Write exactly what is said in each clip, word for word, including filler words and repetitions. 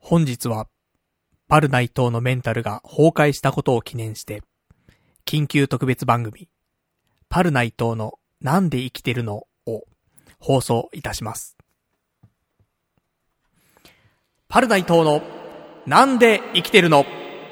本日はパルナイトのメンタルが崩壊したことを記念して緊急特別番組パルナイトのなんで生きてるのを放送いたします。パルナイトのなんで生きてるの。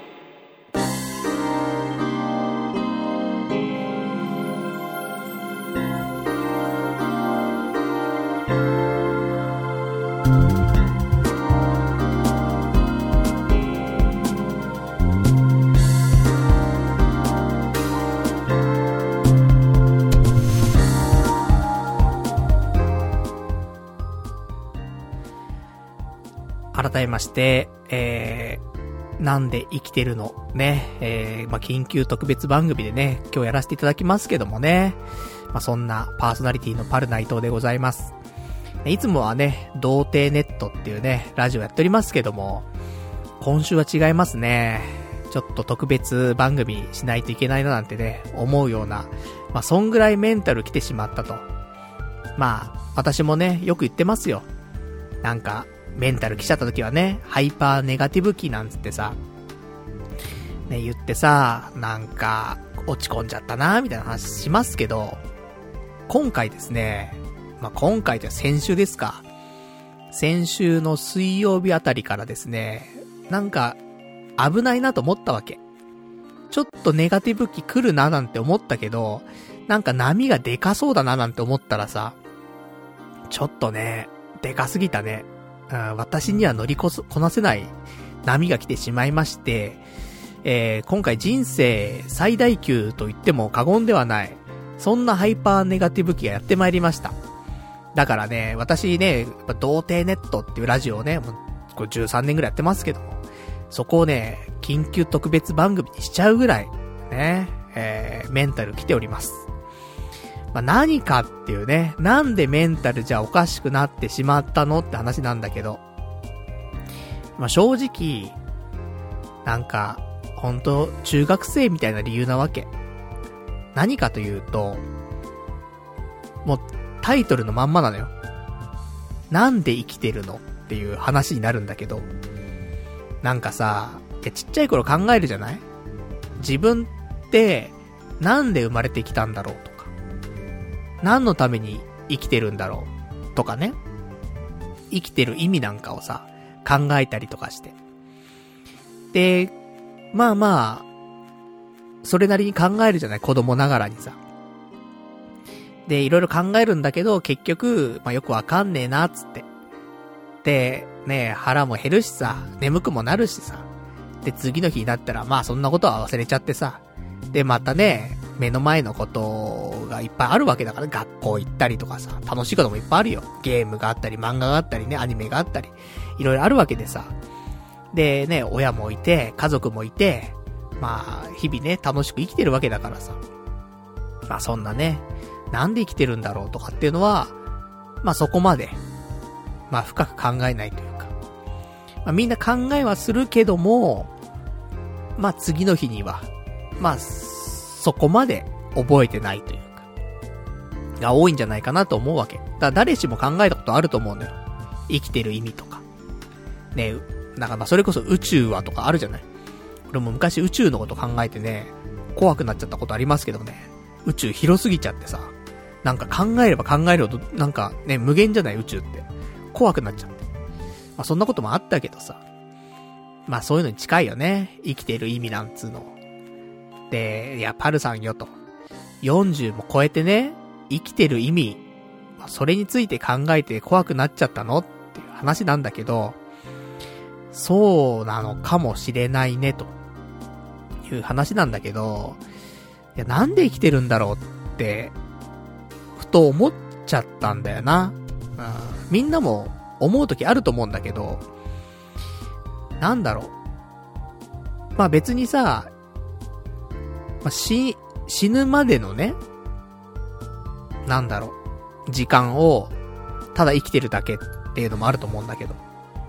改めまして、えー、なんで生きてるのね、えー、まあ、緊急特別番組でね、今日やらせていただきますけどもね、まあ、そんなパーソナリティのパルナイトでございます。いつもはね、童貞ネットっていうね、ラジオやっておりますけども、今週は違いますね。ちょっと特別番組しないといけないななんてね、思うような、まあ、そんぐらいメンタル来てしまったと。まあ、私もね、よく言ってますよ。なんか、メンタル来ちゃった時はね、ハイパーネガティブ期なんつってさ、ね、言ってさ、なんか、落ち込んじゃったなみたいな話しますけど、今回ですね、まあ、今回じゃ先週ですか。先週の水曜日あたりからですね、なんか、危ないなと思ったわけ。ちょっとネガティブ期来るななんて思ったけど、なんか波がでかそうだななんて思ったらさ、ちょっとね、でかすぎたね。私には乗りこす、こなせない波が来てしまいまして、えー、今回人生最大級と言っても過言ではない、そんなハイパーネガティブ期がやってまいりました。だからね、私ね、童貞ネットっていうラジオをね、もうこれじゅうさんねんぐらいやってますけども、そこをね、緊急特別番組にしちゃうぐらい、ね、えー、メンタル来ております。まあ、何かっていうね、なんでメンタルじゃおかしくなってしまったのって話なんだけど、まあ、正直、なんか、ほんと、中学生みたいな理由なわけ。何かというと、もう、タイトルのまんまなのよ。なんで生きてるのっていう話になるんだけど、なんかさ、ちっちゃい頃考えるじゃない？自分って、なんで生まれてきたんだろうと。何のために生きてるんだろうとかね。生きてる意味なんかをさ、考えたりとかして。で、まあまあ、それなりに考えるじゃない、子供ながらにさ。で、いろいろ考えるんだけど、結局、まあよくわかんねえな、つって。で、ね、腹も減るしさ、眠くもなるしさ。で、次の日になったら、まあそんなことは忘れちゃってさ。で、またね、目の前のことがいっぱいあるわけだから、学校行ったりとかさ、楽しいこともいっぱいあるよ。ゲームがあったり、漫画があったりね、アニメがあったり、いろいろあるわけでさ。でね、親もいて、家族もいて、まあ、日々ね、楽しく生きてるわけだからさ。まあそんなね、なんで生きてるんだろうとかっていうのは、まあそこまで、まあ深く考えないというか。まあみんな考えはするけども、まあ次の日には、まあ、そこまで覚えてないというか、が多いんじゃないかなと思うわけ。だから誰しも考えたことあると思うんだよ。生きてる意味とか。ね、なんかまあそれこそ宇宙はとかあるじゃない。俺も昔宇宙のこと考えてね、怖くなっちゃったことありますけどね。宇宙広すぎちゃってさ、なんか考えれば考えるほど、なんかね、無限じゃない宇宙って。怖くなっちゃって。まあそんなこともあったけどさ。まあそういうのに近いよね。生きてる意味なんつうの。で、いや、パルさんよと。よんじゅうも超えてね、生きてる意味、それについて考えて怖くなっちゃったのっていう話なんだけど、そうなのかもしれないね、という話なんだけど、いや、なんで生きてるんだろうって、ふと思っちゃったんだよな。うん、みんなも思うときあると思うんだけど、なんだろう。まあ別にさ、まあ、死、死ぬまでのね、なんだろう、時間を、ただ生きてるだけっていうのもあると思うんだけど。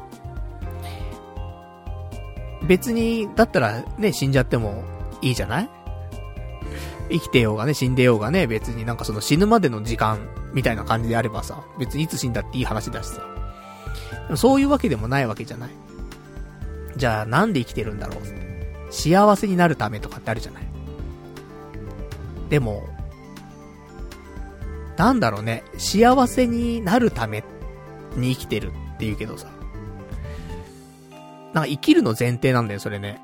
別に、だったらね、死んじゃってもいいじゃない？生きてようがね、死んでようがね、別になんかその死ぬまでの時間みたいな感じであればさ、別にいつ死んだっていい話だしさ。そういうわけでもないわけじゃない。 じゃあなんで生きてるんだろう。幸せになるためとかってあるじゃない。でも、なんだろうね、幸せになるために生きてるって言うけどさ、なんか生きるの前提なんだよ、それね。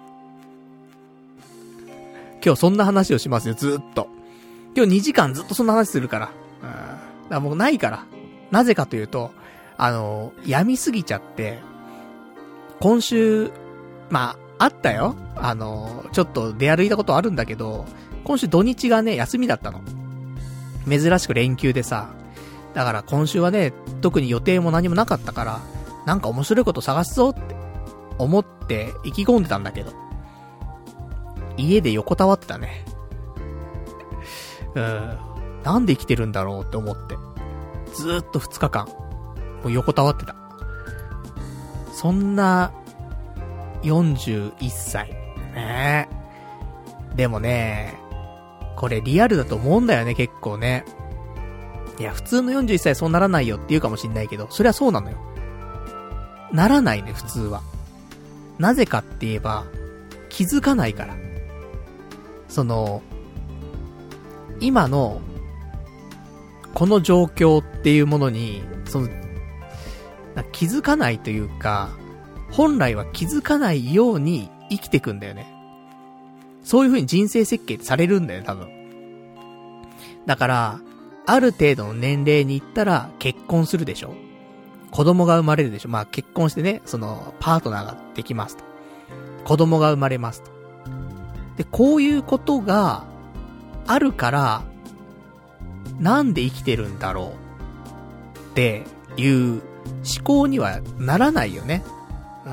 今日そんな話をしますよ、ずーっと。今日にじかんずっとそんな話するから。うん。だからもうないから。なぜかというと、あの、病みすぎちゃって、今週、まあ、あったよ。あの、ちょっと出歩いたことあるんだけど、今週土日がね、休みだったの。珍しく連休でさ。だから今週はね、特に予定も何もなかったから、なんか面白いこと探すぞって思って意気込んでたんだけど、家で横たわってたね。うん。なんで生きてるんだろうって思って。ずーっとふつかかん、もう横たわってた。そんな、よんじゅういっさい。ねえ。でもね、これリアルだと思うんだよね、結構ね。いや、普通のよんじゅういっさいそうならないよって言うかもしんないけど、それはそうなのよ。ならないね、普通は。なぜかって言えば、気づかないから。その、今の、この状況っていうものに、その、気づかないというか、本来は気づかないように生きてくんだよね。そういう風に人生設計されるんだよ、多分。だから、ある程度の年齢に行ったら結婚するでしょ。子供が生まれるでしょ。まあ結婚してね、その、パートナーができますと。子供が生まれますと。で、こういうことがあるから、なんで生きてるんだろうっていう思考にはならないよね。うん。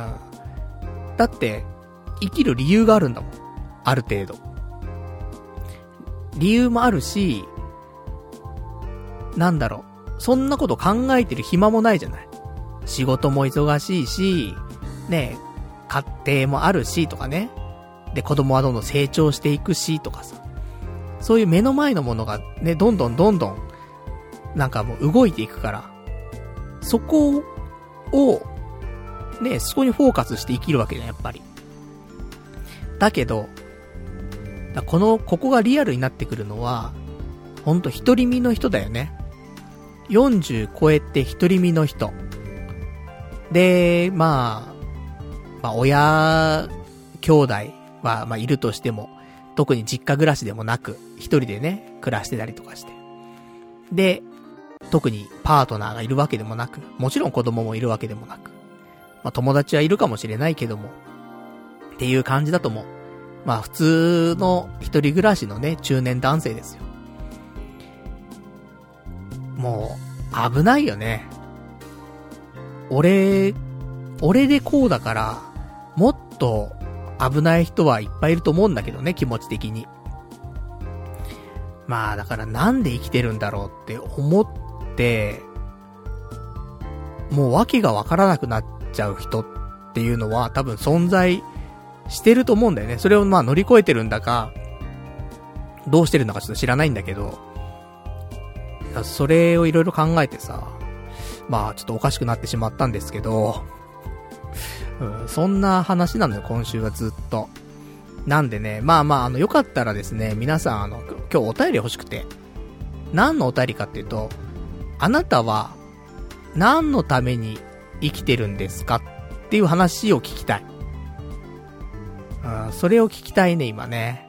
だって、生きる理由があるんだもん。ある程度。理由もあるし、なんだろう。そんなこと考えてる暇もないじゃない。仕事も忙しいし、ね、家庭もあるしとかね。で、子供はどんどん成長していくしとかさ。そういう目の前のものがね、どんどんどんどん、なんかもう動いていくから、そこを、ね、そこにフォーカスして生きるわけじゃん、やっぱり。だけど、だこの、ここがリアルになってくるのは、ほんと独り身の人だよね。よんじゅう超えて独り身の人。で、まあ、まあ、親、兄弟は、まあ、いるとしても、特に実家暮らしでもなく、一人でね、暮らしてたりとかして。で、特にパートナーがいるわけでもなく、もちろん子供もいるわけでもなく、まあ友達はいるかもしれないけども、っていう感じだと思う。まあ普通の一人暮らしのね、中年男性ですよ。もう、危ないよね。俺、俺でこうだから、もっと、危ない人はいっぱいいると思うんだけどね、気持ち的に。まあだからなんで生きてるんだろうって思って、もう訳がわからなくなっちゃう人っていうのは多分存在してると思うんだよね。それをまあ乗り越えてるんだか、どうしてるのかちょっと知らないんだけど、それをいろいろ考えてさ、まあちょっとおかしくなってしまったんですけど、うん、そんな話なのよ、今週はずっと。なんでね、まあまあ、あの、よかったらですね、皆さん、あの、今日お便り欲しくて。何のお便りかっていうと、あなたは、何のために生きてるんですかっていう話を聞きたい。うん、それを聞きたいね、今ね。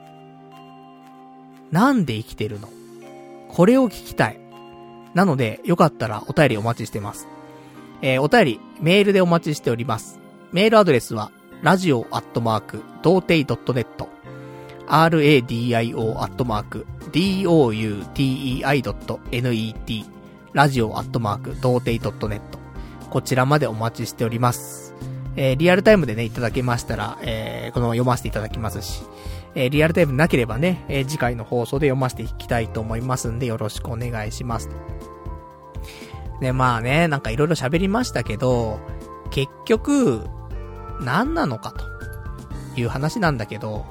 なんで生きてるの？これを聞きたい。なので、よかったらお便りお待ちしてます。えー、お便り、メールでお待ちしております。メールアドレスは、ラジオアットマーク、ドーテイドットネット、ラディオアットマーク、ドゥテイドットネット、ラジオアットマーク、ドーテイドットネット、こちらまでお待ちしております。えー、リアルタイムでね、いただけましたら、えー、このまま読ませていただきますし、えー、リアルタイムなければね、えー、次回の放送で読ませていきたいと思いますんで、よろしくお願いします。で、まあね、なんかいろいろ喋りましたけど、結局、何なのかという話なんだけど、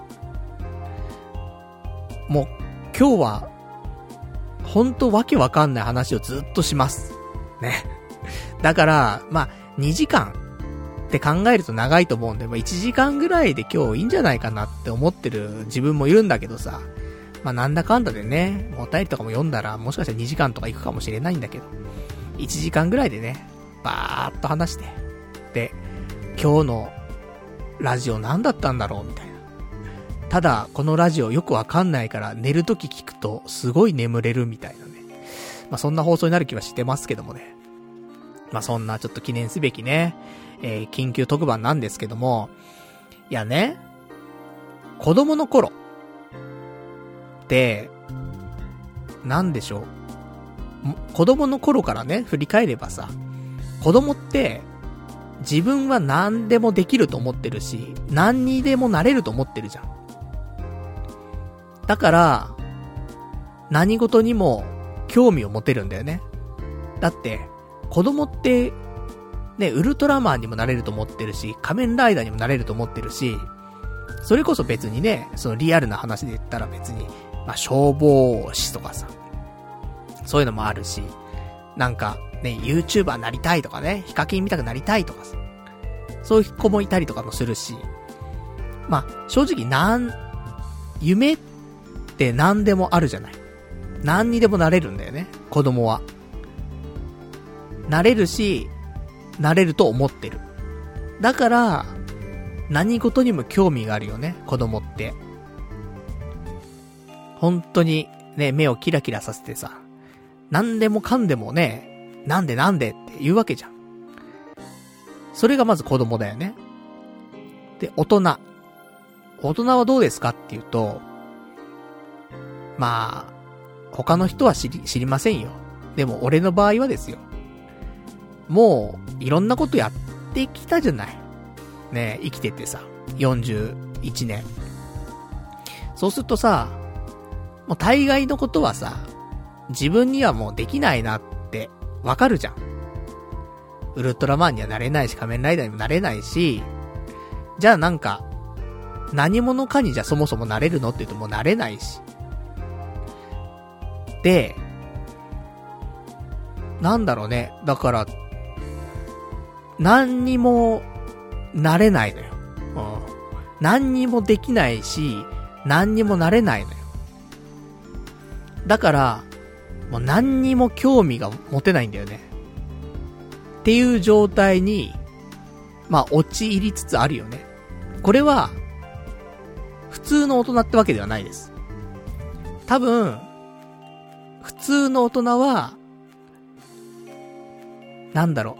もう今日はほんとわけわかんない話をずっとしますね。だからまあにじかんって考えると長いと思うんで、まあ、いちじかんぐらいで今日いいんじゃないかなって思ってる自分もいるんだけどさ、まあ、なんだかんだでね、お便りとかも読んだらもしかしたらにじかんとかいくかもしれないんだけど、いちじかんぐらいでね、バーっと話して、で、今日のラジオ何だったんだろうみたいな。ただ、このラジオよくわかんないから寝るとき聞くとすごい眠れるみたいなね。まあ、そんな放送になる気はしてますけどもね。まあ、そんなちょっと記念すべきね、えー、緊急特番なんですけども、いやね、子供の頃って、なんでしょう。子供の頃からね、振り返ればさ、子供って、自分は何でもできると思ってるし、何にでもなれると思ってるじゃん。だから、何事にも興味を持てるんだよね。だって、子供って、ね、ウルトラマンにもなれると思ってるし、仮面ライダーにもなれると思ってるし、それこそ別にね、そのリアルな話で言ったら別に、まあ、消防士とかさ、そういうのもあるし、なんかね、YouTuber なりたいとかね、ヒカキン見たくなりたいとかさ、そういう子もいたりとかもするし、まあ、正直なん、夢って何でもあるじゃない。何にでもなれるんだよね、子供は。なれるし、なれると思ってる。だから、何事にも興味があるよね、子供って。本当にね、目をキラキラさせてさ、何でもかんでもね、なんでなんでって言うわけじゃん。それがまず子供だよね。で、大人。大人はどうですかっていうと、まあ、他の人は知り、知りませんよ。でも俺の場合はですよ。もう、いろんなことやってきたじゃない。ね、生きててさ、よんじゅういちねん。そうするとさ、もう大概のことはさ、自分にはもうできないなってわかるじゃん。ウルトラマンにはなれないし、仮面ライダーにもなれないし、じゃあなんか、何者かにじゃあそもそもなれるのって言うともうなれないし。で、なんだろうね。だから、何にもなれないのよ。うん。何にもできないし、何にもなれないのよ。だから、もう何にも興味が持てないんだよね。っていう状態に、まあ、陥りつつあるよね。これは、普通の大人ってわけではないです。多分、普通の大人は、なんだろ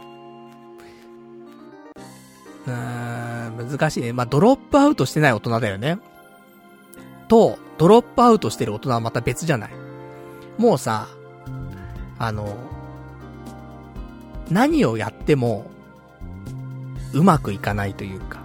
う。うーん、難しいね。まあ、ドロップアウトしてない大人だよね。と、ドロップアウトしてる大人はまた別じゃない。もうさ、あの、何をやっても、うまくいかないというか、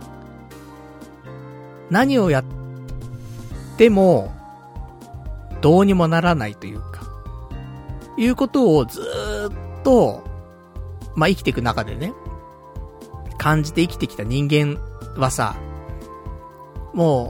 何をやっても、どうにもならないというか、いうことをずーっと、まあ、生きていく中でね、感じて生きてきた人間はさ、も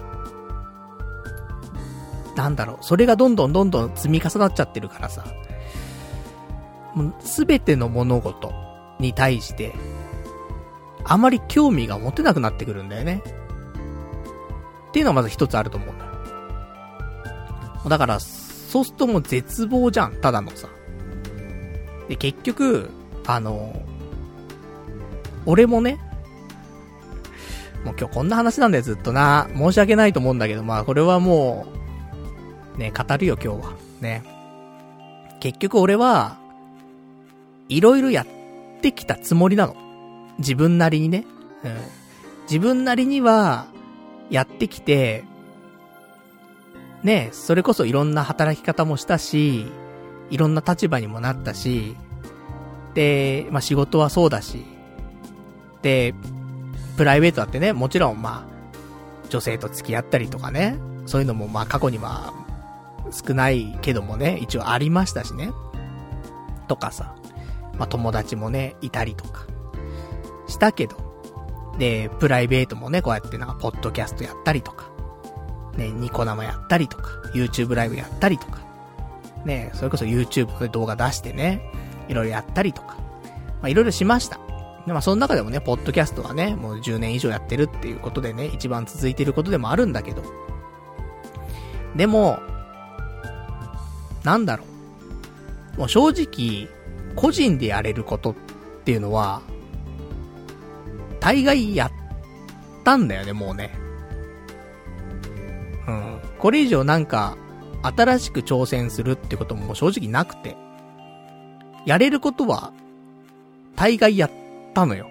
う、なんだろう、それがどんどんどんどん積み重なっちゃってるからさ、もうすべての物事に対して、あまり興味が持てなくなってくるんだよね。っていうのはまず一つあると思うんだよ。だから、そうするともう絶望じゃん、ただのさ。で、結局、あの、俺もね、もう今日こんな話なんだよ、ずっとな。申し訳ないと思うんだけど、まあこれはもう、ね、語るよ今日は。ね。結局俺は、いろいろやってきたつもりなの。自分なりにね。うん。自分なりには、やってきて、ね、それこそいろんな働き方もしたし、いろんな立場にもなったし、で、まあ仕事はそうだし、で、プライベートだってね、もちろんまあ、女性と付き合ったりとかね、そういうのもまあ過去には少ないけどもね、一応ありましたしね。とかさ、まあ友達もね、いたりとか、したけど、で、プライベートもね、こうやってなんか、ポッドキャストやったりとか、ね、ニコ生やったりとか、YouTube ライブやったりとか、ね、それこそ YouTube で動画出してね、いろいろやったりとか、まあいろいろしました。 でまあその中でもね、ポッドキャストはね、もうじゅうねん以上やってるっていうことでね、一番続いてることでもあるんだけど。でも、なんだろう。もう正直、個人でやれることっていうのは、大概やったんだよね、もうね。うん。これ以上なんか、新しく挑戦するってことももう正直なくて。やれることは、大概やったのよ。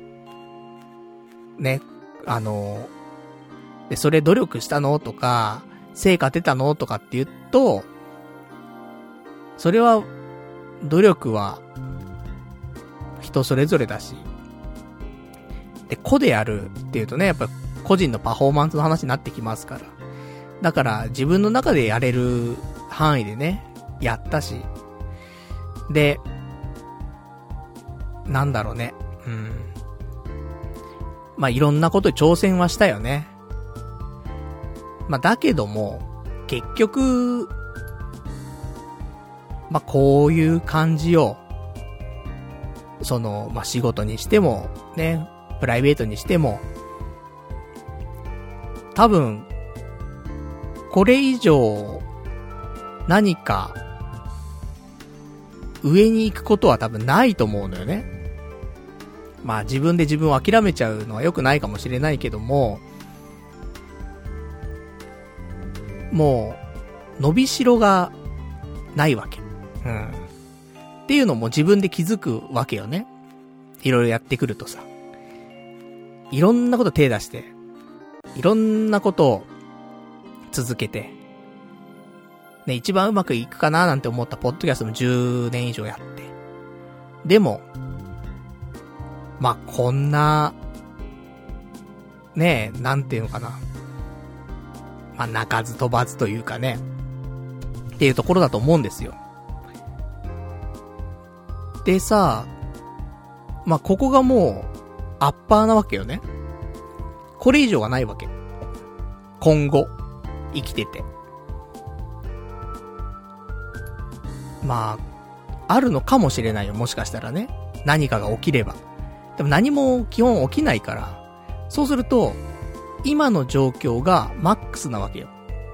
ね。あの、で、それ努力したのとか、成果出たのとかって言うと、それは、努力は、人それぞれだし。で、個でやるっていうとね、やっぱ個人のパフォーマンスの話になってきますから。だから、自分の中でやれる範囲でね、やったし。で、なんだろうね。うん。まあ、いろんなことに挑戦はしたよね。まあ、だけども、結局、まあ、こういう感じを、その、まあ、仕事にしても、ね、プライベートにしても、多分、これ以上、何か、上に行くことは多分ないと思うのよね。まあ自分で自分を諦めちゃうのは良くないかもしれないけども、もう、伸びしろがないわけ。うん。っていうのも自分で気づくわけよね。いろいろやってくるとさ。いろんなこと手出して、いろんなことを続けて、ね、一番うまくいくかななんて思ったポッドキャストもじゅうねん以上やって。でも、まあ、こんな、ねえ、なんていうのかな。まあ、鳴かず飛ばずというかね。っていうところだと思うんですよ。でさ、まあ、ここがもう、アッパーなわけよね。これ以上はないわけ。今後、生きてて。まあ、あるのかもしれないよ、もしかしたらね。何かが起きれば。でも何も基本起きないから、そうすると、今の状況がマックスなわけよ。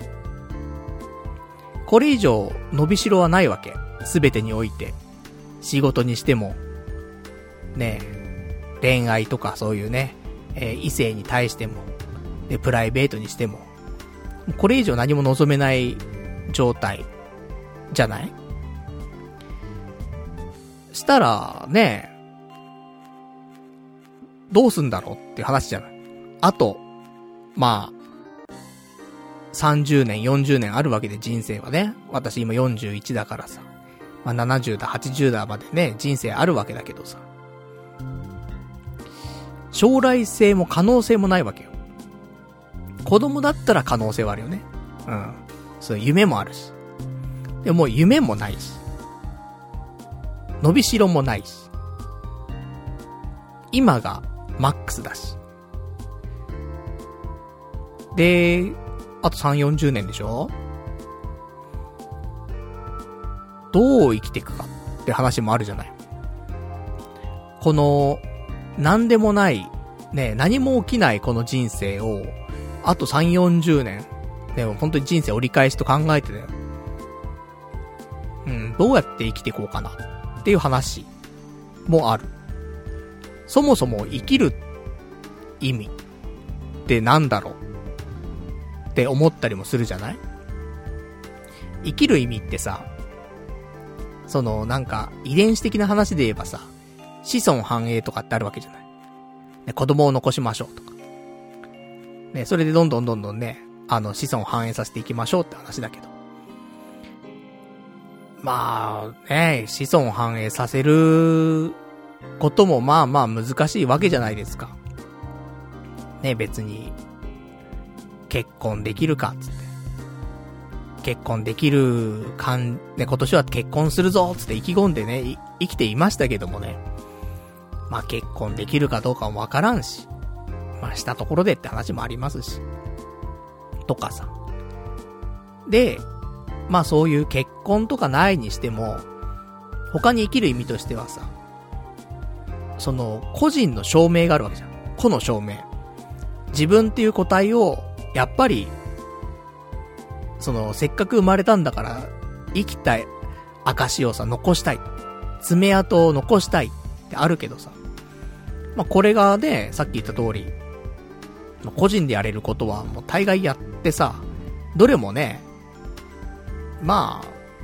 これ以上伸びしろはないわけ。すべてにおいて。仕事にしても、ねえ、恋愛とかそういうね、えー、異性に対しても、で、プライベートにしても、これ以上何も望めない状態、じゃない？したら、ねえ、どうすんだろうっていう話じゃない。あと、まあ、さんじゅうねん、よんじゅうねんあるわけで人生はね。私今よんじゅういちだからさ。まあななじゅうだ、はちじゅうだまでね、人生あるわけだけどさ。将来性も可能性もないわけよ。子供だったら可能性はあるよね。うん。そういう夢もあるし。でももう夢もないし。伸びしろもないし。今がマックスだし。で、あとさん、よんじゅうねんでしょ？どう生きていくかって話もあるじゃない。この、なんでもない、ね、何も起きないこの人生を、あとさん、よんじゅうねん、でも本当に人生折り返しと考えてだよ。うん、どうやって生きていこうかなっていう話もある。そもそも生きる意味ってなんだろうって思ったりもするじゃない？生きる意味ってさ、そのなんか遺伝子的な話で言えばさ、子孫繁栄とかってあるわけじゃない。ね、子供を残しましょうとか。ね、それでどんどんどんどんね、あの子孫繁栄させていきましょうって話だけど。まあね、子孫繁栄させることもまあまあ難しいわけじゃないですか。ね、別に結婚できるかっつって。結婚できるかん、ね、今年は結婚するぞつって意気込んでね、生きていましたけどもね。まあ結婚できるかどうかもわからんし。まあしたところでって話もありますし。とかさ。で、まあそういう結婚とかないにしても、他に生きる意味としてはさ、 その、個人の証明があるわけじゃん。個の証明。自分っていう個体を、やっぱり、その、せっかく生まれたんだから、生きた証をさ、残したい。爪痕を残したいってあるけどさ。まあ、これがね、さっき言った通り、個人でやれることはもう大概やってさ、どれもね、まあ、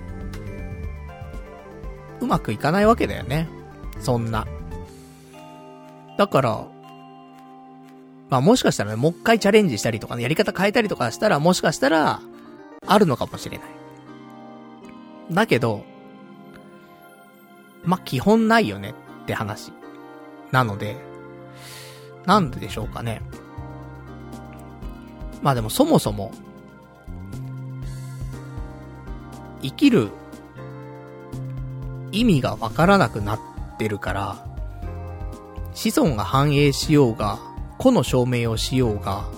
うまくいかないわけだよね。そんな。だから、まあもしかしたらね、もう一回チャレンジしたりとかね、やり方変えたりとかしたら、もしかしたら、あるのかもしれない。だけど、まあ基本ないよねって話。なので、なんででしょうかね。まあでもそもそも、生きる意味がわからなくなってるから、子孫が繁栄しようが、個の証明をしようが、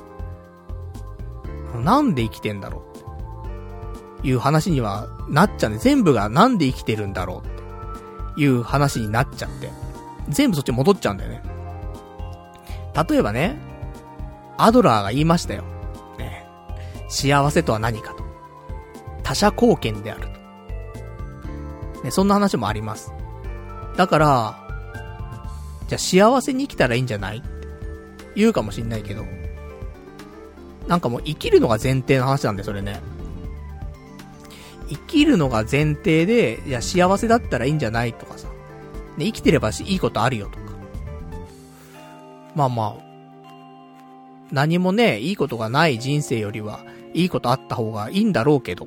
なんで生きてんだろうっていう話にはなっちゃうんで、全部がなんで生きてるんだろうっていう話になっちゃって、全部そっち戻っちゃうんだよね。例えばね、アドラーが言いましたよ。ね、幸せとは何かと。他者貢献であると。ね、そんな話もあります。だから、じゃあ幸せに生きたらいいんじゃないって言うかもしんないけど、なんかもう生きるのが前提の話なんで、それね。生きるのが前提で、いや幸せだったらいいんじゃないとかさ。ね、生きてればしいいことあるよとか。まあまあ、何もね、いいことがない人生よりは、いいことあった方がいいんだろうけど。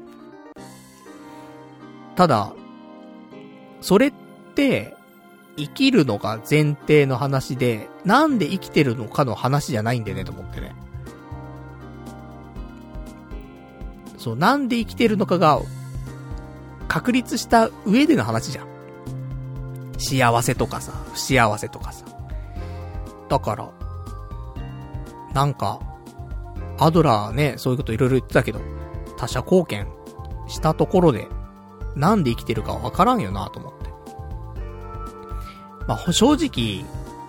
ただ、それって、生きるのが前提の話で、なんで生きてるのかの話じゃないんでね、と思ってね。そう、なんで生きてるのかが、確立した上での話じゃん。幸せとかさ、不幸せとかさ。だから、なんか、アドラーね、そういうこといろいろ言ってたけど、他者貢献したところで、なんで生きてるかわからんよなと思って。まあ、正直、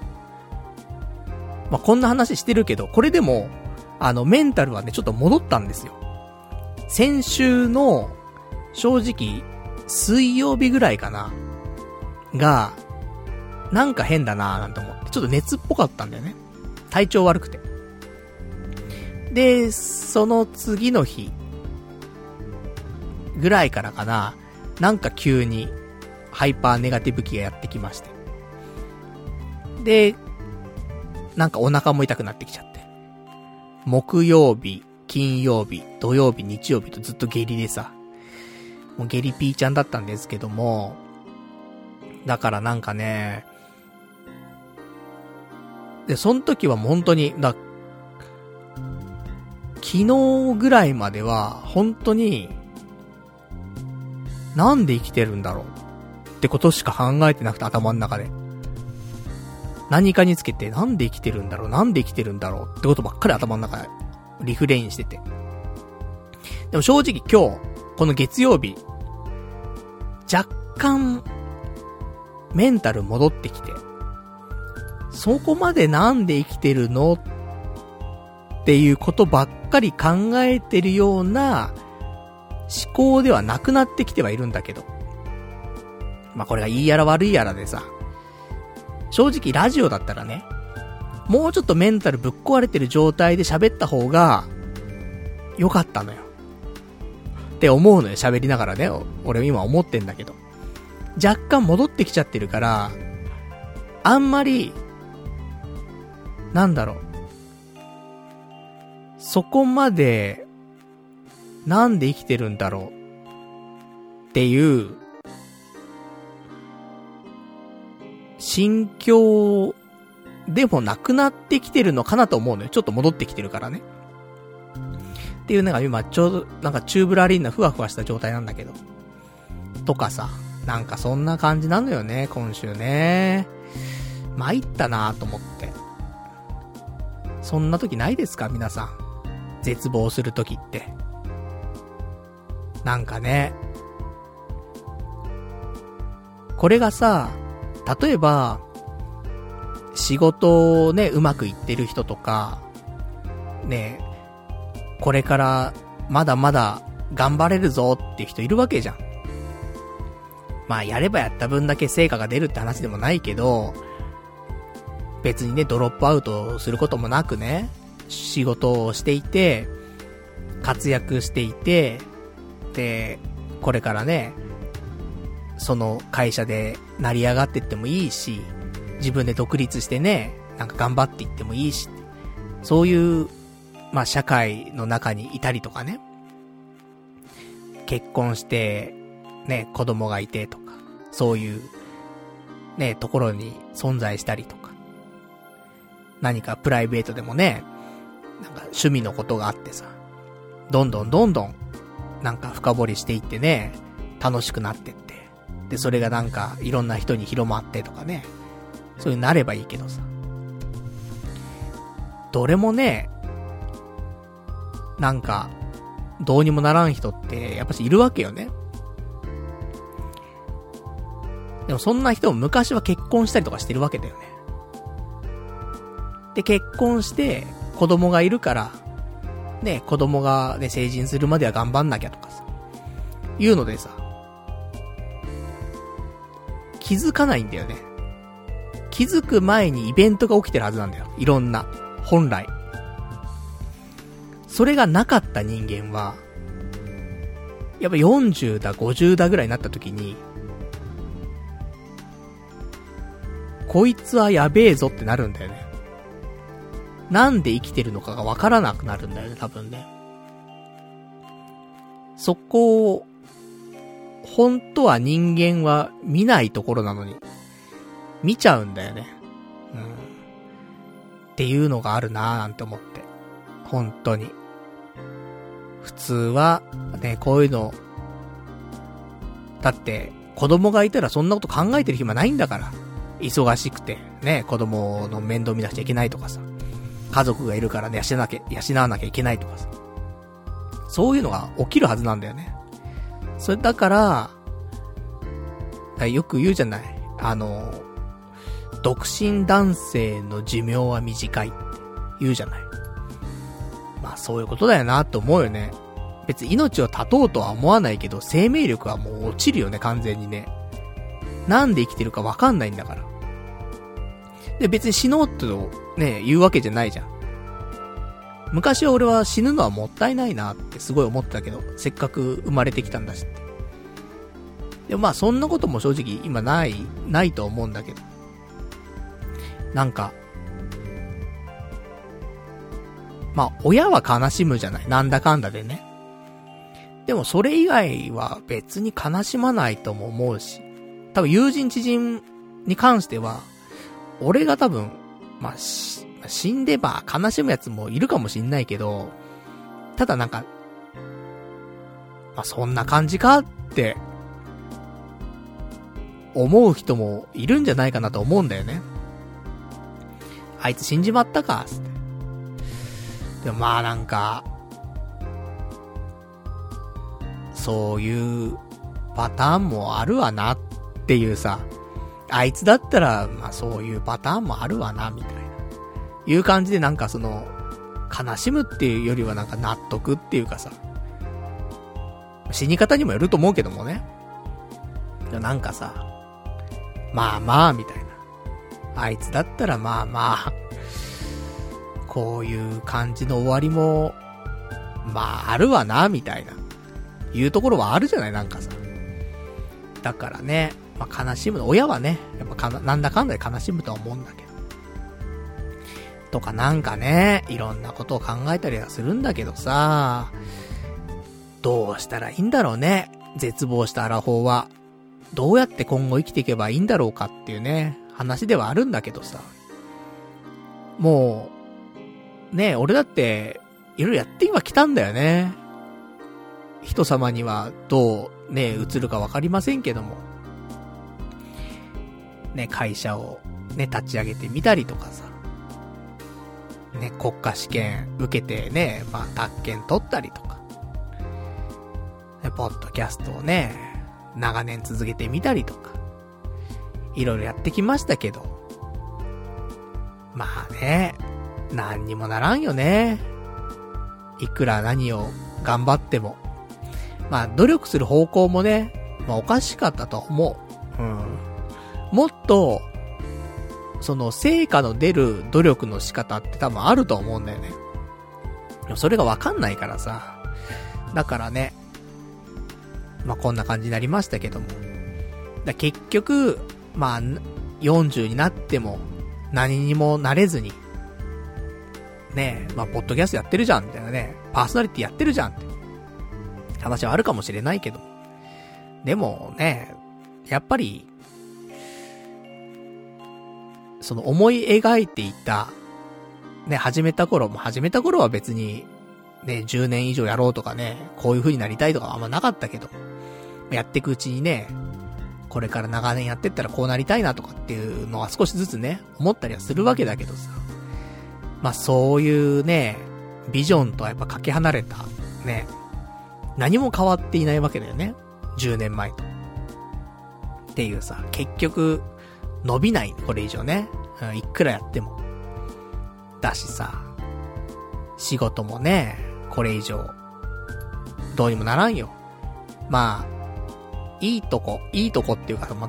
まあ、こんな話してるけど、これでも、あの、メンタルはね、ちょっと戻ったんですよ。先週の、正直、水曜日ぐらいかな。が、なんか変だなーなんて思って、ちょっと熱っぽかったんだよね。体調悪くて。で、その次の日、ぐらいからかな、なんか急に、ハイパーネガティブ期がやってきまして。で、なんかお腹も痛くなってきちゃって。木曜日、金曜日、土曜日、日曜日とずっと下痢でさ。もう下痢ピーちゃんだったんですけども、だからなんかね、で、その時はもう本当に、だ、昨日ぐらいまでは、本当に、なんで生きてるんだろうってことしか考えてなくて、頭の中で。何かにつけて、なんで生きてるんだろうなんで生きてるんだろうってことばっかり頭の中でリフレインしてて。でも正直今日、この月曜日、若干、メンタル戻ってきて、そこまでなんで生きてるのっていうことばっかり考えてるような思考ではなくなってきてはいるんだけど。まあ、これがいいやら悪いやらでさ、正直ラジオだったらね、もうちょっとメンタルぶっ壊れてる状態で喋った方が良かったのよ。って思うのよ、喋りながらね。俺今思ってんだけど。若干戻ってきちゃってるから、あんまり、なんだろう。そこまで、なんで生きてるんだろうっていう、心境でもなくなってきてるのかなと思うのよ。ちょっと戻ってきてるからね。っていうのが今ちょうどなんかチューブラリーなふわふわした状態なんだけど。とかさ、なんかそんな感じなのよね、今週ね。参ったなぁと思って。そんな時ないですか皆さん。絶望する時って。なんかね。これがさ、例えば、 仕事をね、うまくいってる人とか、ね、これからまだまだ頑張れるぞっていう人いるわけじゃん。まあやればやった分だけ成果が出るって話でもないけど、別にね、ドロップアウトすることもなくね、仕事をしていて、活躍していて、で、これからね、その会社で成り上がってってもいいし、自分で独立してね、なんか頑張っていってもいいし、そういう、まあ社会の中にいたりとかね、結婚して、ね、子供がいてとか、そういう、ね、ところに存在したりとか、何かプライベートでもね、なんか趣味のことがあってさ、どんどんどんどん、なんか深掘りしていってね、楽しくなってって、で、それがなんかいろんな人に広まってとかね、そういうなればいいけどさ、どれもね、なんか、どうにもならん人って、やっぱしいるわけよね。でもそんな人も昔は結婚したりとかしてるわけだよね。で、結婚して、子供がいるから、ね、子供がね、成人するまでは頑張んなきゃとかさ、いうのでさ、気づかないんだよね。気づく前にイベントが起きてるはずなんだよ。いろんな。本来。それがなかった人間は、やっぱよんじゅうだ、ごじゅうだぐらいになった時に、こいつはやべえぞってなるんだよね。なんで生きてるのかがわからなくなるんだよね、多分ね。そこを、本当は人間は見ないところなのに、見ちゃうんだよね。うん。っていうのがあるなぁなんて思って。本当に。普通は、ね、こういうの、だって、子供がいたらそんなこと考えてる暇ないんだから。忙しくて、ね、子供の面倒見なくちゃいけないとかさ。家族がいるからね、養わなきゃ、養わなきゃいけないとかさ。そういうのが起きるはずなんだよね。それだから、よく言うじゃない。あの、独身男性の寿命は短いって言うじゃない。まあそういうことだよなって思うよね。別に命を絶とうとは思わないけど、生命力はもう落ちるよね、完全にね。なんで生きてるかわかんないんだから。で、別に死のうとね、言うわけじゃないじゃん。昔は俺は死ぬのはもったいないなってすごい思ってたけど、せっかく生まれてきたんだしって。でもまあそんなことも正直今ない、ないと思うんだけど。なんか、まあ親は悲しむじゃない。なんだかんだでね。でもそれ以外は別に悲しまないとも思うし。多分友人知人に関しては、俺が多分、まあ、し、死んでば悲しむやつもいるかもしんないけど、ただなんか、まあそんな感じかって、思う人もいるんじゃないかなと思うんだよね。あいつ死んじまったか、つって。でもまあなんか、そういうパターンもあるわなっていうさ、あいつだったら、まあそういうパターンもあるわな、みたいな。いう感じでなんかその、悲しむっていうよりはなんか納得っていうかさ、死に方にもよると思うけどもね。なんかさ、まあまあ、みたいな。あいつだったらまあまあ、こういう感じの終わりも、まああるわな、みたいな。いうところはあるじゃない、なんかさ。だからね、まあ悲しむの、親はね、やっぱかな、なんだかんだで悲しむとは思うんだけど。とかなんかね、いろんなことを考えたりはするんだけどさ、どうしたらいいんだろうね。絶望したアラフォーは。どうやって今後生きていけばいいんだろうかっていうね、話ではあるんだけどさ。もう、ね、俺だって、いろいろやってはきたんだよね。人様にはどうね、映るかわかりませんけども。ね、会社をね、立ち上げてみたりとかさ。ね、国家試験受けてね、まあ、宅建取ったりとか。ね、ポッドキャストをね、長年続けてみたりとか。いろいろやってきましたけど。 まあね、何にもならんよね。いくら何を頑張っても。まあ努力する方向もね、まあおかしかったと思う。うん。もっと、その成果の出る努力の仕方って多分あると思うんだよね。でもそれがわかんないからさ。だからね、まあこんな感じになりましたけども。だ結局、まあ、よんじゅうになっても何にもなれずに、ねえ、まあポッドキャストやってるじゃん、みたいなね。パーソナリティやってるじゃんって話はあるかもしれないけど。でもね、やっぱり、その思い描いていた、ね、始めた頃も、始めた頃は別に、ね、じゅうねん以上やろうとかね、こういう風になりたいとかあんまなかったけど、やっていくうちにね、これから長年やってったらこうなりたいなとかっていうのは少しずつね、思ったりはするわけだけどさ。まあそういうね、ビジョンとはやっぱかけ離れた、ね、何も変わっていないわけだよね。じゅうねんまえと。っていうさ、結局、伸びない、これ以上ね。うん、いくらやっても。だしさ、仕事もね、これ以上、どうにもならんよ。まあ、いいとこ、いいとこっていうか、まあ、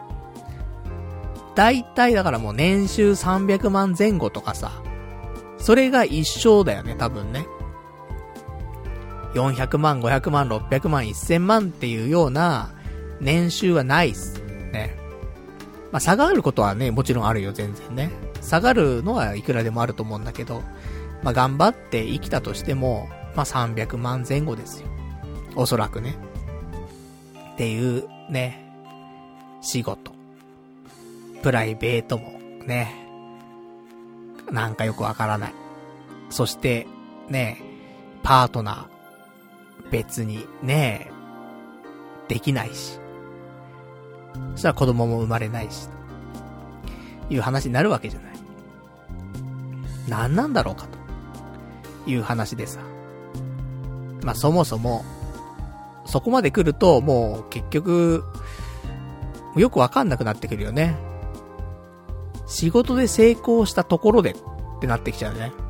大体だからもう年収さんびゃくまんぜん後とかさ、それが一生だよね、多分ね。よんひゃくまん、ごひゃくまん、ろっぴゃくまん、せんまんっていうような年収はないっす。ね。まあ、下がることはね、もちろんあるよ、全然ね。下がるのはいくらでもあると思うんだけど、まあ、頑張って生きたとしても、まあ、さんびゃくまんぜん後ですよ。おそらくね。っていうね、仕事。プライベートもね、なんかよくわからない。そして、ね、パートナー、別にね、できないし。そしたら子供も生まれないし、という話になるわけじゃない。何なんだろうかという話でさ。まあそもそも、そこまで来るともう結局、よくわかんなくなってくるよね。仕事で成功したところでってなってきちゃうね。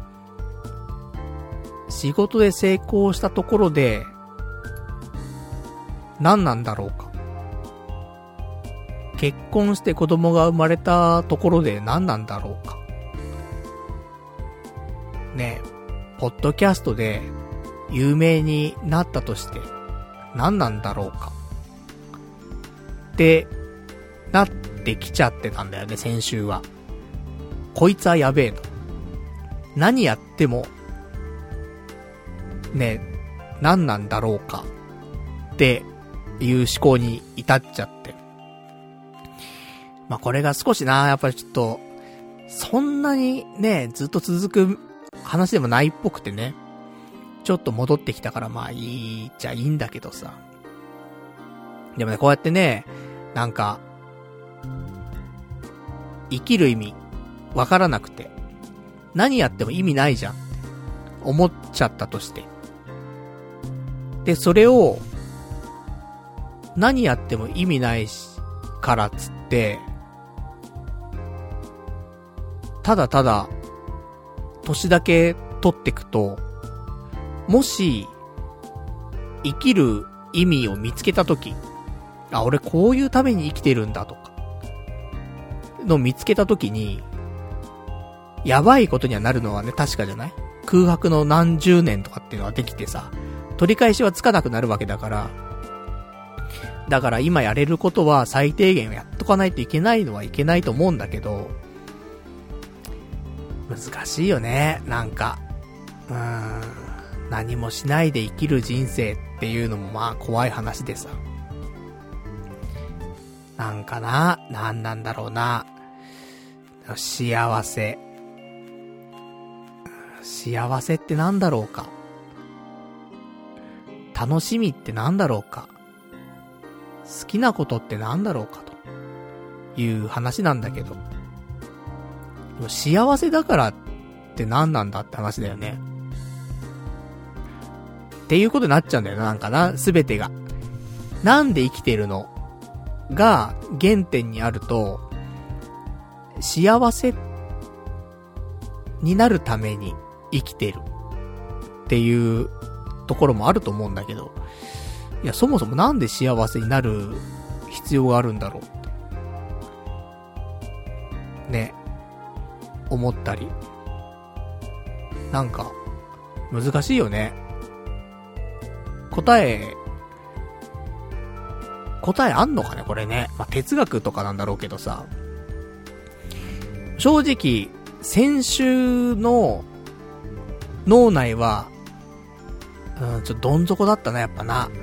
仕事で成功したところで、何なんだろうか。結婚して子供が生まれたところで何なんだろうか。ねえ、ポッドキャストで有名になったとして何なんだろうか。ってなってきちゃってたんだよね、先週は。こいつはやべえと。何やっても、ねえ、何なんだろうか。っていう思考に至っちゃって。まあこれが少しな、やっぱりちょっと、そんなにね、ずっと続く話でもないっぽくてね、ちょっと戻ってきたからまあいいっちゃいいんだけどさ。でもね、こうやってね、なんか、生きる意味、わからなくて、何やっても意味ないじゃんって思っちゃったとして。で、それを、何やっても意味ないし、からっつって、ただただ、年だけ取ってくと、もし、生きる意味を見つけたとき、あ、俺こういうために生きてるんだとか、の見つけたときに、やばいことにはなるのはね、確かじゃない？空白の何十年とかっていうのができてさ、取り返しはつかなくなるわけだから、だから今やれることは最低限やっとかないといけないのはいけないと思うんだけど、難しいよね、なんか。うーん、何もしないで生きる人生っていうのもまあ怖い話でさ。なんかな、なんなんだろうな。幸せ。幸せってなんだろうか。楽しみってなんだろうか。好きなことってなんだろうかという話なんだけど。でも幸せだからって何なんだって話だよね。っていうことになっちゃうんだよな、なんかな、すべてが。なんで生きてるのが原点にあると、幸せっになるために生きてるっていうところもあると思うんだけど、いや、そもそもなんで幸せになる必要があるんだろうってね、思ったり、なんか難しいよね。答え答えあんのかねこれね。まあ、哲学とかなんだろうけどさ、正直先週の脳内はうん、ちょっとどん底だったな、やっぱな。うん。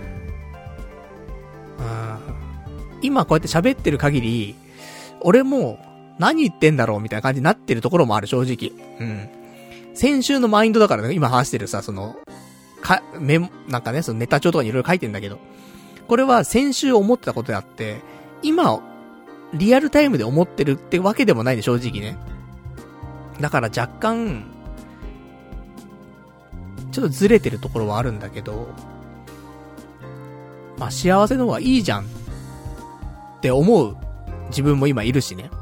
今こうやって喋ってる限り、俺も何言ってんだろうみたいな感じになってるところもある、正直。うん。先週のマインドだからね、今話してるさ、その、か、メモ、なんかね、そのネタ帳とかにいろいろ書いてんだけど、これは先週思ってたことであって、今、リアルタイムで思ってるってわけでもないね、正直ね。だから若干、ちょっとずれてるところはあるんだけど、まあ幸せの方がいいじゃんって思う自分も今いるしね。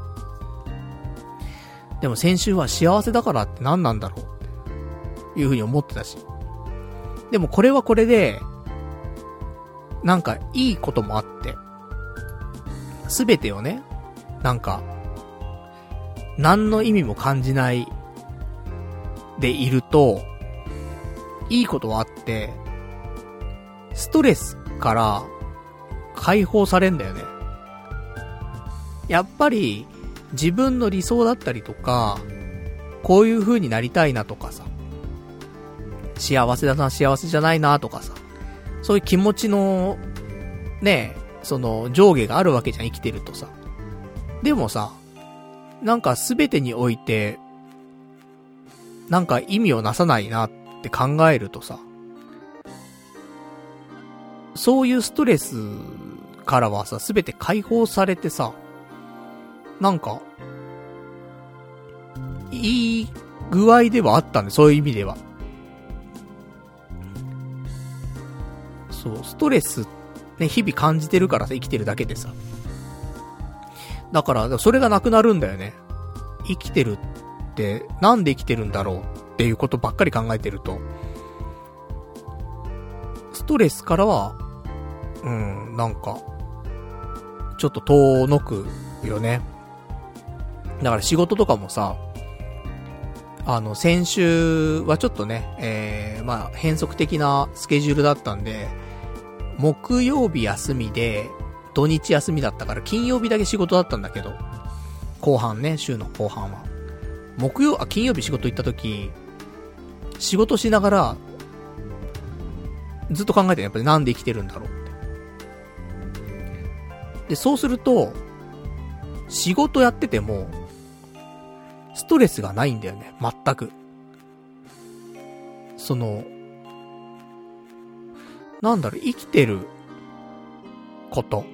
でも先週は幸せだからって何なんだろうっていうふうに思ってたし。でもこれはこれで、なんかいいこともあって、すべてをね、なんか、何の意味も感じないでいると、いいことはあって、ストレスから解放されんだよね。やっぱり自分の理想だったりとか、こういう風になりたいなとかさ、幸せだな、幸せじゃないなとかさ、そういう気持ちのね、その上下があるわけじゃん、生きてるとさ。でもさ、なんか全てにおいてなんか意味をなさないなって考えるとさ、そういうストレスからはさ、全て解放されてさ、なんかいい具合ではあったんで、そういう意味では。そう、ストレスね、日々感じてるからさ、生きてるだけでさ。だから、それがなくなるんだよね。生きてるって、なんで生きてるんだろうっていうことばっかり考えてると、ストレスからは、うん、なんか、ちょっと遠のくよね。だから仕事とかもさ、あの、先週はちょっとね、えー、まあ、変則的なスケジュールだったんで、木曜日休みで、土日休みだったから、金曜日だけ仕事だったんだけど、後半ね、週の後半は。木曜、あ、金曜日仕事行った時、仕事しながら、ずっと考えてる、やっぱりなんで生きてるんだろうって。で、そうすると、仕事やってても、ストレスがないんだよね、全く。その、なんだろう、生きてること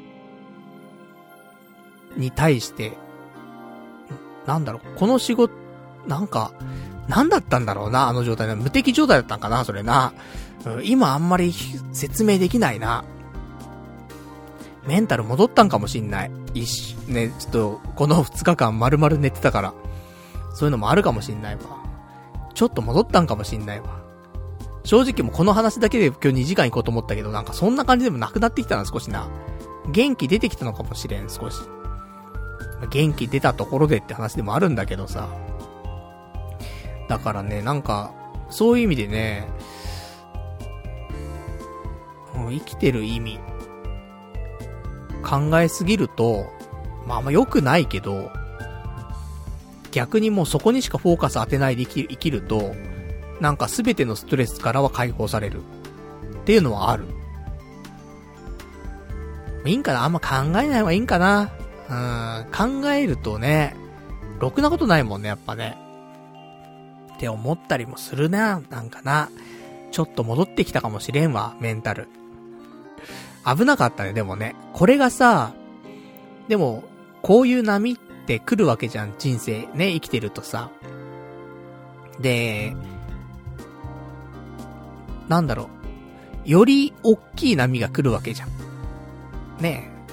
に対して、なんだろう、この仕事、なんか、なんだったんだろうな、あの状態な。無敵状態だったんかな、それな。うん、今あんまり説明できないな。メンタル戻ったんかもしんない。いし、ね、ちょっと、このふつかかん丸々寝てたから。そういうのもあるかもしんないわ。ちょっと戻ったんかもしんないわ。正直もうこの話だけで今日にじかん行こうと思ったけど、なんかそんな感じでもなくなってきたな、少しな。元気出てきたのかもしれん、少し。元気出たところでって話でもあるんだけどさ。だからね、なんか、そういう意味でね、もう生きてる意味、考えすぎると、まああんま良くないけど、逆にもうそこにしかフォーカス当てないで生き、生きると、なんか全てのストレスからは解放されるっていうのはある。いいんかな、あんま考えない方がいいんかな。うん、考えるとね、ろくなことないもんね、やっぱね。って思ったりもするな、なんかな。ちょっと戻ってきたかもしれんわ、メンタル。危なかったね、でもね。これがさ、でも、こういう波って来るわけじゃん、人生ね、生きてるとさ。で、なんだろう。より大きい波が来るわけじゃん。ねえ。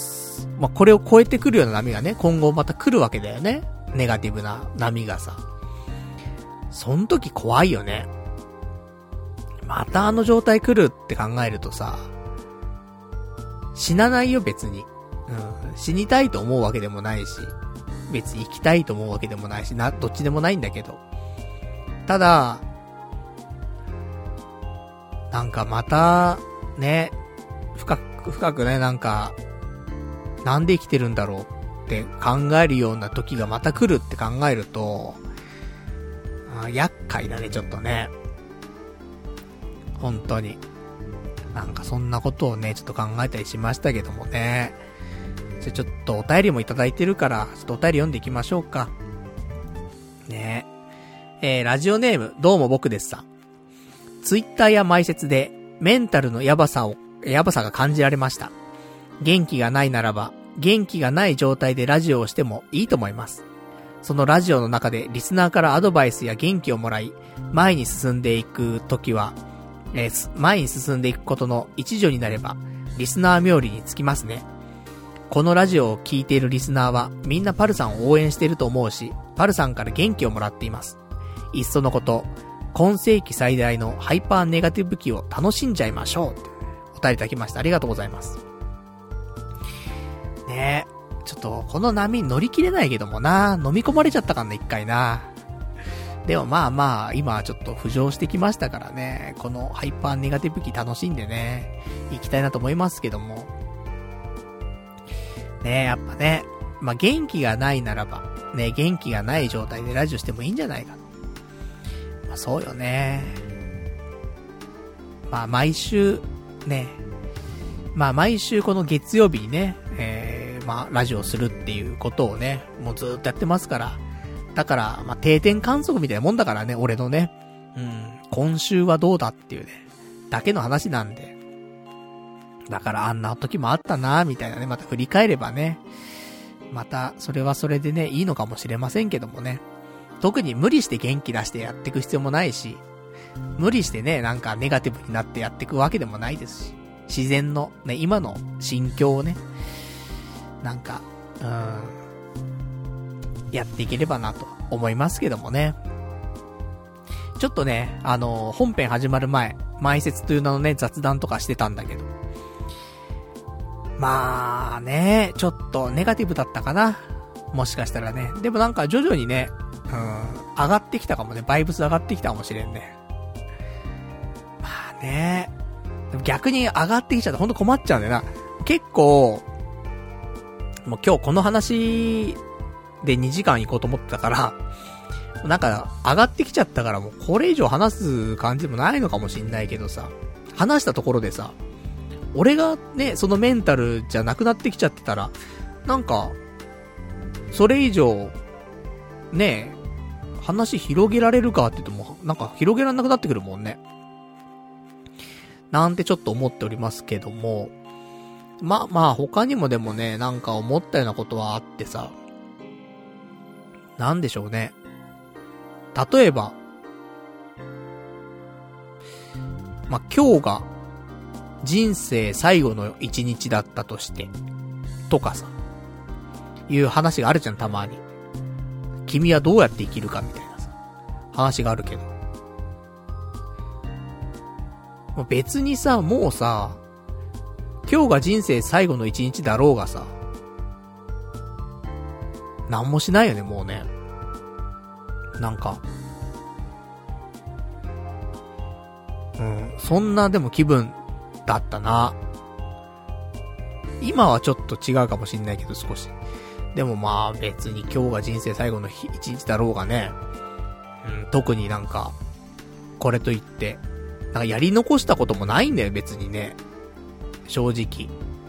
まあ、これを超えてくるような波がね、今後また来るわけだよね。ネガティブな波がさ。 そん時怖いよね。またあの状態来るって考えるとさ、死なないよ別に。うん、死にたいと思うわけでもないし、別に生きたいと思うわけでもないし、な、どっちでもないんだけど。ただ、なんかまた、ね、深く、深くね、なんか、なんで生きてるんだろうって考えるような時がまた来るって考えると、あ、厄介だね、ちょっとね。本当に。なんかそんなことをね、ちょっと考えたりしましたけどもね。それちょっとお便りもいただいてるから、ちょっとお便り読んでいきましょうか。ねえ。えー、ラジオネーム、どうも僕ですさ。ツイッターや前説で、メンタルのやばさを、やばさが感じられました。元気がないならば、元気がない状態でラジオをしてもいいと思います。そのラジオの中でリスナーからアドバイスや元気をもらい、前に進んでいくときは、えー、前に進んでいくことの一助になれば、リスナー冥利につきますね。このラジオを聞いているリスナーは、みんなパルさんを応援していると思うし、パルさんから元気をもらっています。いっそのこと、今世紀最大のハイパーネガティブ期を楽しんじゃいましょう。お便りいただきました。ありがとうございます。ねえ、ちょっとこの波乗り切れないけどもな、飲み込まれちゃったからね、一回な。でもまあまあ、今ちょっと浮上してきましたからね、このハイパーネガティブ期楽しんでね、行きたいなと思いますけども。ねえ、やっぱね、まあ元気がないならば、ね、元気がない状態でラジオしてもいいんじゃないかと。まあそうよね。まあ毎週、ね、まあ毎週この月曜日にね、えー、まあラジオするっていうことをね、もうずーっとやってますから。だから、まあ定点観測みたいなもんだからね、俺のね。うん、今週はどうだっていうね、だけの話なんで。だからあんな時もあったなみたいなね、また振り返ればね、またそれはそれでね、いいのかもしれませんけどもね。特に無理して元気出してやっていく必要もないし、無理してね、なんかネガティブになってやっていくわけでもないですし、自然のね、今の心境をね、なんか、うーん、やっていければなと思いますけどもね。ちょっとね、あのー、本編始まる前、前説という名のね、雑談とかしてたんだけど、まあね、ちょっとネガティブだったかな。もしかしたらね。でもなんか徐々にね、うん、上がってきたかもね。バイブス上がってきたかもしれんね。まあね。でも逆に上がってきちゃってほんと困っちゃうんだよな。結構、もう今日この話でにじかん行こうと思ってたから、なんか上がってきちゃったからもうこれ以上話す感じでもないのかもしんないけどさ、話したところでさ、俺がね、そのメンタルじゃなくなってきちゃってたら、なんか、それ以上、ね、話広げられるかって言っても、なんか広げられなくなってくるもんね。なんてちょっと思っておりますけども、まあまあ他にもでもね、なんか思ったようなことはあってさ、なんでしょうね。例えば、まあ今日が、人生最後の一日だったとして、とかさ、いう話があるじゃん、たまに。君はどうやって生きるかみたいなさ、話があるけど。もう別にさ、もうさ、今日が人生最後の一日だろうがさ、なんもしないよね、もうね。なんか、うん、そんなでも気分、だったな。今はちょっと違うかもしんないけど少し。でもまあ別に今日が人生最後の日一日だろうがね。うん、特になんかこれといってなんかやり残したこともないんだよ別にね。正直。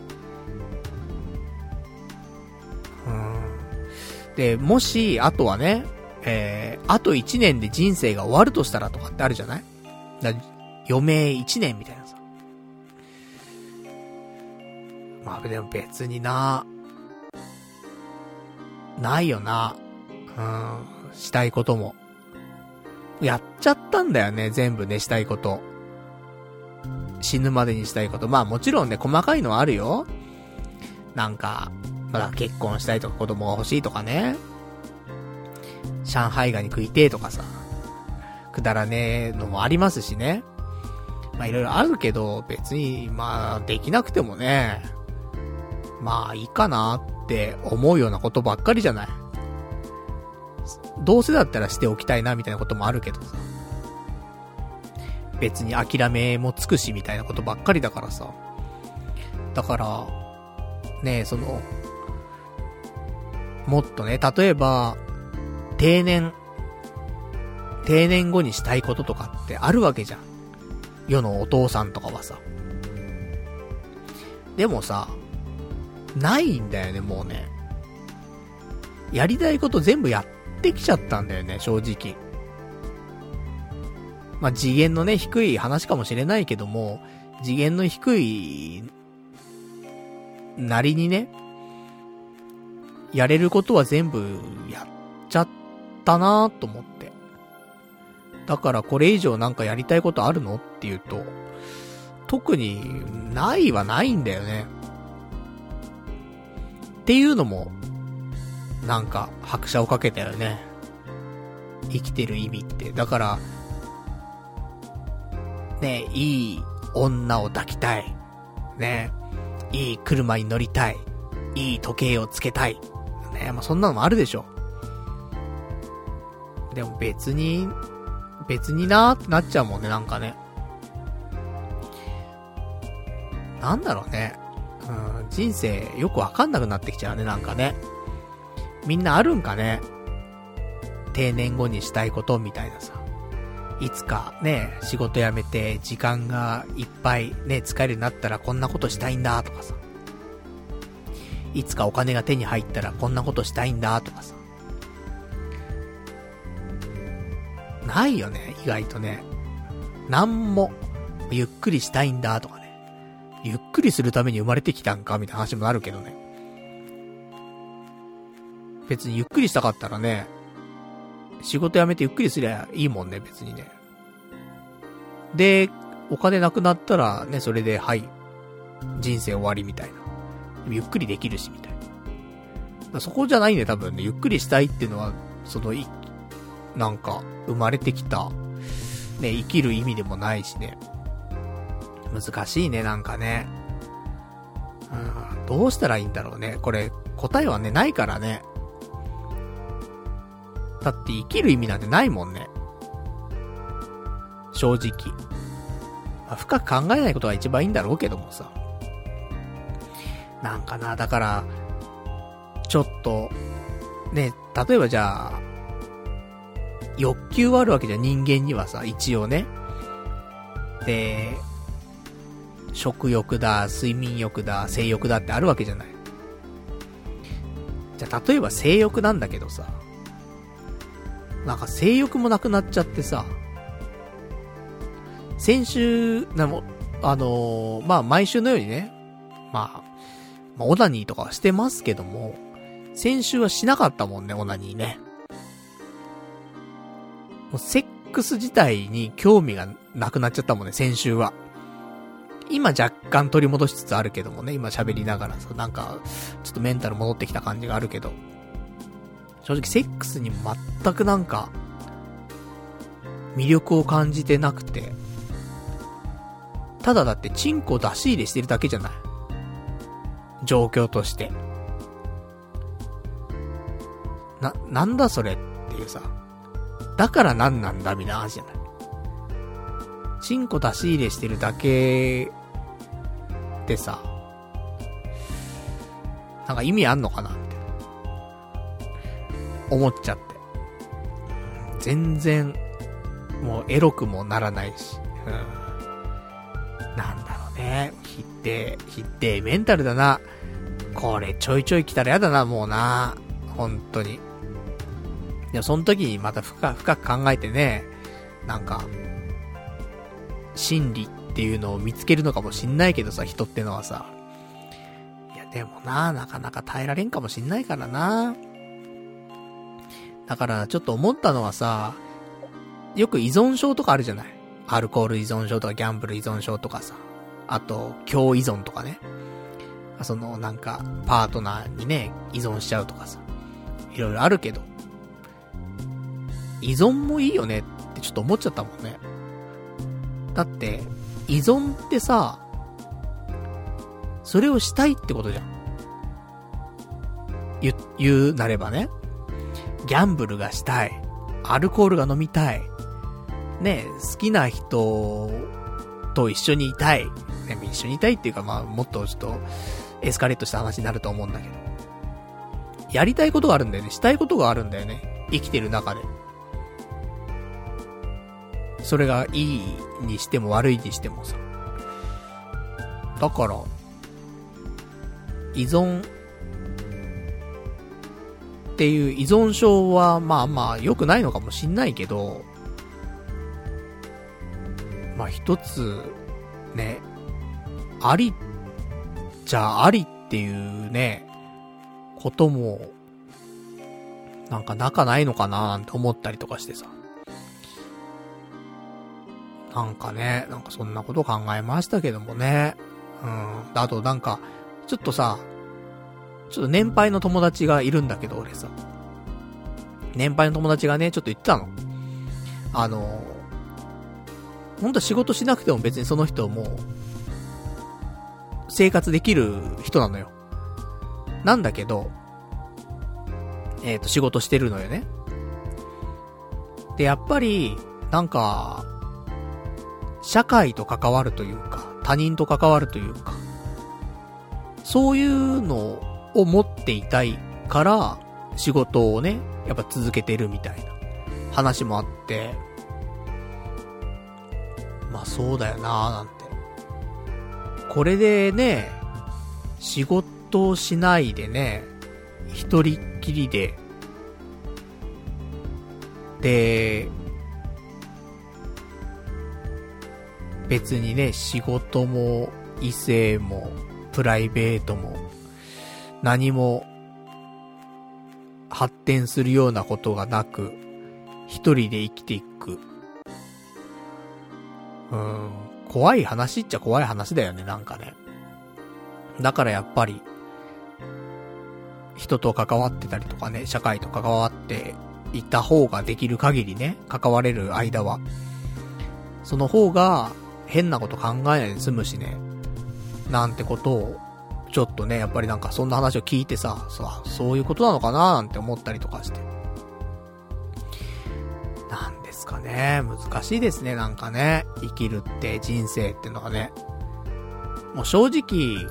うん。でもしあとはね、えー、あと一年で人生が終わるとしたらとかってあるじゃない？だ余命一年みたいなさ。まあでも別にな、ないよな。うん、したいことも。やっちゃったんだよね、全部ね、したいこと。死ぬまでにしたいこと。まあもちろんね、細かいのはあるよ。なんか、まだ結婚したいとか子供が欲しいとかね。上海ガニ食いてーとかさ。 くだらねえのもありますしね。まあいろいろあるけど、別に、まあできなくてもね、まあいいかなって思うようなことばっかりじゃない。どうせだったらしておきたいなみたいなこともあるけどさ。別に諦めもつくしみたいなことばっかりだからさ。だから、ねえ、その、もっとね、例えば、定年、定年後にしたいこととかってあるわけじゃん。世のお父さんとかはさ。でもさ、ないんだよね、もうね。やりたいこと全部やってきちゃったんだよね、正直。まあ、次元のね、低い話かもしれないけども、次元の低い、なりにね、やれることは全部やっちゃったなーと思って。だからこれ以上なんかやりたいことあるのっていうと、特にないはないんだよね。っていうのも、なんか拍車をかけたよね。生きてる意味って。だから、ね、いい女を抱きたい。ね、いい車に乗りたい。いい時計をつけたい。ね、まあ、そんなのもあるでしょ。でも別に、別になーってなっちゃうもんね、なんかね。なんだろうね。うん、人生よくわかんなくなってきちゃうね、なんかね。みんなあるんかね。定年後にしたいことみたいなさ。いつかね、仕事辞めて時間がいっぱいね、使えるようになったらこんなことしたいんだとかさ。いつかお金が手に入ったらこんなことしたいんだとかさ。ないよね、意外とね。なんも、ゆっくりしたいんだとかね。ゆっくりするために生まれてきたんかみたいな話もあるけどね。別にゆっくりしたかったらね、仕事辞めてゆっくりすりゃいいもんね、別にね。で、お金なくなったらね、それで、はい、人生終わりみたいな。ゆっくりできるし、みたいな。そこじゃないね、多分ね。ゆっくりしたいっていうのは、その、い、なんか、生まれてきた、ね、生きる意味でもないしね。難しいね、なんかね。うん、どうしたらいいんだろうね。これ、答えはね、ないからね。だって生きる意味なんてないもんね。正直。まあ、深く考えないことが一番いいんだろうけどもさ。なんかな、だから、ちょっと、ね、例えばじゃあ、欲求はあるわけじゃん、人間にはさ、一応ね。で、食欲だ、睡眠欲だ、性欲だってあるわけじゃない。じゃあ例えば性欲なんだけどさ、なんか性欲もなくなっちゃってさ、先週、なも、あのー、まあ毎週のようにね、まあ、まあオナニーとかはしてますけども、先週はしなかったもんね、オナニーね。もうセックス自体に興味がなくなっちゃったもんね、先週は。今若干取り戻しつつあるけどもね、今喋りながらさ、なんか、ちょっとメンタル戻ってきた感じがあるけど、正直セックスに全くなんか、魅力を感じてなくて、ただだってチンコ出し入れしてるだけじゃない。状況として。な、なんだそれっていうさ、だからなんなんだみたいな話じゃない。チンコ出し入れしてるだけでさ、なんか意味あんのかなって思っちゃって。全然もうエロくもならないし、うん、なんだろうね。ひってひってメンタルだな。これちょいちょい来たらやだな、もうな、本当に。でもその時にまた深く深く考えてね、なんか真理っていうのを見つけるのかもしんないけどさ、人ってのはさ、いやでもな、なかなか耐えられんかもしんないからな。だからちょっと思ったのはさ、よく依存症とかあるじゃない。アルコール依存症とかギャンブル依存症とかさ、あと強依存とかね、そのなんかパートナーにね依存しちゃうとかさ、いろいろあるけど、依存もいいよねってちょっと思っちゃったもんね。だって、依存ってさ、それをしたいってことじゃん。言、言うなればね。ギャンブルがしたい。アルコールが飲みたい。ね、好きな人と一緒にいたい。ね、一緒にいたいっていうか、まあ、もっとちょっと、エスカレートした話になると思うんだけど。やりたいことがあるんだよね。したいことがあるんだよね。生きてる中で。それがいいにしても悪いにしてもさ。だから、依存っていう依存症はまあまあ良くないのかもしんないけど、まあ一つね、ありじゃありっていうね、こともなんか仲ないのかななんて思ったりとかしてさ。なんかね、なんかそんなこと考えましたけどもね。うん。あとなんか、ちょっとさ、ちょっと年配の友達がいるんだけど、俺さ。年配の友達がね、ちょっと言ってたの。あの、本当は仕事しなくても別にその人も、生活できる人なのよ。なんだけど、えっと、仕事してるのよね。で、やっぱり、なんか、社会と関わるというか、他人と関わるというか、そういうのを持っていたいから、仕事をね、やっぱ続けてるみたいな話もあって、まあそうだよなーなんて。これでね、仕事をしないでね、一人っきりで、で、別にね、仕事も異性もプライベートも何も発展するようなことがなく一人で生きていく。うーん、怖い話っちゃ怖い話だよね、なんかね。だからやっぱり人と関わってたりとかね、社会と関わっていた方ができる限りね、関われる間はその方が変なこと考えないで済むしね。なんてことを、ちょっとね、やっぱりなんかそんな話を聞いてさ、そう、そういうことなのかななんて思ったりとかして。なんですかね。難しいですね、なんかね。生きるって人生ってのがね。もう正直、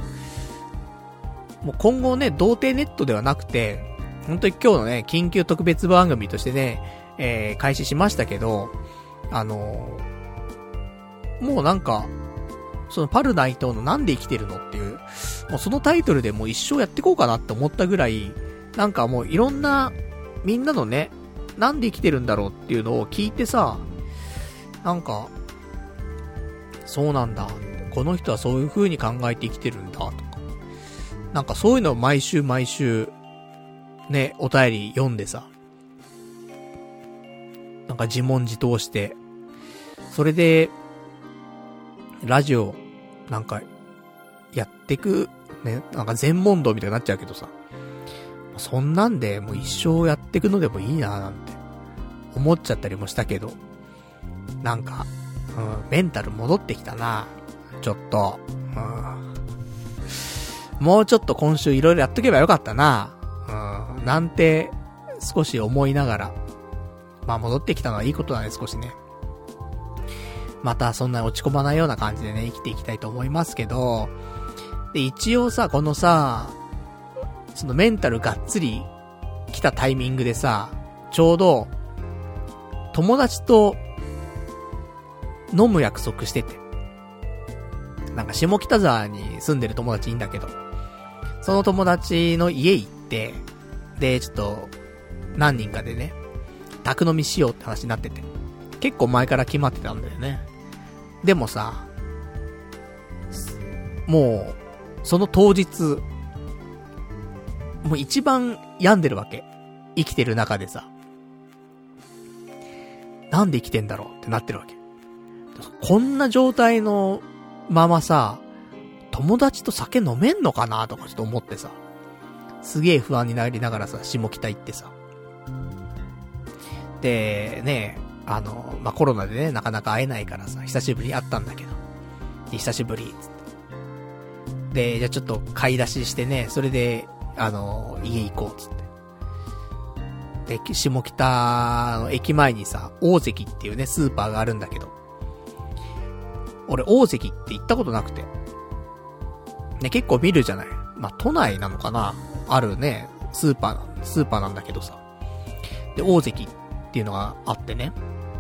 もう今後ね、童貞ネットではなくて、本当に今日のね、緊急特別番組としてね、えー、開始しましたけど、あのー、もうなんか、そのパルナイトのなんで生きてるのっていう、もうそのタイトルでもう一生やってこうかなって思ったぐらい、なんかもういろんな、みんなのね、なんで生きてるんだろうっていうのを聞いてさ、なんか、そうなんだ。この人はそういう風に考えて生きてるんだ、とか。なんかそういうのを毎週毎週、ね、お便り読んでさ、なんか自問自答して、それで、ラジオ、なんか、やってく、ね、なんか全問答みたいになっちゃうけどさ、そんなんでもう一生やってくのでもいいなーなんて、思っちゃったりもしたけど、なんか、うん、メンタル戻ってきたな、ちょっと、うん、もうちょっと今週いろいろやっとけばよかったな、うん、なんて、少し思いながら、まあ戻ってきたのはいいことだね、少しね。またそんな落ち込まないような感じでね、生きていきたいと思いますけど、で、一応さ、このさ、そのメンタルがっつり来たタイミングでさ、ちょうど、友達と飲む約束してて。なんか下北沢に住んでる友達いいんだけど、その友達の家行って、で、ちょっと、何人かでね、宅飲みしようって話になってて。結構前から決まってたんだよね。でもさ、もう、その当日、もう一番病んでるわけ。生きてる中でさ。なんで生きてんだろうってなってるわけ。こんな状態のままさ、友達と酒飲めんのかなとかちょっと思ってさ。すげえ不安になりながらさ、下北行ってさ。で、ね、 あの、まあ、コロナでね、なかなか会えないからさ、久しぶりに会ったんだけど。で、久しぶり、つって。で、じゃあちょっと買い出ししてね、それで、あの、家行こう、つって。で、下北の駅前にさ、大関っていうね、スーパーがあるんだけど。俺、大関って行ったことなくて。ね、結構見るじゃない。まあ、都内なのかなあるね、スーパーな、スーパーなんだけどさ。で、大関っていうのがあってね。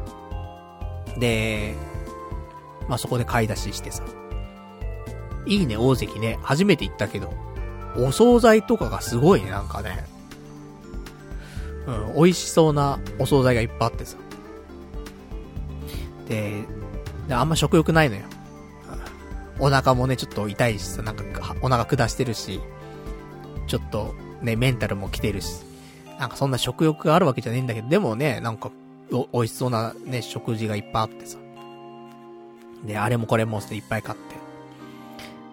で、まあ、そこで買い出ししてさ。いいね、大関ね。初めて行ったけど。お惣菜とかがすごいね、なんかね。うん、美味しそうなお惣菜がいっぱいあってさ。で、であんま食欲ないのよ。お腹もね、ちょっと痛いしさ、なんか、お腹下してるし、ちょっと、ね、メンタルも来てるし、なんかそんな食欲があるわけじゃねえんだけど、でもね、なんか、お、美味しそうなね、食事がいっぱいあってさ。で、あれもこれもしていっぱい買って。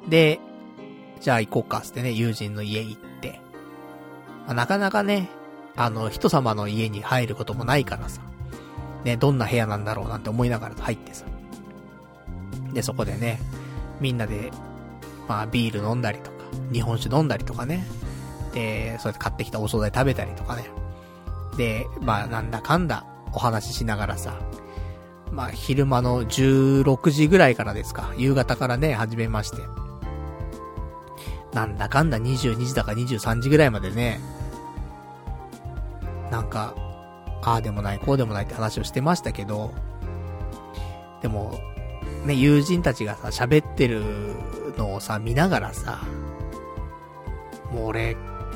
で、じゃあ行こうかってね、友人の家行って。まあ、なかなかね、あの、人様の家に入ることもないからさ。ね、どんな部屋なんだろうなんて思いながら入ってさ。で、そこでね、みんなで、まあ、ビール飲んだりとか、日本酒飲んだりとかね。で、そうやって買ってきたお惣菜食べたりとかね。で、まあ、なんだかんだお話ししながらさ。まあ、昼間のじゅうろくじぐらいからですか。夕方からね、始めまして。なんだかんだにじゅうにじだかにじゅうさんじぐらいまでね、なんか、ああでもない、こうでもないって話をしてましたけど、でも、ね、友人たちがさ、喋ってるのをさ、見ながらさ、もう俺、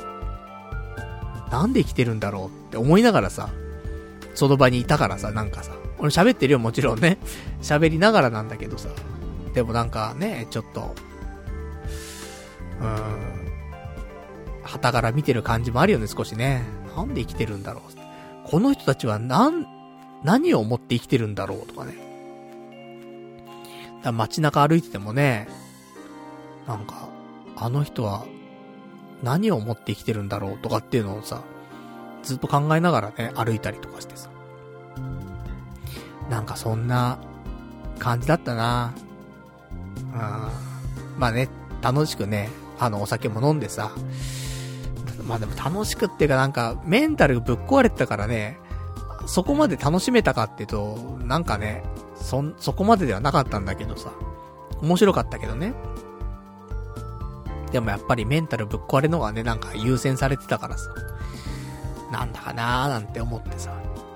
なんで生きてるんだろうって思いながらさ、その場にいたからさ、なんかさ、俺喋ってるよ、もちろんね。喋りながらなんだけどさ、でもなんかね、ちょっと、うーん、旗から見てる感じもあるよね、少しね。なんで生きてるんだろう。この人たちはなん、何を思って生きてるんだろうとかね。だ街中歩いててもね、なんか、あの人は何を思って生きてるんだろうとかっていうのをさ、ずっと考えながらね、歩いたりとかしてさ。なんかそんな感じだったな。うん。まあね、楽しくね、あのお酒も飲んでさ、まあでも楽しくっていうかなんかメンタルぶっ壊れてたからね、そこまで楽しめたかっていうと、なんかね、そ、そこまでではなかったんだけどさ、面白かったけどね。でもやっぱりメンタルぶっ壊れるのがね、なんか優先されてたからさ、なんだかなーなんて思ってさ。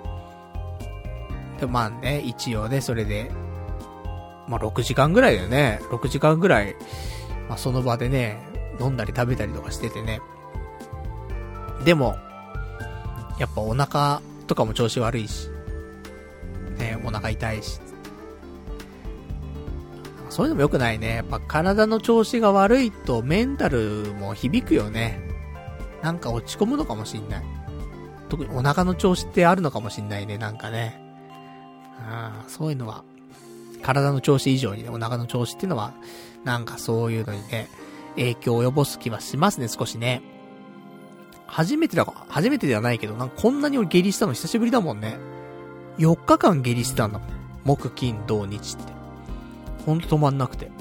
でまあね、一応ね、それで、まあろくじかんぐらいだよね。ろくじかんぐらい、まあその場でね、飲んだり食べたりとかしててね。でも、やっぱお腹とかも調子悪いし、ね、お腹痛いし。そういうのも良くないね。やっぱ体の調子が悪いとメンタルも響くよね。なんか落ち込むのかもしんない。特にお腹の調子ってあるのかもしんないね、なんかね。ああ、そういうのは、体の調子以上にね、お腹の調子っていうのは、なんかそういうのにね、影響を及ぼす気はしますね、少しね。初めてだか、初めてではないけど、なんかこんなに俺下痢したの久しぶりだもんね。よっかかん下痢してたんだもん。木、金、土、日って。ほんと止まんなくて。やっ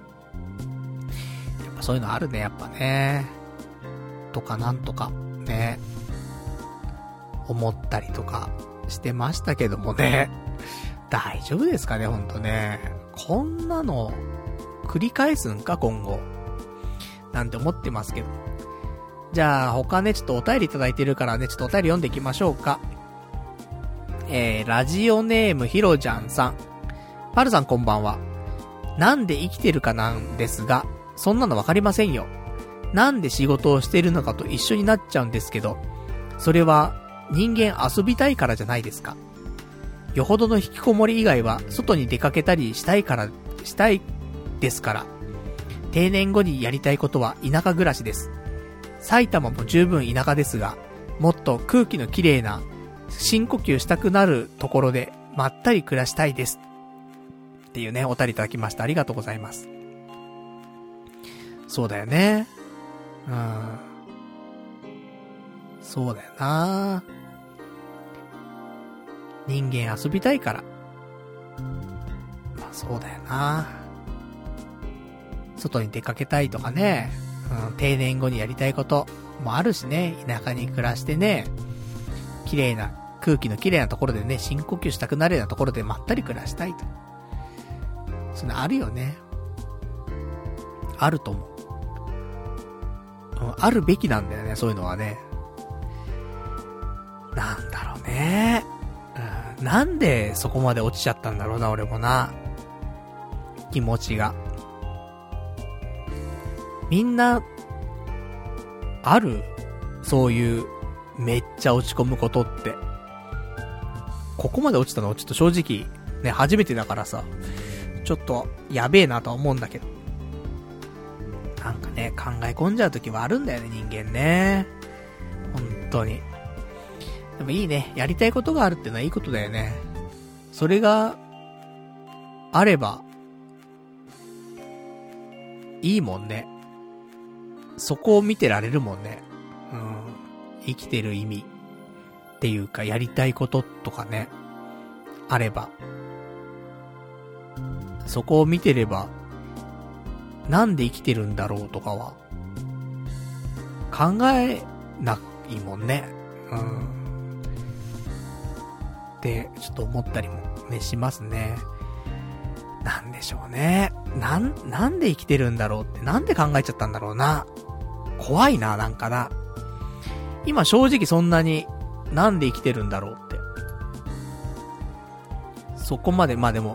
ぱそういうのあるね、やっぱね。とかなんとか、ね。思ったりとかしてましたけどもね。大丈夫ですかね、ほんとね。こんなの、繰り返すんか、今後。なんて思ってますけど。じゃあ、他ね、ちょっとお便りいただいてるからね、ちょっとお便り読んでいきましょうか。えー、ラジオネームひろちゃんさん。パルさんこんばんは。なんで生きてるかなんですが、そんなのわかりませんよ。なんで仕事をしているのかと一緒になっちゃうんですけど、それは人間遊びたいからじゃないですか。よほどの引きこもり以外は外に出かけたりしたいから、したいですから。定年後にやりたいことは田舎暮らしです。埼玉も十分田舎ですが、もっと空気のきれいな深呼吸したくなるところでまったり暮らしたいです。っていうね、お便りいただきました。ありがとうございます。そうだよね。うん。そうだよな。 人間遊びたいから。まあそうだよな。外に出かけたいとかね、うん、定年後にやりたいこともあるしね、田舎に暮らしてね、綺麗な、空気の綺麗なところでね、深呼吸したくなるようなところでまったり暮らしたいと。そんなあるよね。あると思う。うん、あるべきなんだよね、そういうのはね。なんだろうね。うん、なんでそこまで落ちちゃったんだろうな、俺もな。気持ちが。みんな、ある？そういう、めっちゃ落ち込むことって。ここまで落ちたのはちょっと正直、ね、初めてだからさ、ちょっと、やべえなとは思うんだけど。なんかね、考え込んじゃうときはあるんだよね、人間ね。本当に。でもいいね、やりたいことがあるってのはいいことだよね。それが、あれば、いいもんね。そこを見てられるもんね。うん。生きてる意味っていうか、やりたいこととかね、あれば。そこを見てれば、なんで生きてるんだろうとかは、考えないもんね。うん。ってちょっと思ったりもねしますね。なんでしょうね。なん、なんで生きてるんだろうって、なんで考えちゃったんだろうな。怖いな、なんかな。今正直そんなに、なんで生きてるんだろうって。そこまで、まあでも、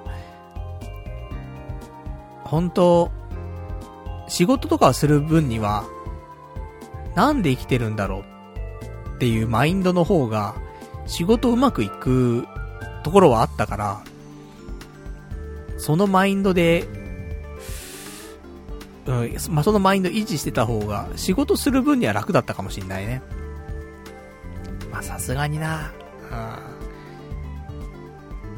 本当仕事とかをする分には、なんで生きてるんだろうっていうマインドの方が、仕事うまくいくところはあったから、そのマインドで、うん、まあ、そのマインド維持してた方が、仕事する分には楽だったかもしんないね。まあ、さすがにな、うん。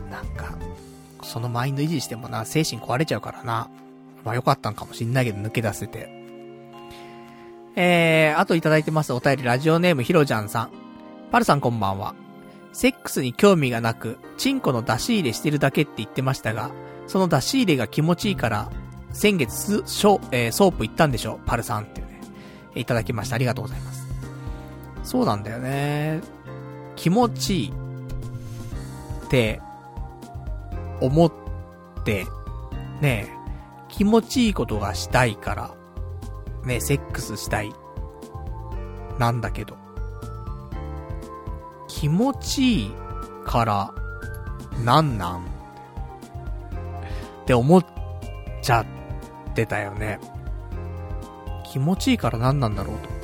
なんか、そのマインド維持してもな、精神壊れちゃうからな。まあ、よかったんかもしんないけど、抜け出せて。えー、あといただいてますお便り、ラジオネームひろちゃんさん。パルさんこんばんは。セックスに興味がなく、チンコの出し入れしてるだけって言ってましたが、その出し入れが気持ちいいから、先月ショ、えー、ソープ行ったんでしょ、パルさんっていうね。いただきました。ありがとうございます。そうなんだよね。気持ちいいって、思って、ねえ、気持ちいいことがしたいから、ね、セックスしたい。なんだけど。気持ちいいから、なんなんって思っちゃってたよね。気持ちいいからなんなんだろうと。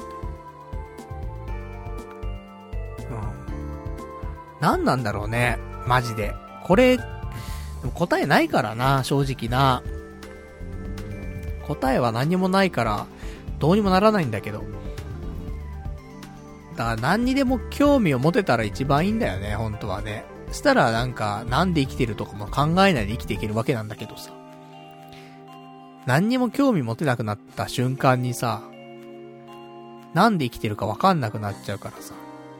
うん。なんなんだろうね。マジで。これ、でも答えないからな、正直な。答えは何もないから、どうにもならないんだけど。だから何にでも興味を持てたら一番いいんだよね、本当はね。したらなんか、なんで生きてるとかも考えないで生きていけるわけなんだけどさ。何にも興味持てなくなった瞬間にさ、なんで生きてるかわかんなくなっちゃうからさ。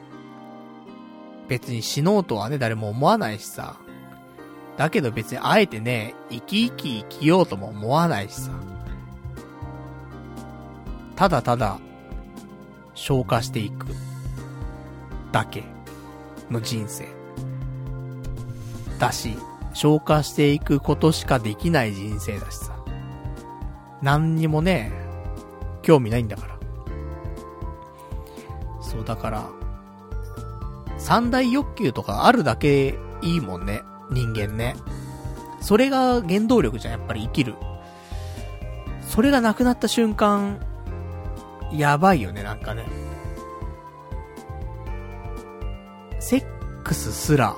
別に死のうとはね、誰も思わないしさ。だけど別にあえてね、生き生き生きようとも思わないしさ。ただただ、消化していく。だけの人生。だし、消化していくことしかできない人生だしさ。何にもね、興味ないんだから。そうだから、三大欲求とかあるだけいいもんね、人間ね。それが原動力じゃん、やっぱり生きる。それがなくなった瞬間、やばいよね、なんかね。セックスすら、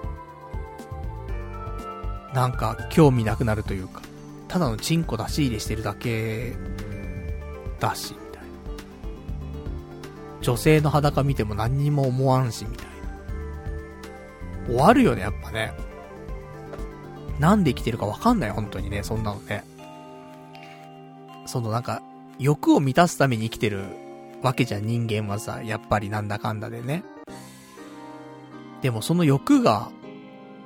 なんか興味なくなるというか、ただのチンコ出し入れしてるだけだし、みたいな。女性の裸見ても何にも思わんし、みたいな。終わるよね、やっぱね。なんで生きてるかわかんない、本当にね、そんなのね。そのなんか、欲を満たすために生きてるわけじゃん、人間はさ、やっぱりなんだかんだでね。でもその欲が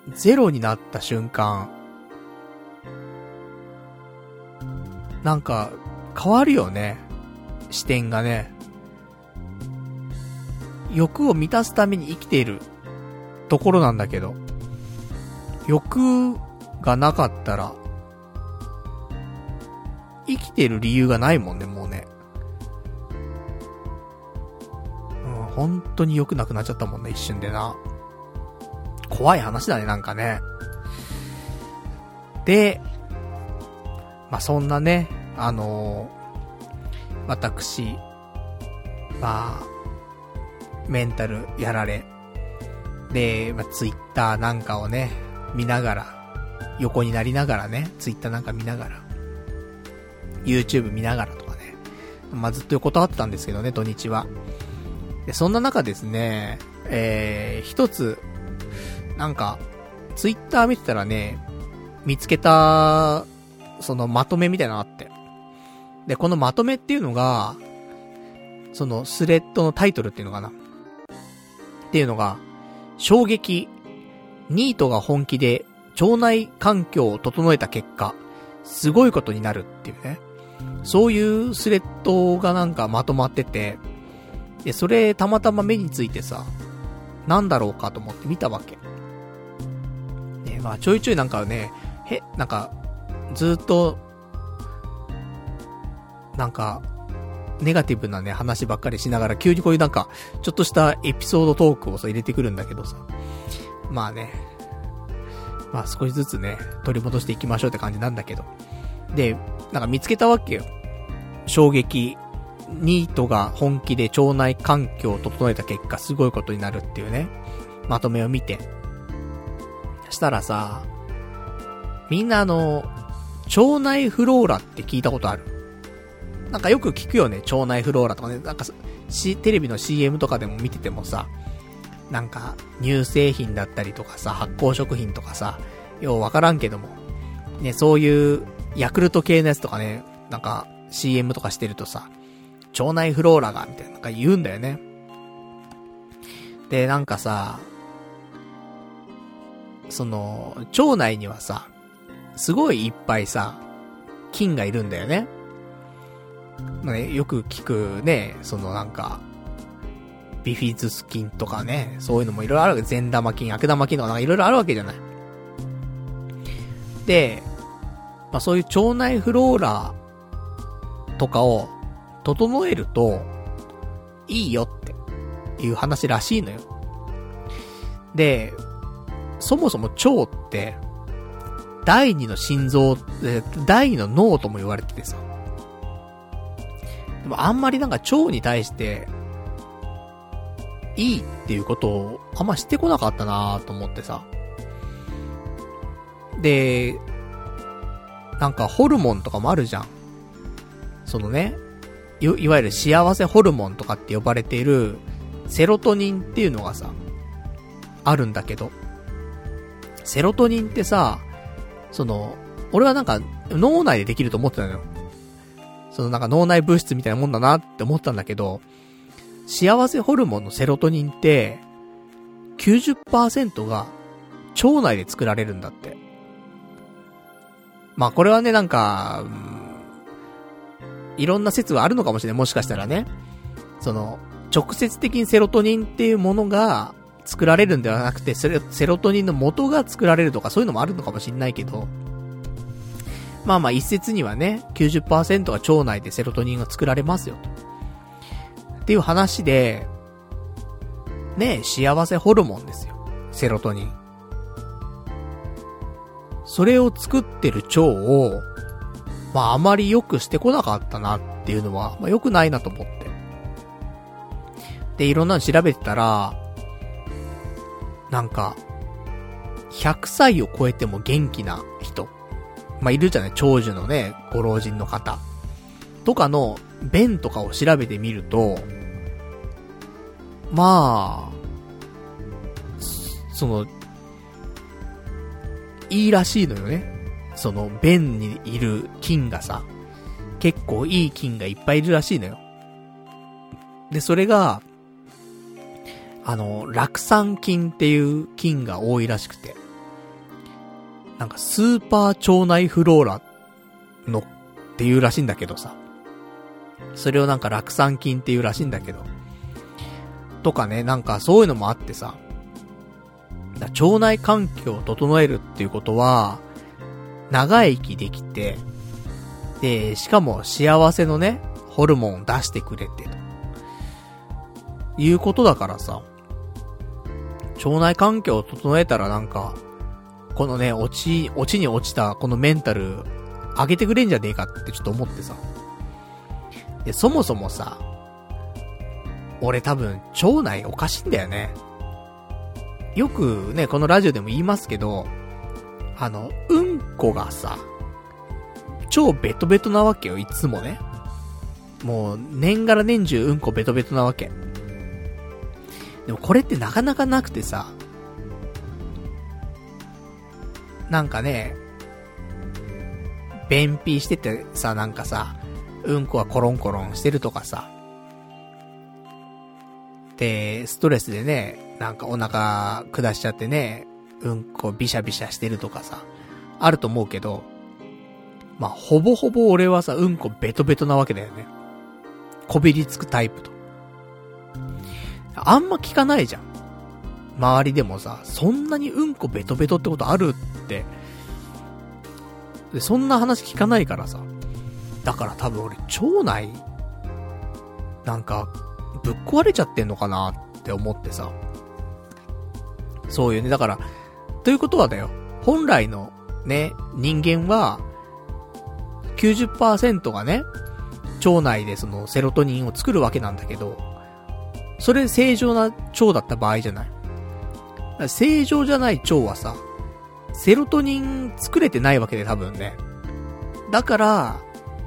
ゼロになった瞬間、なんか変わるよね。視点がね。欲を満たすために生きているところなんだけど、欲がなかったら生きてる理由がないもんね、もうね。うん、本当に欲なくなっちゃったもんね、一瞬でな。怖い話だね、なんかね。で、まあ、そんなね、あのー、私、まあ、メンタルやられ、で、まあ、ツイッターなんかをね、見ながら、横になりながらね、ツイッターなんか見ながら、YouTube 見ながらとかね、まあ、ずっと横たわってたんですけどね、土日は。で、そんな中ですね、えー、一つ、なんか、ツイッター見てたらね、見つけた、そのまとめみたいなのあって。で、このまとめっていうのが、そのスレッドのタイトルっていうのかなっていうのが、衝撃、ニートが本気で腸内環境を整えた結果、すごいことになるっていうね。そういうスレッドがなんかまとまってて、で、それたまたま目についてさ、なんだろうかと思って見たわけ。ね、まあちょいちょいなんかね、へ、なんか、ずっと、なんか、ネガティブなね、話ばっかりしながら、急にこういうなんか、ちょっとしたエピソードトークをさ、入れてくるんだけどさ。まあね、まあ少しずつね、取り戻していきましょうって感じなんだけど。で、なんか見つけたわけよ。衝撃、ニートが本気で腸内環境を整えた結果、すごいことになるっていうね、まとめを見て。したらさ、みんなあの、腸内フローラって聞いたことある？なんかよく聞くよね、腸内フローラとかね。なんか、し、テレビの シーエム とかでも見ててもさ、なんか、乳製品だったりとかさ、発酵食品とかさ、ようわからんけども。ね、そういう、ヤクルト系のやつとかね、なんか、シーエム とかしてるとさ、腸内フローラが、みたいな、なんか言うんだよね。で、なんかさ、その、腸内にはさ、すごいいっぱいさ、菌がいるんだよね。まあね、よく聞くね、そのなんか、ビフィズス菌とかね、そういうのもいろいろあるわけ。善玉菌、悪玉菌とかなんかいろいろあるわけじゃない。で、まあそういう腸内フローラとかを整えるといいよっていう話らしいのよ。で、そもそも腸って第二の心臓、第二の脳とも言われててさ。でもあんまりなんか腸に対していいっていうことをあんましてこなかったなと思ってさ。で、なんかホルモンとかもあるじゃん。そのね、い, いわゆる幸せホルモンとかって呼ばれているセロトニンっていうのがさ、あるんだけど、セロトニンってさ、その、俺はなんか脳内でできると思ってたのよ。そのなんか脳内物質みたいなもんだなって思ったんだけど、幸せホルモンのセロトニンって きゅうじゅっパーセント が腸内で作られるんだって。まあこれはね、なんか、うん、いろんな説はあるのかもしれない。もしかしたらね。その、直接的にセロトニンっていうものが作られるんではなくて、セロ、セロトニンの元が作られるとかそういうのもあるのかもしれないけど、まあまあ一説にはね、きゅうじゅっパーセント が腸内でセロトニンが作られますよと。っていう話で、ね、幸せホルモンですよ。セロトニン。それを作ってる腸を、まああまり良くしてこなかったなっていうのは、まあ良くないなと思って。で、いろんなの調べてたら、なんか、ひゃくさいを超えても元気な人。まあいるじゃない、長寿のね、ご老人の方。とかの、便とかを調べてみると、まあ、その、いいらしいのよね。その、便にいる菌がさ、結構いい菌がいっぱいいるらしいのよ。で、それが、あの、酪酸菌っていう菌が多いらしくて。 なんかスーパー腸内フローラのっていうらしいんだけどさ。それをなんか酪酸菌っていうらしいんだけど。とかね、なんかそういうのもあってさ。腸内環境を整えるっていうことは、長生きできて、で、しかも幸せのね、ホルモンを出してくれて、ということだからさ、腸内環境を整えたらなんか、このね、落ち、落ちに落ちたこのメンタル、上げてくれんじゃねえかってちょっと思ってさ。で、そもそもさ、俺多分腸内おかしいんだよね。よくね、このラジオでも言いますけど、あの、うんこがさ、超ベトベトなわけよ、いつもね。もう、年がら年中うんこベトベトなわけ。でもこれってなかなかなくてさ、なんかね、便秘しててさ、なんかさ、うんこはコロンコロンしてるとかさ、で、ストレスでね、なんかお腹下しちゃってね、うんこビシャビシャしてるとかさ、あると思うけど、まあ、ほぼほぼ俺はさ、うんこベトベトなわけだよね。こびりつくタイプと。あんま聞かないじゃん。周りでもさ、そんなにうんこベトベトってことあるって。で、そんな話聞かないからさ。だから多分俺、腸内、なんか、ぶっ壊れちゃってんのかなって思ってさ。そういうね。だから、ということはだよ。本来のね、人間は、きゅうじゅっパーセント がね、腸内でそのセロトニンを作るわけなんだけど、それ正常な腸だった場合じゃない。正常じゃない腸はさ、セロトニン作れてないわけで多分ね。だから、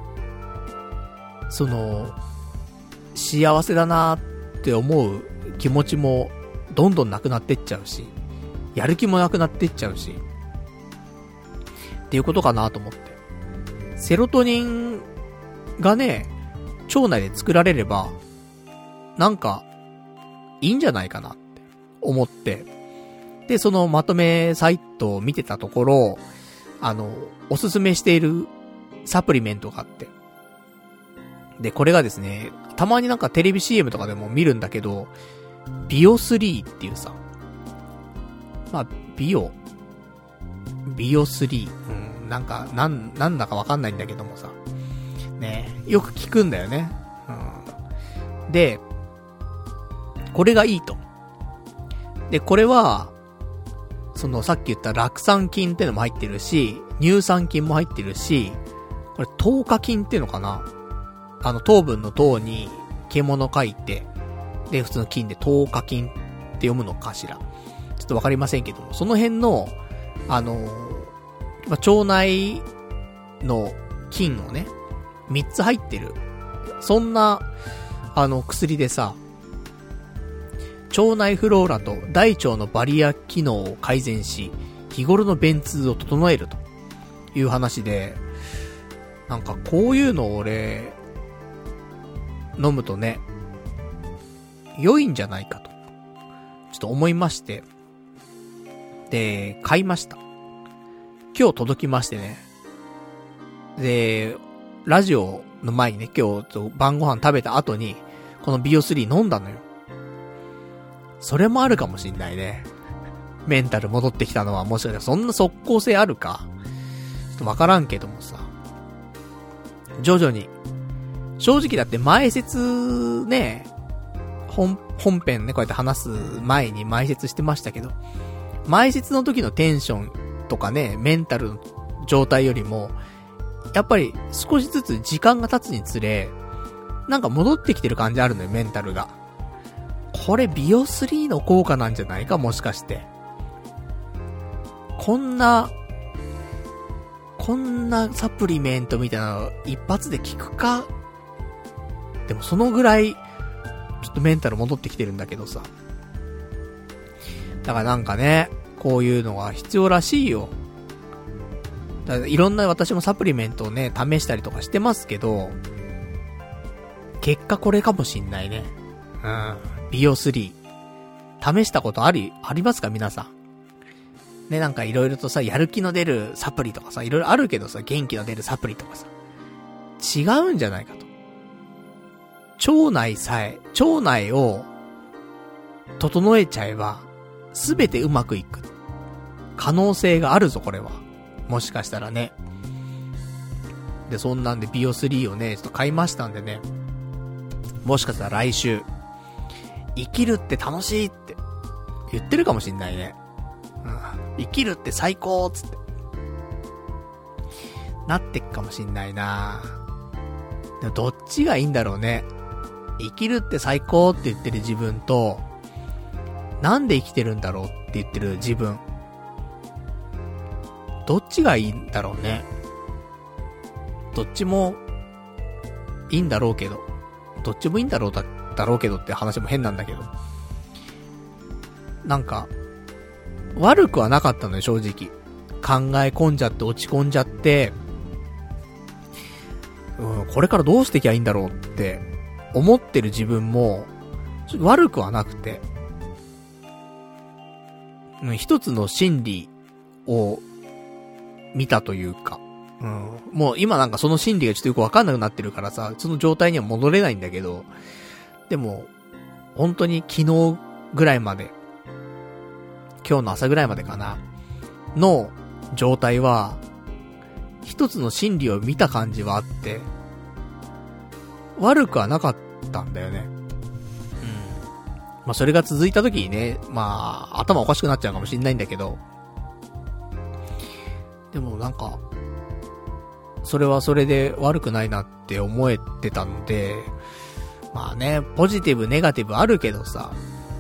その、幸せだなって思う気持ちもどんどんなくなってっちゃうし、やる気もなくなってっちゃうし、っていうことかなと思って。セロトニンがね、腸内で作られれば、なんか、いいんじゃないかなって思って、で、そのまとめサイトを見てたところ、あの、おすすめしているサプリメントがあって、で、これがですね、たまになんかテレビ シーエム とかでも見るんだけど、ビオスリーっていうさ、まあ、ビオ、ビオスリー、うん、なんか、なん、なんだかわかんないんだけどもさ、ね、よく聞くんだよね。うん。で、これがいいと。で、これは、そのさっき言った酪酸菌ってのも入ってるし、乳酸菌も入ってるし、これ糖化菌っていうのかな？あの糖分の糖に獣書いて、で、普通の菌で糖化菌って読むのかしら。ちょっとわかりませんけども、その辺の、あのー、まあ、腸内の菌をね、みっつ入ってる。そんな、あの、薬でさ、腸内フローラと大腸のバリア機能を改善し、日頃の便通を整えるという話で、なんかこういうのを俺、飲むとね、良いんじゃないかと、ちょっと思いまして、で、買いました。今日届きましてね。で、ラジオの前にね、今日晩ご飯食べた後に、このビオスリー飲んだのよ。それもあるかもしんないね。メンタル戻ってきたのはもしかしたらそんな即効性あるかちょっとわからんけどもさ。徐々に。正直だって前説ね、本、本編ね、こうやって話す前に前説してましたけど、前説の時のテンションとかね、メンタルの状態よりも、やっぱり少しずつ時間が経つにつれ、なんか戻ってきてる感じあるのよ、メンタルが。これビオスリーの効果なんじゃないか、もしかして。こんな、こんなサプリメントみたいなの一発で効くか？でもそのぐらい、ちょっとメンタル戻ってきてるんだけどさ。だからなんかね、こういうのが必要らしいよ。だからいろんな私もサプリメントをね、試したりとかしてますけど、結果これかもしんないね。うん。ビオスリー。試したことあり、ありますか皆さん。 ね、なんかいろいろとさ、やる気の出るサプリとかさ、いろいろあるけどさ、元気の出るサプリとかさ、違うんじゃないかと。腸内さえ、腸内を整えちゃえば、すべてうまくいく。可能性があるぞ、これは。もしかしたらね。で、そんなんでビオスリーをね、ちょっと買いましたんでね。もしかしたら来週、生きるって楽しいって言ってるかもしんないね。うん、生きるって最高っつって。なってっかもしんないな。でもどっちがいいんだろうね。生きるって最高って言ってる自分と、なんで生きてるんだろうって言ってる自分。どっちがいいんだろうね。どっちもいいんだろうけど、どっちもいいんだろうだ、だろうけどって話も変なんだけど。なんか、悪くはなかったのよ、正直。考え込んじゃって落ち込んじゃって、うん、これからどうしてきゃいいんだろうって思ってる自分も悪くはなくて、うん、一つの心理を見たというか、うん、もう今なんかその心理がちょっとよくわかんなくなってるからさ、その状態には戻れないんだけど、でも本当に昨日ぐらいまで、今日の朝ぐらいまでかなの状態は一つの心理を見た感じはあって、悪くはなかったんだよね。うん。まあそれが続いた時にね、まあ頭おかしくなっちゃうかもしんないんだけど、でもなんかそれはそれで悪くないなって思えてたので、まあね、ポジティブネガティブあるけどさ、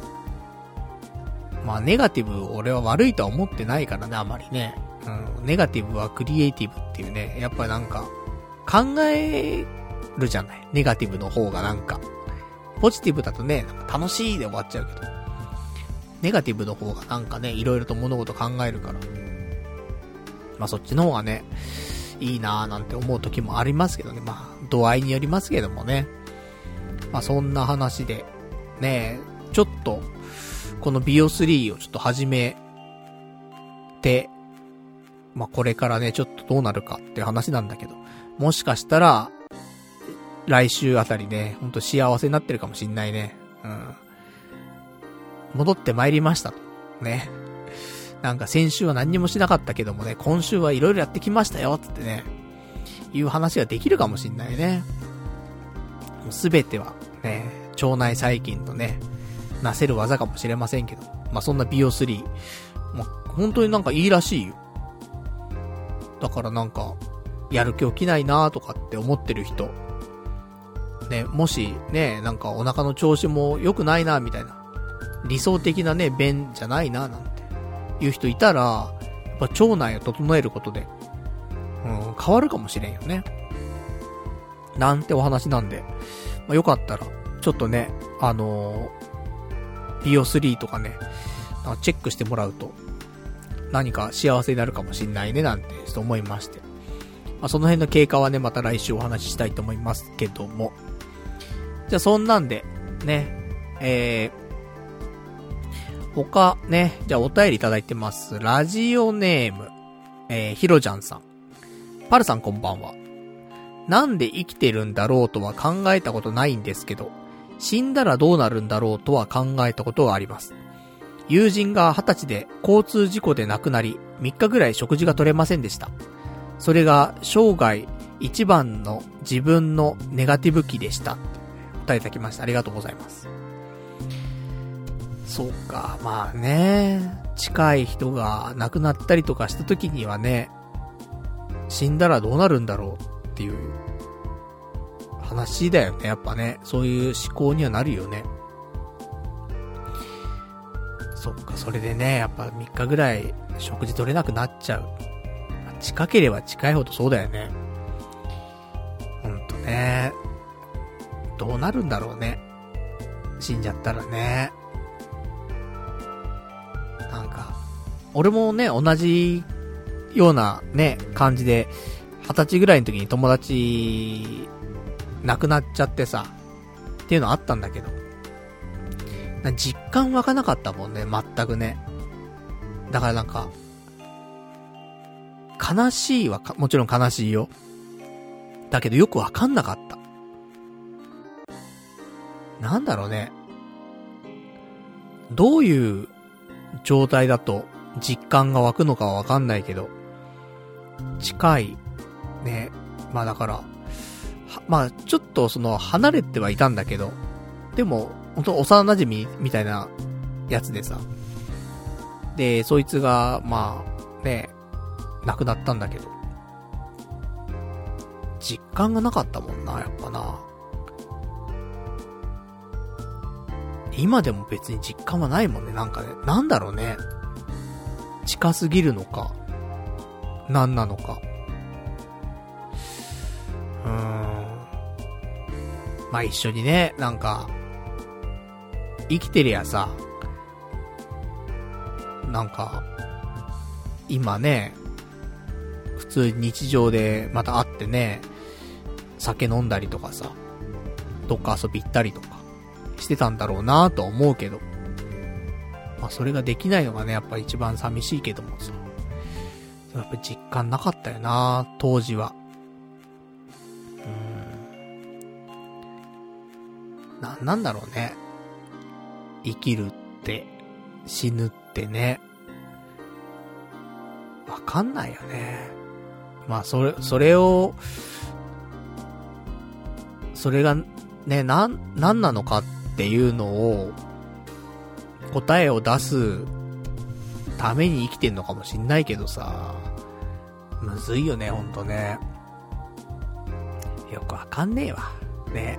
まあネガティブ俺は悪いとは思ってないからね、あまりね。うん、ネガティブはクリエイティブっていうね、やっぱりなんか考えるじゃない、ネガティブの方がなんかポジティブだとね、なんか楽しいで終わっちゃうけど、ネガティブの方がなんかね、いろいろと物事考えるから、まあそっちの方がねいいなーなんて思う時もありますけどね、まあ度合いによりますけどもね。まあそんな話でね、ちょっとこのビオスリーをちょっと始めて、まあ、これからね、ちょっとどうなるかっていう話なんだけど、もしかしたら、来週あたりね、ほんと幸せになってるかもしんないね。うん。戻って参りましたと。ね。なんか先週は何にもしなかったけどもね、今週はいろいろやってきましたよ、つってね、いう話ができるかもしんないね。すべては、ね、腸内細菌のね、なせる技かもしれませんけど、まあ、そんなビオスリー、まあ、本当になんかいいらしいよ。だからなんか、やる気起きないなーとかって思ってる人。ね、もしね、なんかお腹の調子も良くないなみたいな。理想的なね、便じゃないななんていう人いたら、やっぱ腸内を整えることで、うん、変わるかもしれんよね。なんてお話なんで、まあ、よかったら、ちょっとね、あのー、ビオスリーとかね、なんかチェックしてもらうと、何か幸せになるかもしんないねなんてちょっと思いまして、まあ、その辺の経過はねまた来週お話ししたいと思いますけども、じゃあそんなんでね、えー、他ね、じゃあお便りいただいてます。ラジオネーム、えー、ひろちゃんさん、パルさんこんばんは。なんで生きてるんだろうとは考えたことないんですけど、死んだらどうなるんだろうとは考えたことがあります。友人が二十歳で交通事故で亡くなり、みっかぐらい食事が取れませんでした。それが生涯一番の自分のネガティブ期でした。答えいただきました。ありがとうございます。そうか、まあね、近い人が亡くなったりとかした時にはね、死んだらどうなるんだろうっていう話だよね、やっぱね。そういう思考にはなるよね。そっか、それでね、やっぱみっかぐらい食事取れなくなっちゃう。近ければ近いほどそうだよね。ほんとね。どうなるんだろうね。死んじゃったらね。なんか、俺もね、同じようなね、感じで、二十歳ぐらいの時に友達、亡くなっちゃってさ、っていうのあったんだけど、実感湧かなかったもんね、全くね。だからなんか、 悲しいはもちろん悲しいよ。だけどよくわかんなかった。なんだろうね。どういう状態だと実感が湧くのかはわかんないけど、近い、ね。まあだから、まあちょっとその離れてはいたんだけど、でも本当幼馴染みたいなやつでさ、でそいつがまあね亡くなったんだけど、実感がなかったもんな、やっぱな。今でも別に実感はないもんね。なんかね、なんだろうね、近すぎるのかなんなのか。うーん、まあ一緒にね、なんか生きてりゃさ、なんか今ね、普通に日常でまた会ってね、酒飲んだりとかさ、どっか遊び行ったりとかしてたんだろうなと思うけど、まあそれができないのがね、やっぱ一番寂しいけどもさ、やっぱ実感なかったよな当時は。うーん、な、なんだろうね、生きるって死ぬってね、わかんないよね。まあそれそれをそれがね、なん、なんなのかっていうのを答えを出すために生きてんのかもしんないけどさ、むずいよね、ほんとね。よくわかんねえわね。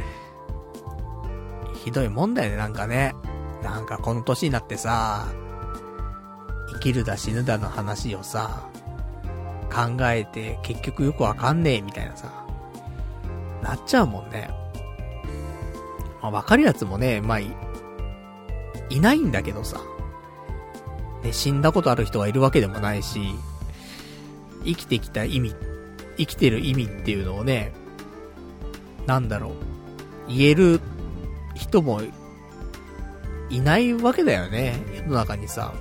ひどいもんだよね、なんかね。なんかこの年になってさ、生きるだ死ぬだの話をさ考えて結局よくわかんねえみたいなさなっちゃうもんね。まあわかるやつもね、まあ い, いないんだけどさ、ね、死んだことある人がいるわけでもないし、生きてきた意味、生きてる意味っていうのをね、なんだろう、言える人もいないわけだよね、世の中にさ。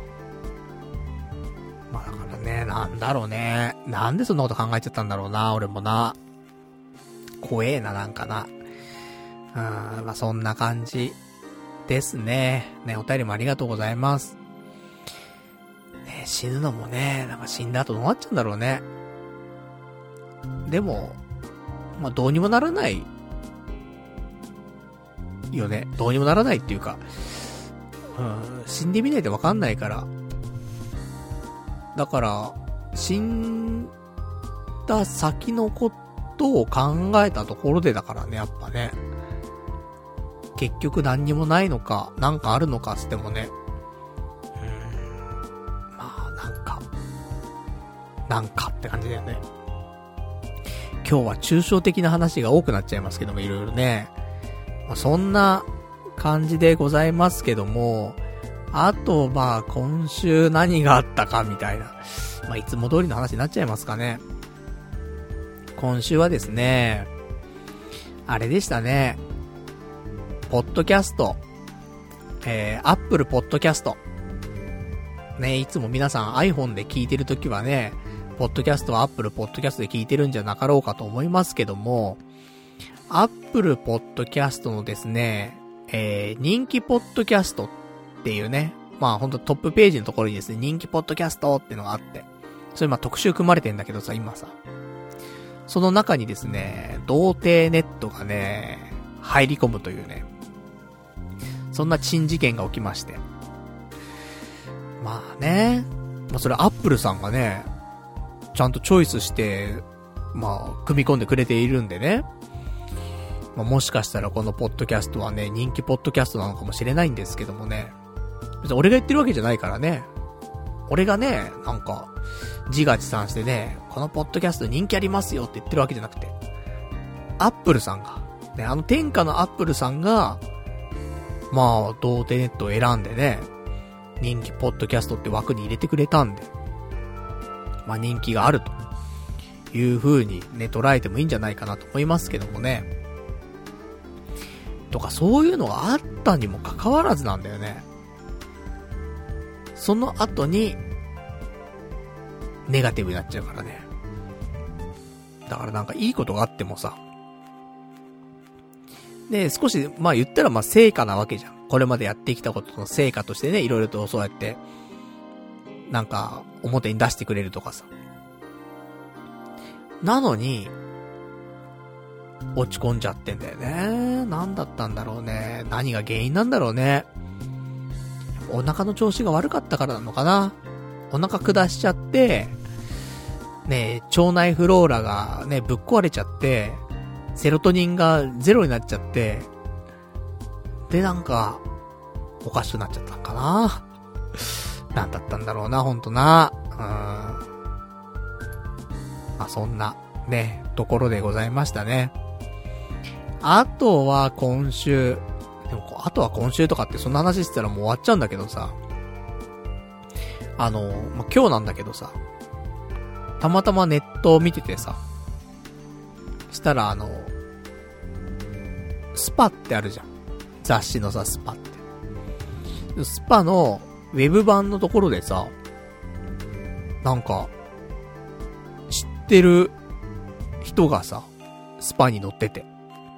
まあだからね、なんだろうね、なんでそんなこと考えちゃったんだろうな、俺もな。怖えな、なんかな。うん、まあそんな感じですね。ね、お便りもありがとうございます。ね、死ぬのもね、なんか死んだ後どうなっちゃうんだろうね。でも、まあどうにもならないよね。どうにもならないっていうか、うん、死んでみないとわかんないから。だから、死んだ先のことを考えたところでだからね、やっぱね。結局何にもないのか、なんかあるのかつってもね。うーん、まあ、なんか、なんかって感じだよね。今日は抽象的な話が多くなっちゃいますけども、いろいろね。まあ、そんな感じでございますけども、あと、まあ、今週何があったかみたいな。まあ、いつも通りの話になっちゃいますかね。今週はですね、あれでしたね。ポッドキャスト。えー、Apple Podcast。ね、いつも皆さん iPhone で聞いてるときはね、ポッドキャストは Apple Podcast で聞いてるんじゃなかろうかと思いますけども、Apple Podcast のですね、えー、人気ポッドキャストっていうね、まあほんとトップページのところにですね、人気ポッドキャストっていうのがあって、それまあ特集組まれてんだけどさ、今さ。その中にですね、童貞ネットがね、入り込むというね、そんな珍事件が起きまして。まあね、まあそれアップルさんがね、ちゃんとチョイスして、まあ、組み込んでくれているんでね。まあもしかしたらこのポッドキャストはね、人気ポッドキャストなのかもしれないんですけどもね。別に俺が言ってるわけじゃないからね。俺がね、なんか、自画自賛してね、このポッドキャスト人気ありますよって言ってるわけじゃなくて、アップルさんが、ね、あの天下のアップルさんが、まあ、童貞ネットを選んでね、人気ポッドキャストって枠に入れてくれたんで、まあ人気があるという風にね、捉えてもいいんじゃないかなと思いますけどもね。とかそういうのがあったにもかかわらずなんだよね。その後に、 ネガティブになっちゃうからね。だからなんかいいことがあってもさ、で、少し、まあ言ったらまあ成果なわけじゃん。これまでやってきたことの成果としてね、いろいろとそうやって、なんか、表に出してくれるとかさ。なのに、落ち込んじゃってんだよね。なんだったんだろうね。何が原因なんだろうね。お腹の調子が悪かったからなのかな。お腹下しちゃって、ね、腸内フローラがね、ぶっ壊れちゃって、セロトニンがゼロになっちゃって、で、なんか、おかしくなっちゃったのかな。なんだったんだろうな、ほんとな。うーん。まあ、そんな、ね、ところでございましたね。あとは今週、でも、あとは今週とかってそんな話してたらもう終わっちゃうんだけどさ。あの、まあ、今日なんだけどさ、たまたまネットを見ててさ、したらあの、スパってあるじゃん。雑誌のさ、スパって。スパのウェブ版のところでさ、なんか、知ってる人がさ、スパに乗ってて。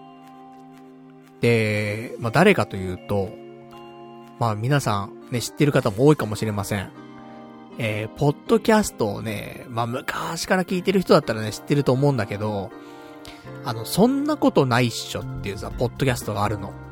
で、まあ、誰かというと、まあ、皆さんね、知ってる方も多いかもしれません。えー、ポッドキャストをね、まあ、昔から聞いてる人だったらね、知ってると思うんだけど、あの、そんなことないっしょっていうさ、ポッドキャストがあるの。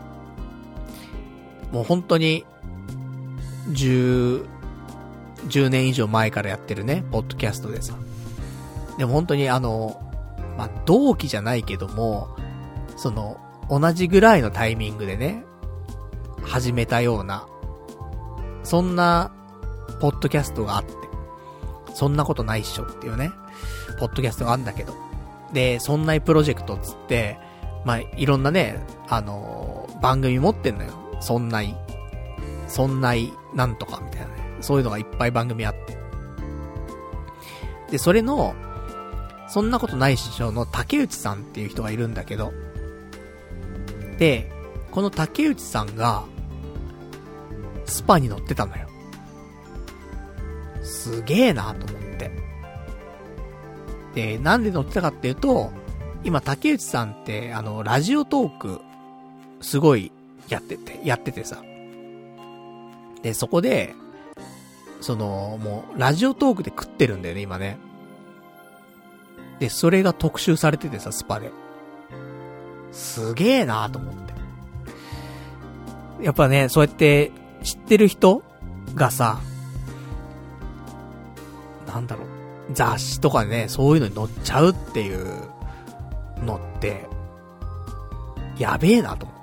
もう本当に、十、十年以上前からやってるね、ポッドキャストでさ。でも本当にあの、まあ、同期じゃないけども、その、同じぐらいのタイミングでね、始めたような、そんな、ポッドキャストがあって、そんなことないっしょっていうね、ポッドキャストがあるんだけど。で、そんないプロジェクトっつって、まあ、いろんなね、あのー、番組持ってんのよ。そんない、そんないなんとかみたいなね。そういうのがいっぱい番組あって。で、それの、そんなことないっしょの竹内さんっていう人がいるんだけど、で、この竹内さんが、スパに乗ってたのよ。すげえなと思って。で、なんで乗ってたかっていうと、今竹内さんって、あの、ラジオトーク、すごいやってて、やっててさ。で、そこで、その、もう、ラジオトークで食ってるんだよね、今ね。で、それが特集されててさ、スパで。すげえなと思って。やっぱね、そうやって知ってる人がさ、なんだろう、雑誌とかね、そういうのに載っちゃうっていうのって、やべえなと思って。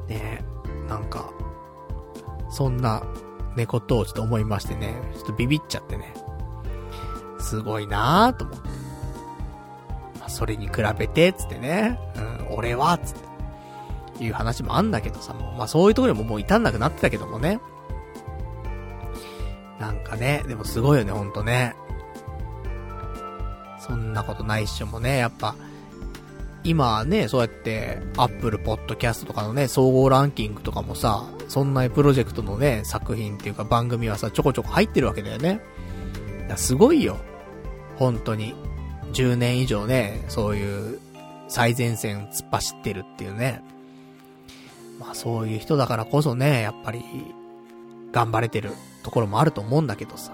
ねえ、なんか、そんな、ね、ことをちょっと思いましてね、ちょっとビビっちゃってね。すごいなーと思って。まあ、それに比べて、つってね、うん、俺は、つって、いう話もあんだけどさ、もう、まあそういうところにももう至んなくなってたけどもね。なんかね、でもすごいよね、ほんとね。そんなことないっしょもね、やっぱ、今はね、そうやって、Apple Podcast とかのね、総合ランキングとかもさ、そんなプロジェクトのね、作品っていうか番組はさ、ちょこちょこ入ってるわけだよね。だからすごいよ。本当に。じゅうねん以上ね、そういう、最前線突っ走ってるっていうね。まあそういう人だからこそね、やっぱり、頑張れてるところもあると思うんだけどさ。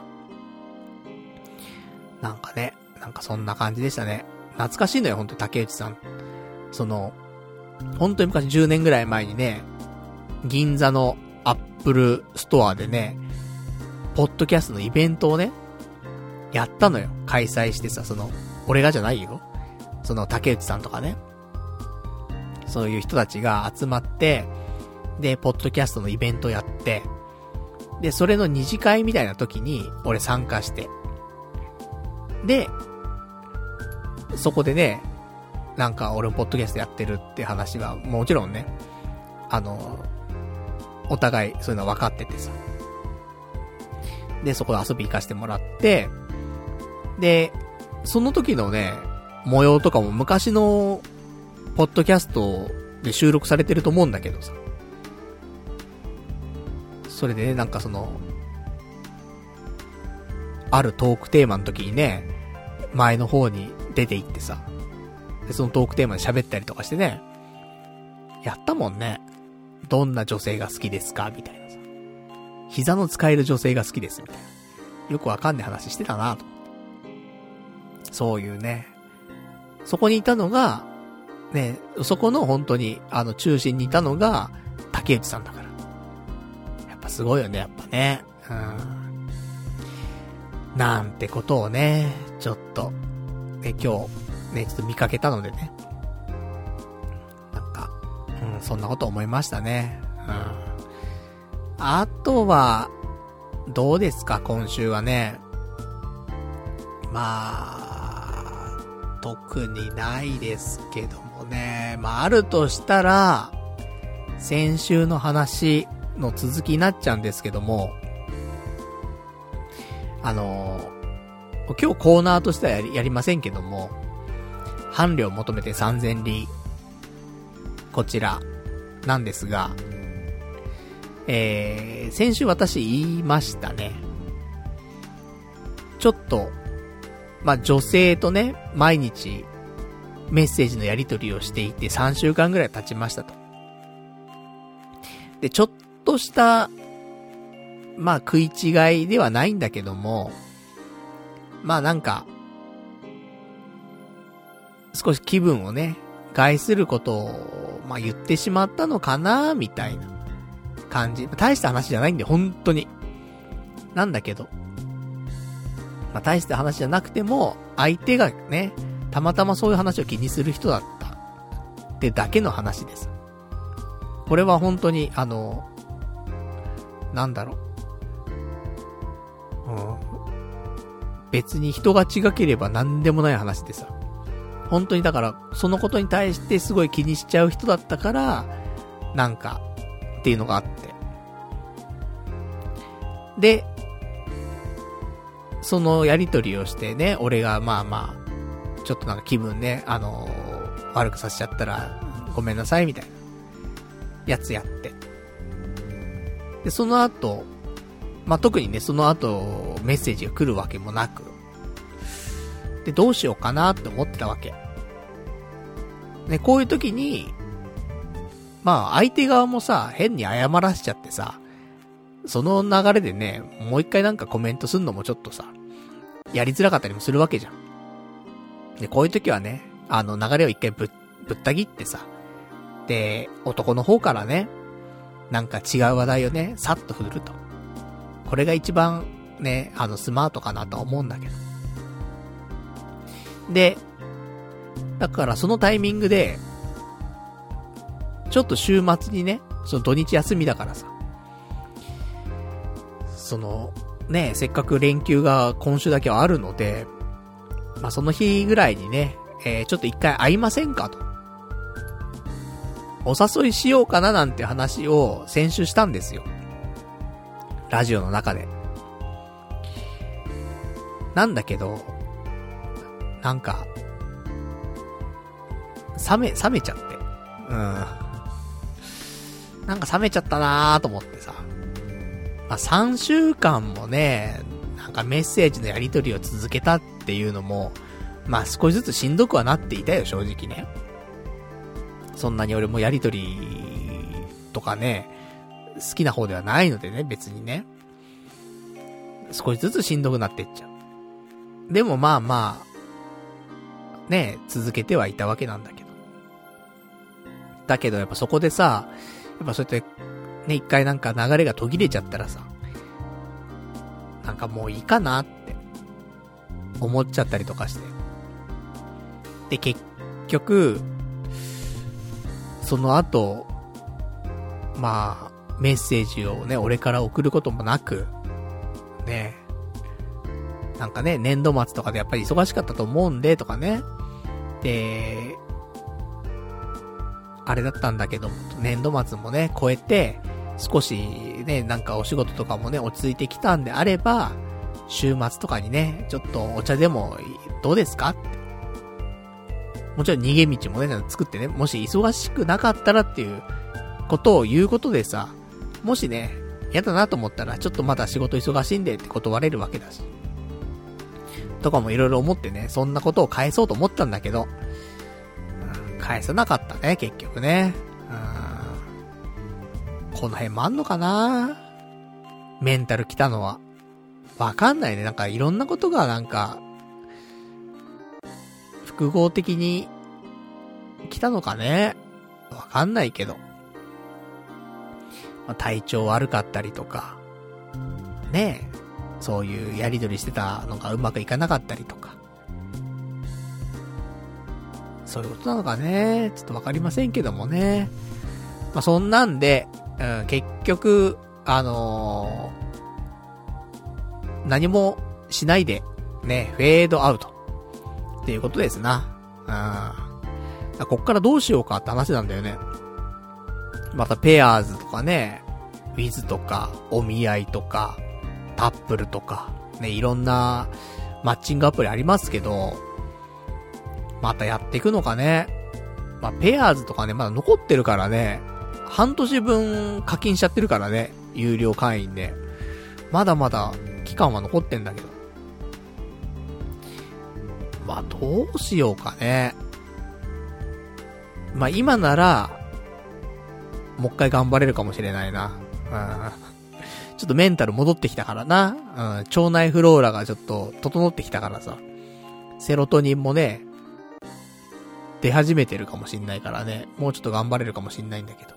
なんかね、なんかそんな感じでしたね。懐かしいのよ、ほんとに竹内さん。その、本当に昔じゅうねんぐらい前にね、銀座のアップルストアでね、ポッドキャストのイベントをね、やったのよ。開催してさ、その、俺がじゃないよ。その竹内さんとかね。そういう人たちが集まって、で、ポッドキャストのイベントやって、で、それの二次会みたいな時に、俺参加して。で、そこでね、なんか俺もポッドキャストやってるって話は、もちろんね、あの、お互いそういうの分かっててさ。で、そこで遊び行かせてもらって、で、その時のね、模様とかも昔の、ポッドキャストで収録されてると思うんだけどさ。それでね、なんかその、 あるトークテーマの時にね、前の方に出て行ってさ、でそのトークテーマで喋ったりとかしてね、やったもんね。どんな女性が好きですかみたいなさ。膝の使える女性が好きですみたいな。よくわかんない話してたなと。そういうね。そこにいたのが、ね、そこの本当に、あの中心にいたのが、竹内さんだから。やっぱすごいよね、やっぱね。うん。なんてことをね、ちょっと、ね、今日、ね、ちょっと見かけたのでね。なんか、うん、そんなこと思いましたね。うん。あとは、どうですか、今週はね。まあ、特にないですけどもね。まあ、あるとしたら、先週の話の続きになっちゃうんですけども、あのー、今日コーナーとしてはやり、やりませんけども、伴侶を求めてさんぜん里、こちら、なんですが、えー、先週私言いましたね。ちょっと、まあ、女性とね、毎日、メッセージのやり取りをしていてさんしゅうかんぐらい経ちましたと。で、ちょっとした、まあ、食い違いではないんだけども、まあなんか、少し気分をね、害することを、まあ言ってしまったのかな、みたいな感じ。大した話じゃないんで、本当に。なんだけど、まあ大した話じゃなくても、相手がね、たまたまそういう話を気にする人だった。ってだけの話です。これは本当に、あの、なんだろう。うん、別に人が違ければ何でもない話でさ。本当にだから、そのことに対してすごい気にしちゃう人だったから、なんか、っていうのがあって。で、そのやりとりをしてね、俺がまあまあ、ちょっとなんか気分ね、あのー、悪くさせちゃったら、ごめんなさいみたいな、やつやって。で、その後、まあ、特にね、その後、メッセージが来るわけもなく、で、どうしようかなって思ってたわけ。ね、こういう時に、まあ、相手側もさ、変に謝らせちゃってさ、その流れでね、もう一回なんかコメントすんのもちょっとさ、やりづらかったりもするわけじゃん。で、こういう時はね、あの流れを一回ぶっ、ぶった切ってさ、で、男の方からね、なんか違う話題をね、さっと振ると。これが一番ね、あのスマートかなとは思うんだけど。で、だからそのタイミングで、ちょっと週末にね、その土日休みだからさ、その、ね、せっかく連休が今週だけはあるので、まあ、その日ぐらいにね、えー、ちょっと一回会いませんかと。お誘いしようかななんて話を先週したんですよ。ラジオの中で。なんだけど、なんか、冷め、冷めちゃって。うん。なんか冷めちゃったなーと思ってさ。まあ、さんしゅうかんもね、なんかメッセージのやり取りを続けたっていうのも、まあ少しずつしんどくはなっていたよ、正直ね。そんなに俺もやり取りとかね、好きな方ではないのでね、別にね。少しずつしんどくなっていっちゃう。でもまあまあ、ね、続けてはいたわけなんだけど。だけどやっぱそこでさ、やっぱそうやって、ね、一回なんか流れが途切れちゃったらさ、なんかもういいかなって思っちゃったりとかして。で、結局、その後、まあ、メッセージをね、俺から送ることもなく、ね、なんかね、年度末とかでやっぱり忙しかったと思うんで、とかね。で、あれだったんだけど、年度末もね、超えて、少しね、なんかお仕事とかもね、落ち着いてきたんであれば、週末とかにね、ちょっとお茶でもどうですかって。もちろん逃げ道もね、作ってね、もし忙しくなかったらっていうことを言うことでさ、もしね、嫌だなと思ったら、ちょっとまだ仕事忙しいんでって断れるわけだし。 とかもいろいろ思ってね、そんなことを返そうと思ったんだけど、うん、返さなかったね、結局ね。うん、この辺もあんのかな、メンタル来たのは。わかんないね。なんかいろんなことがなんか、複合的に来たのかね。わかんないけど。まあ、体調悪かったりとか、ねえ、そういうやりとりしてたのがうまくいかなかったりとか。そういうことなのかね。ちょっとわかりませんけどもね。まあ、そんなんで、うん、結局、あのー、何もしないで、ね、フェードアウト。っていうことですな。うん。こっからどうしようかって話なんだよね。またペアーズとかね、ウィズとか、お見合いとか、タップルとか、ね、いろんなマッチングアプリありますけど、またやっていくのかね。まあ、ペアーズとかね、まだ残ってるからね、半年分課金しちゃってるからね、有料会員で。まだまだ期間は残ってんだけど。まあ、どうしようかね。まあ、今なら、もう一回頑張れるかもしれないな。うん。ちょっとメンタル戻ってきたからな。うん。腸内フローラがちょっと整ってきたからさ。セロトニンもね、出始めてるかもしんないからね。もうちょっと頑張れるかもしんないんだけど。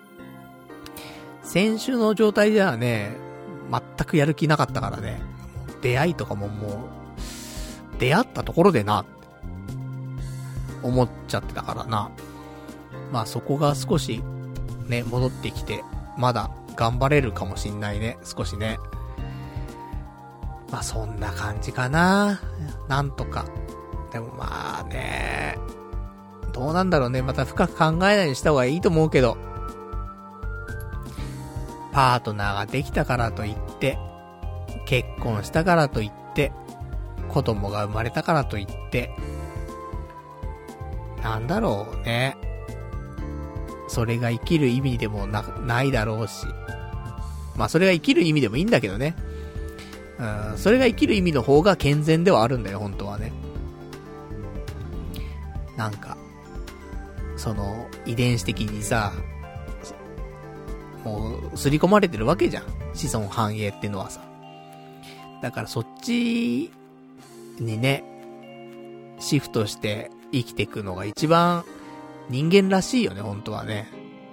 先週の状態ではね、全くやる気なかったからね。出会いとかももう、出会ったところでな、思っちゃってたからな。まあそこが少し、ね、戻ってきて、まだ頑張れるかもしんないね、少しね。まあそんな感じかな。なんとか。でもまあね、どうなんだろうね、また深く考えないようにした方がいいと思うけど。パートナーができたからといって、結婚したからといって、子供が生まれたからといって、なんだろうね。それが生きる意味でもな、ないだろうし。まあそれが生きる意味でもいいんだけどね。うん、それが生きる意味の方が健全ではあるんだよ、本当はね。なんか、その、遺伝子的にさ、もう、刷り込まれてるわけじゃん。子孫繁栄ってのはさ。だからそっちにね、シフトして生きていくのが一番人間らしいよね、本当はね。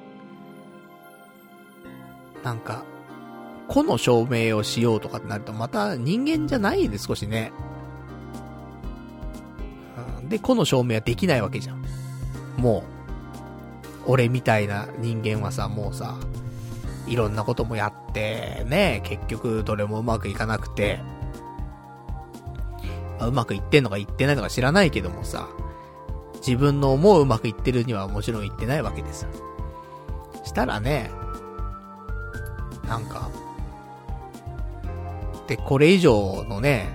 なんか、個の証明をしようとかってなるとまた人間じゃないで少しね。で、個の証明はできないわけじゃん。もう、俺みたいな人間はさ、もうさ、いろんなこともやって、ね、結局どれもうまくいかなくて、まあ、うまくいってんのかいってないのか知らないけどもさ、自分の思ううまくいってるにはもちろんいってないわけでさ。したらね、なんか、で、これ以上のね、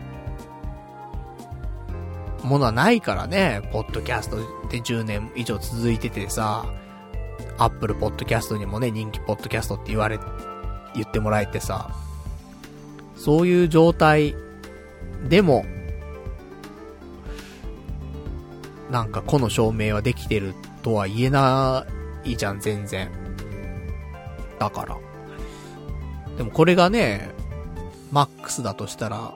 ものはないからね、ポッドキャストでじゅうねん以上続いててさ、アップルポッドキャストにもね、人気ポッドキャストって言われ、言ってもらえてさ、そういう状態でも、なんか個の証明はできてるとは言えないじゃん、全然。だから。でもこれがね、マックスだとしたら、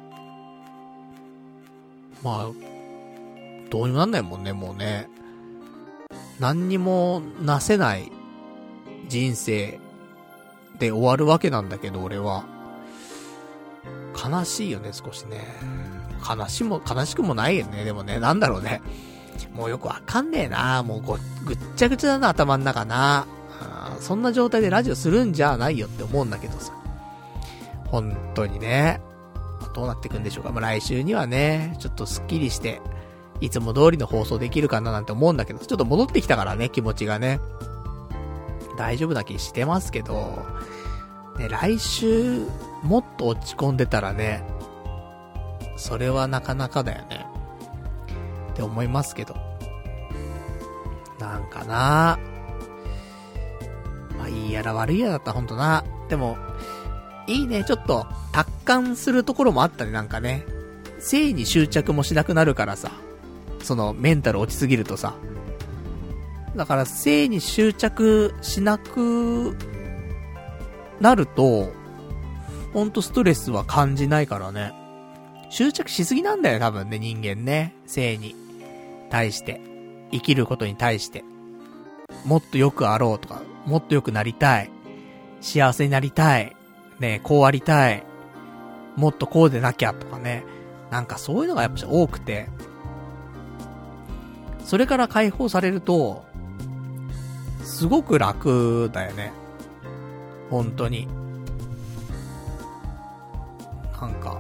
まあ、どうにもなんないもんね、もうね。何にもなせない人生で終わるわけなんだけど、俺は。悲しいよね、少しね。悲しも、悲しくもないよね、でもね、なんだろうね。もうよくわかんねえな、もうご、ぐっちゃぐちゃだな、頭ん中な。そんな状態でラジオするんじゃないよって思うんだけどさ。本当にね。どうなっていくんでしょうか。まあ、来週にはね、ちょっとスッキリして、いつも通りの放送できるかななんて思うんだけど、ちょっと戻ってきたからね、気持ちがね。大丈夫な気してますけど、ね、来週、もっと落ち込んでたらね、それはなかなかだよね。って思いますけど。なんかな、まあいいやら悪いやらだったらほんとな。でも、いいね、ちょっと、達観するところもあったね、なんかね。 性に執着もしなくなるからさ、そのメンタル落ちすぎるとさ、だから性に執着しなくなるとほんとストレスは感じないからね。執着しすぎなんだよ多分ね、人間ね。性に対して、生きることに対して、もっと良くあろうとか、もっと良くなりたい、幸せになりたいね、こうありたい、もっとこうでなきゃとかね、なんかそういうのがやっぱ多くて、それから解放されるとすごく楽だよね、本当に。なんか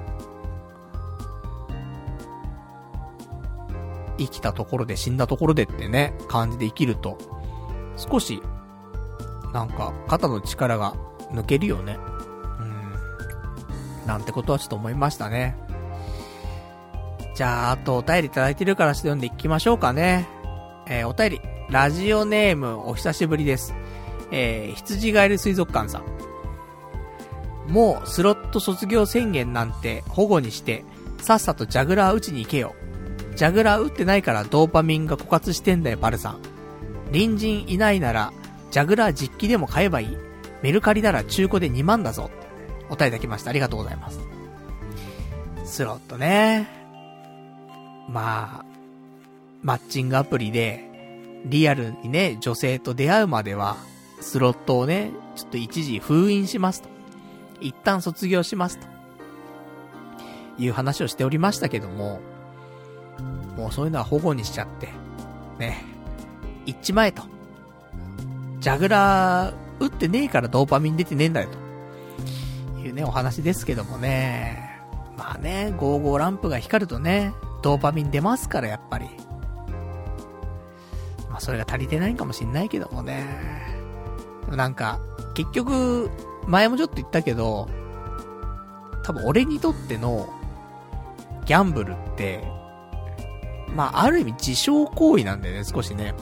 生きたところで死んだところでってね感じで生きると、少しなんか肩の力が抜けるよね。うん、なんてことはちょっと思いましたね。じゃああとお便りいただいてるからちょっと読んでいきましょうかね。えー、お便りラジオネームお久しぶりです。えー、羊ガエル水族館さん。もうスロット卒業宣言なんて保護にしてさっさとジャグラー打ちに行けよ。ジャグラー打ってないからドーパミンが枯渇してんだよパルさん。隣人いないならジャグラー実機でも買えばいい。メルカリなら中古でにまんだぞ。お便りいただきました。ありがとうございます。スロットね、まあマッチングアプリでリアルにね女性と出会うまではスロットをねちょっと一時封印しますと、一旦卒業しますという話をしておりましたけども、もうそういうのは保護にしちゃってね、行っちまえと。ジャグラー打ってねえからドーパミン出てねえんだよというねお話ですけどもね。まあね、ゴーゴーランプが光るとねドーパミン出ますから、やっぱりまあそれが足りてないんかもしんないけどもね。でもなんか結局前もちょっと言ったけど、多分俺にとってのギャンブルってまあある意味自傷行為なんだよね、少しね。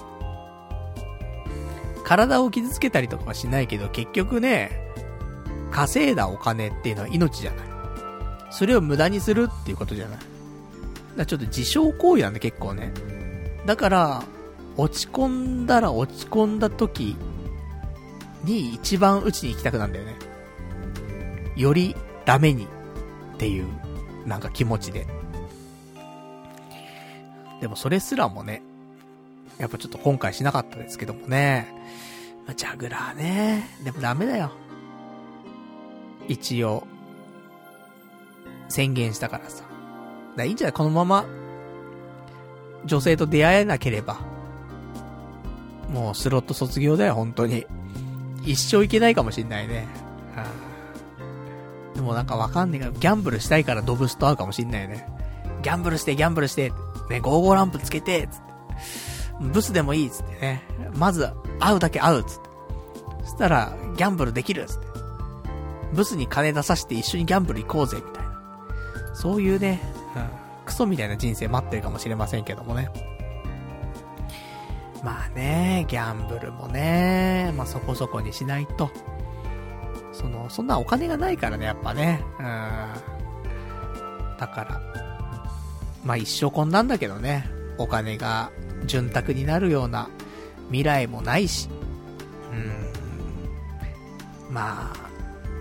体を傷つけたりとかはしないけど、結局ね稼いだお金っていうのは命じゃない。それを無駄にするっていうことじゃない。だからちょっと自傷行為なんで結構ね。だから落ち込んだら落ち込んだ時に一番打ちに行きたくなんだよね。よりダメにっていうなんか気持ちで。でもそれすらもねやっぱちょっと今回しなかったですけどもね。まあ、ジャグラーね、でもダメだよ。一応宣言したからさ。だからいいんじゃない、このまま女性と出会えなければもうスロット卒業だよ本当に。一生いけないかもしんないね。はあ、でもなんかわかんねえからギャンブルしたいからドブスと会うかもしんないね。ギャンブルしてギャンブルしてね、ゴーゴーランプつけてつって、ブスでもいいつってね、まず会うだけ会うつって、そしたらギャンブルできるつって、ブスに金出させて一緒にギャンブル行こうぜみたいな、そういうね、うん、クソみたいな人生待ってるかもしれませんけどもね。まあね、ギャンブルもね、まあそこそこにしないと、そのそんなお金がないからね、やっぱね、うん、だからまあ一生こんなんだけどね、お金が潤沢になるような未来もないし、うん、まあ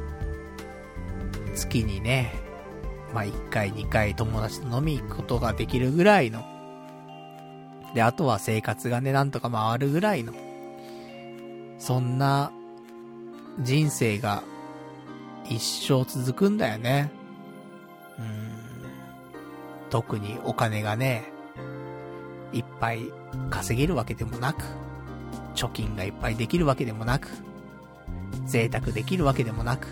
月にね、まあいっかいにかい友達と飲み行くことができるぐらいので、あとは生活がねなんとか回るぐらいの、そんな人生が一生続くんだよね。うーん、特にお金がねいっぱい稼げるわけでもなく、貯金がいっぱいできるわけでもなく、贅沢できるわけでもなく、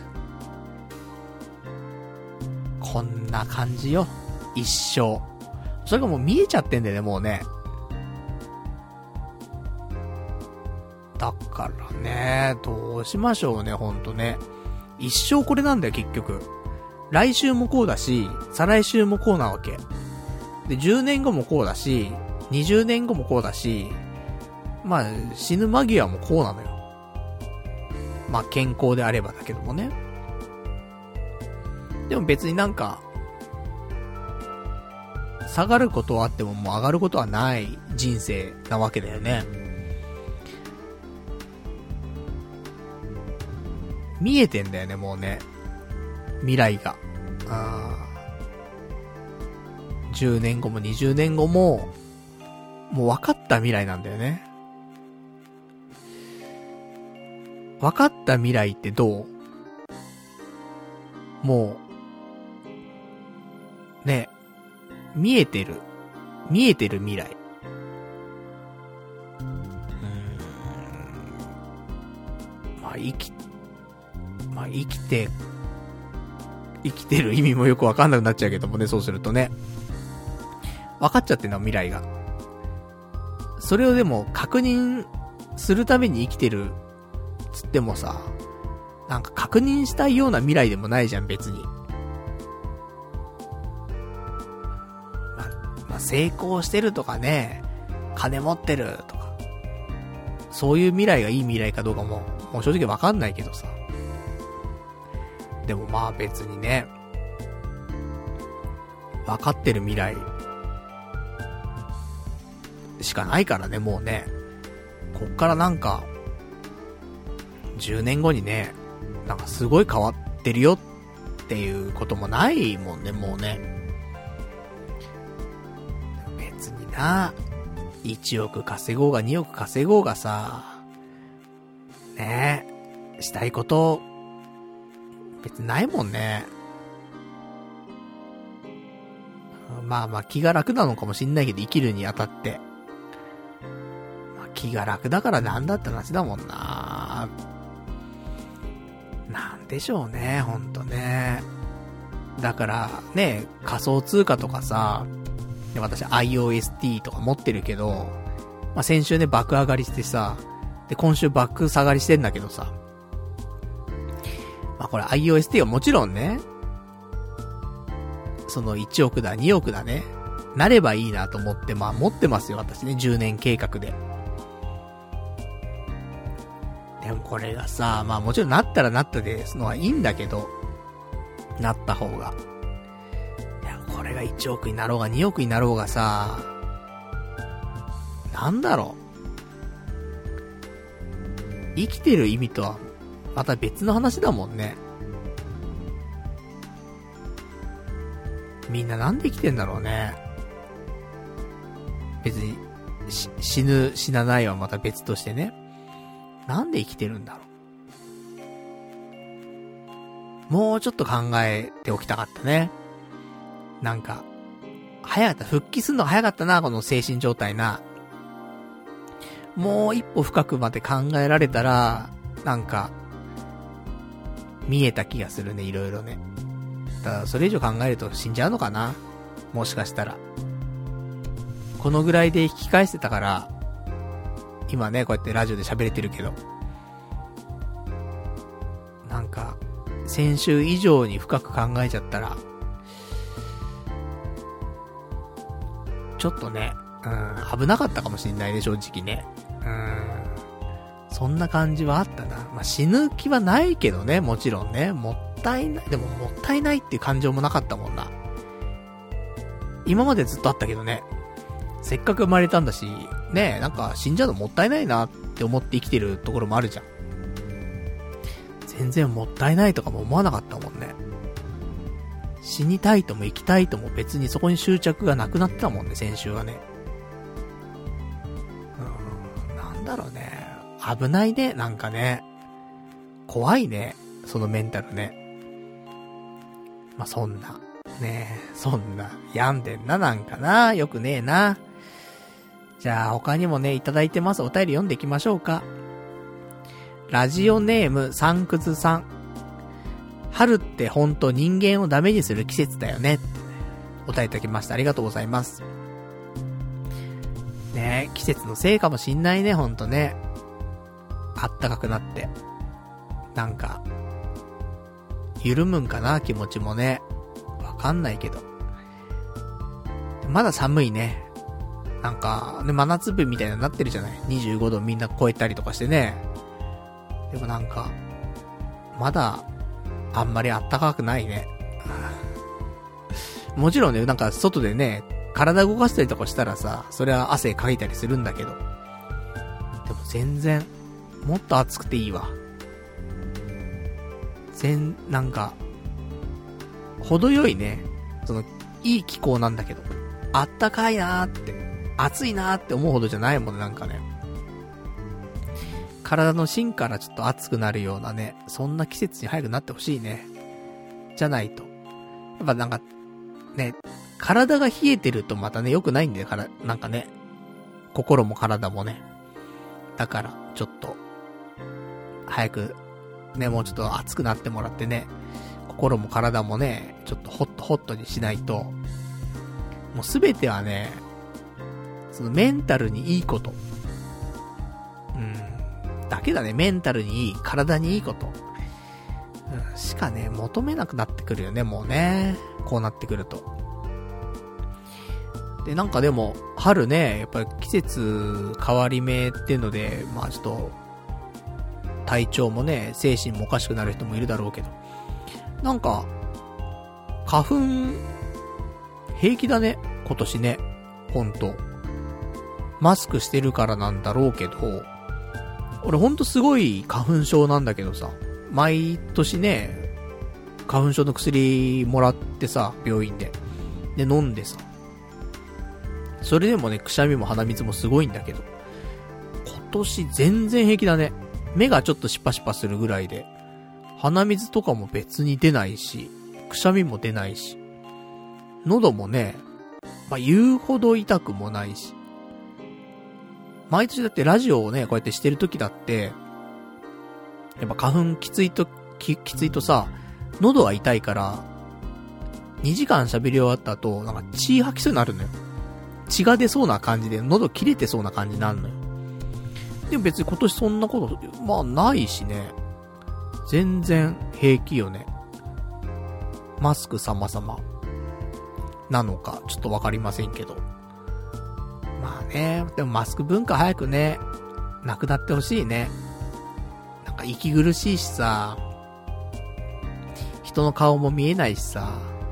こんな感じよ一生。それがもう見えちゃってんだよね、もうね。だからね、どうしましょうね、ほんとね。一生これなんだよ結局。来週もこうだし、再来週もこうなわけで、じゅうねんごもこうだし、にじゅうねんごもこうだし、まあ死ぬ間際もこうなのよ。まあ健康であればだけどもね。でも別になんか下がることはあってももう上がることはない人生なわけだよね。見えてんだよね、もうね。未来が。あじゅうねんごもにじゅうねんごも、もう分かった未来なんだよね。分かった未来ってどう？もう、ね、見えてる。見えてる未来。うーん。まあ、生き、まあ、生きて、生きてる意味もよくわかんなくなっちゃうけどもね、そうするとね。分かっちゃってんの、未来が。それをでも確認するために生きてるつってもさ、なんか確認したいような未来でもないじゃん、別に。まあ、まあ、成功してるとかね、金持ってるとか、そういう未来がいい未来かどうかも、もう正直わかんないけどさ。でもまあ別にね、わかってる未来しかないからね、もうね。こっからなんか、じゅうねんごにね、なんかすごい変わってるよっていうこともないもんね、もうね。別にな、いちおく稼ごうがにおく稼ごうがさ、ねえ、したいこと、別にないもんね。まあまあ気が楽なのかもしんないけど、生きるにあたって。まあ気が楽だからなんだって話だもんな。なんでしょうね、ほんとね。だからね、仮想通貨とかさ、で私 アイオーエスティー とか持ってるけど、まあ先週ね爆上がりしてさ、で今週爆下がりしてんだけどさ、まあこれ アイオーエスティー はもちろんね、そのいちおくだにおくだね、なればいいなと思ってまあ持ってますよ、私ね、じゅうねん計画で。でもこれがさ、まあもちろんなったらなったですのはいいんだけど、なった方が。いや、これがいちおくになろうがにおくになろうがさ、なんだろう。生きてる意味とはまた別の話だもんね。みんななんで生きてんだろうね。別にし死ぬ死なないはまた別としてね。なんで生きてるんだろう。もうちょっと考えておきたかったね。なんか早かった、復帰するのが早かったな、この精神状態な。もう一歩深くまで考えられたらなんか見えた気がするね、いろいろね。ただそれ以上考えると死んじゃうのかな、もしかしたら。このぐらいで引き返してたから今ねこうやってラジオで喋れてるけど、なんか先週以上に深く考えちゃったらちょっとね、うん、危なかったかもしんないね、正直ね。うん、そんな感じはあったな。まあ、死ぬ気はないけどね、もちろんね。もったいない、でももったいないっていう感情もなかったもんな。今までずっとあったけどね。せっかく生まれたんだし、ねえ、なんか死んじゃうのもったいないなって思って生きてるところもあるじゃん。全然もったいないとかも思わなかったもんね。死にたいとも生きたいとも別にそこに執着がなくなったもんね、先週はね。うーん、なんだろうね。危ないね、なんかね。怖いね、そのメンタルね。まあ、そんな、ねえ、そんな、病んでんな、なんかな、よくねえな。じゃあ、他にもね、いただいてます。お便り読んでいきましょうか。ラジオネーム、サンクズさん。春ってほんと人間をダメにする季節だよねって、ね、お便りいただきました。ありがとうございます。ねえ、季節のせいかもしんないね、ほんとね。あったかくなって。なんか、緩むんかな、気持ちもね。わかんないけど。まだ寒いね。なんか、ね、真夏日みたいになってるじゃない。にじゅうごどみんな超えたりとかしてね。でもなんか、まだ、あんまりあったかくないね。もちろんね、なんか外でね、 体動かしたりとかしたらさ、それは汗かいたりするんだけど。でも全然、もっと暑くていいわ。全、なんか、程よいね、その、いい気候なんだけど、あったかいなーって、暑いなーって思うほどじゃないもんね、なんかね。体の芯からちょっと熱くなるようなね、そんな季節に早くなってほしいね。じゃないと。やっぱなんか、ね、体が冷えてるとまたね、良くないんだよ、から、なんかね。心も体もね。だから、ちょっと、早く、ね、もうちょっと熱くなってもらってね、心も体もね、ちょっとホットホットにしないと、もうすべてはね、そのメンタルにいいこと。うん。だけだね、メンタルにいい、体にいいこと。うん、しかね、求めなくなってくるよね、もうね。こうなってくると。で、なんかでも、春ね、やっぱり季節変わり目っていうので、まあちょっと、体調もね、精神もおかしくなる人もいるだろうけど。なんか、花粉、平気だね、今年ね。ほんと。マスクしてるからなんだろうけど、俺ほんとすごい花粉症なんだけどさ、毎年ね、花粉症の薬もらってさ、病院で。で、飲んでさ。それでもね、くしゃみも鼻水もすごいんだけど、今年全然平気だね。目がちょっとシッパシッパするぐらいで、鼻水とかも別に出ないし、くしゃみも出ないし、喉もね、まあ、言うほど痛くもないし、毎年だってラジオをね、こうやってしてる時だって、やっぱ花粉きついと、き、きついとさ、喉が痛いから、にじかん喋り終わった後、なんか血吐きそうになるのよ。血が出そうな感じで、喉切れてそうな感じになるのよ。でも別に今年そんなこと、まあないしね。全然平気よね。マスク様々なのか、ちょっとわかりませんけど。まあね、でもマスク文化早くね、なくなってほしいね。なんか息苦しいしさ、人の顔も見えないしさ、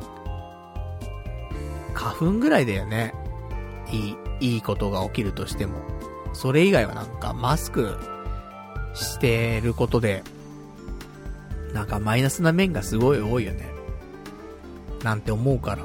花粉ぐらいだよね。いい、いいことが起きるとしても。それ以外はなんかマスクしてることで、なんかマイナスな面がすごい多いよね。なんて思うから。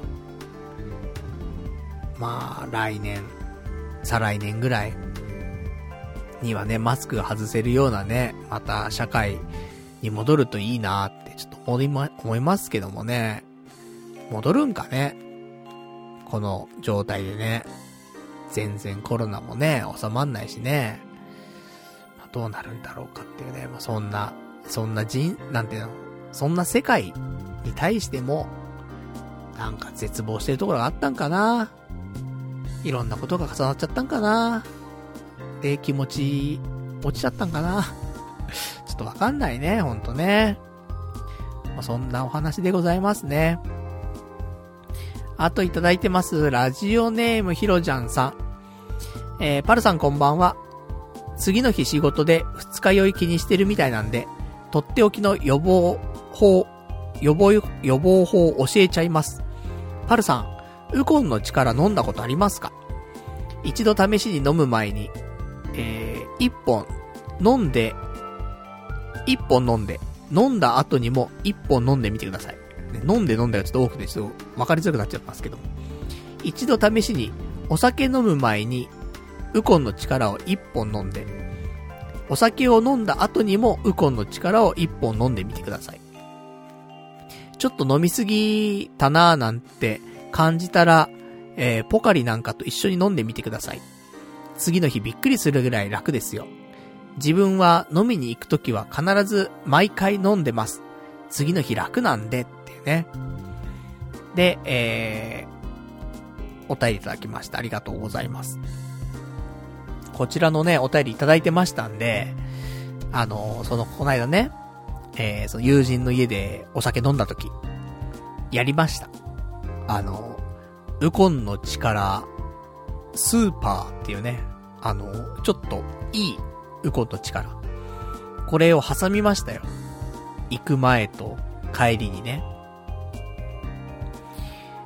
まあ、来年、再来年ぐらいにはね、マスクが外せるようなね、また社会に戻るといいなってちょっと思いま、思いますけどもね。戻るんかね。この状態でね。全然コロナもね、収まんないしね。まあ、どうなるんだろうかっていうね。まあ、そんな、そんな人、なんていうの、そんな世界に対しても、なんか絶望してるところがあったんかな。いろんなことが重なっちゃったんかな。で、気持ち、落ちちゃったんかな。ちょっとわかんないね、ほんとね。まあ、そんなお話でございますね。あといただいてます。ラジオネームひろじゃんさん。えー、パルさんこんばんは。次の日仕事で二日酔い気にしてるみたいなんで、とっておきの予防法、予防、予防法を教えちゃいます。パルさん、ウコンの力飲んだことありますか？一度試しに飲む前に、えー、一本飲んで、一本飲んで、飲んだ後にも一本飲んでみてください。飲んで飲んだやつと多くてちょっと分かりづらくなっちゃいますけども、一度試しにお酒飲む前にウコンの力を一本飲んで、お酒を飲んだ後にもウコンの力を一本飲んでみてください。ちょっと飲みすぎたなーなんて感じたら、えー、ポカリなんかと一緒に飲んでみてください。次の日びっくりするぐらい楽ですよ。自分は飲みに行くときは必ず毎回飲んでます。次の日楽なんでっていうね。で、えー、お便りいただきました。ありがとうございます。こちらのね、お便りいただいてましたんで、あの、その、この間ね、えー、その友人の家でお酒飲んだとき、やりました。あの、ウコンの力、スーパーっていうね、あの、ちょっといいウコンの力。これを挟みましたよ。行く前と帰りにね。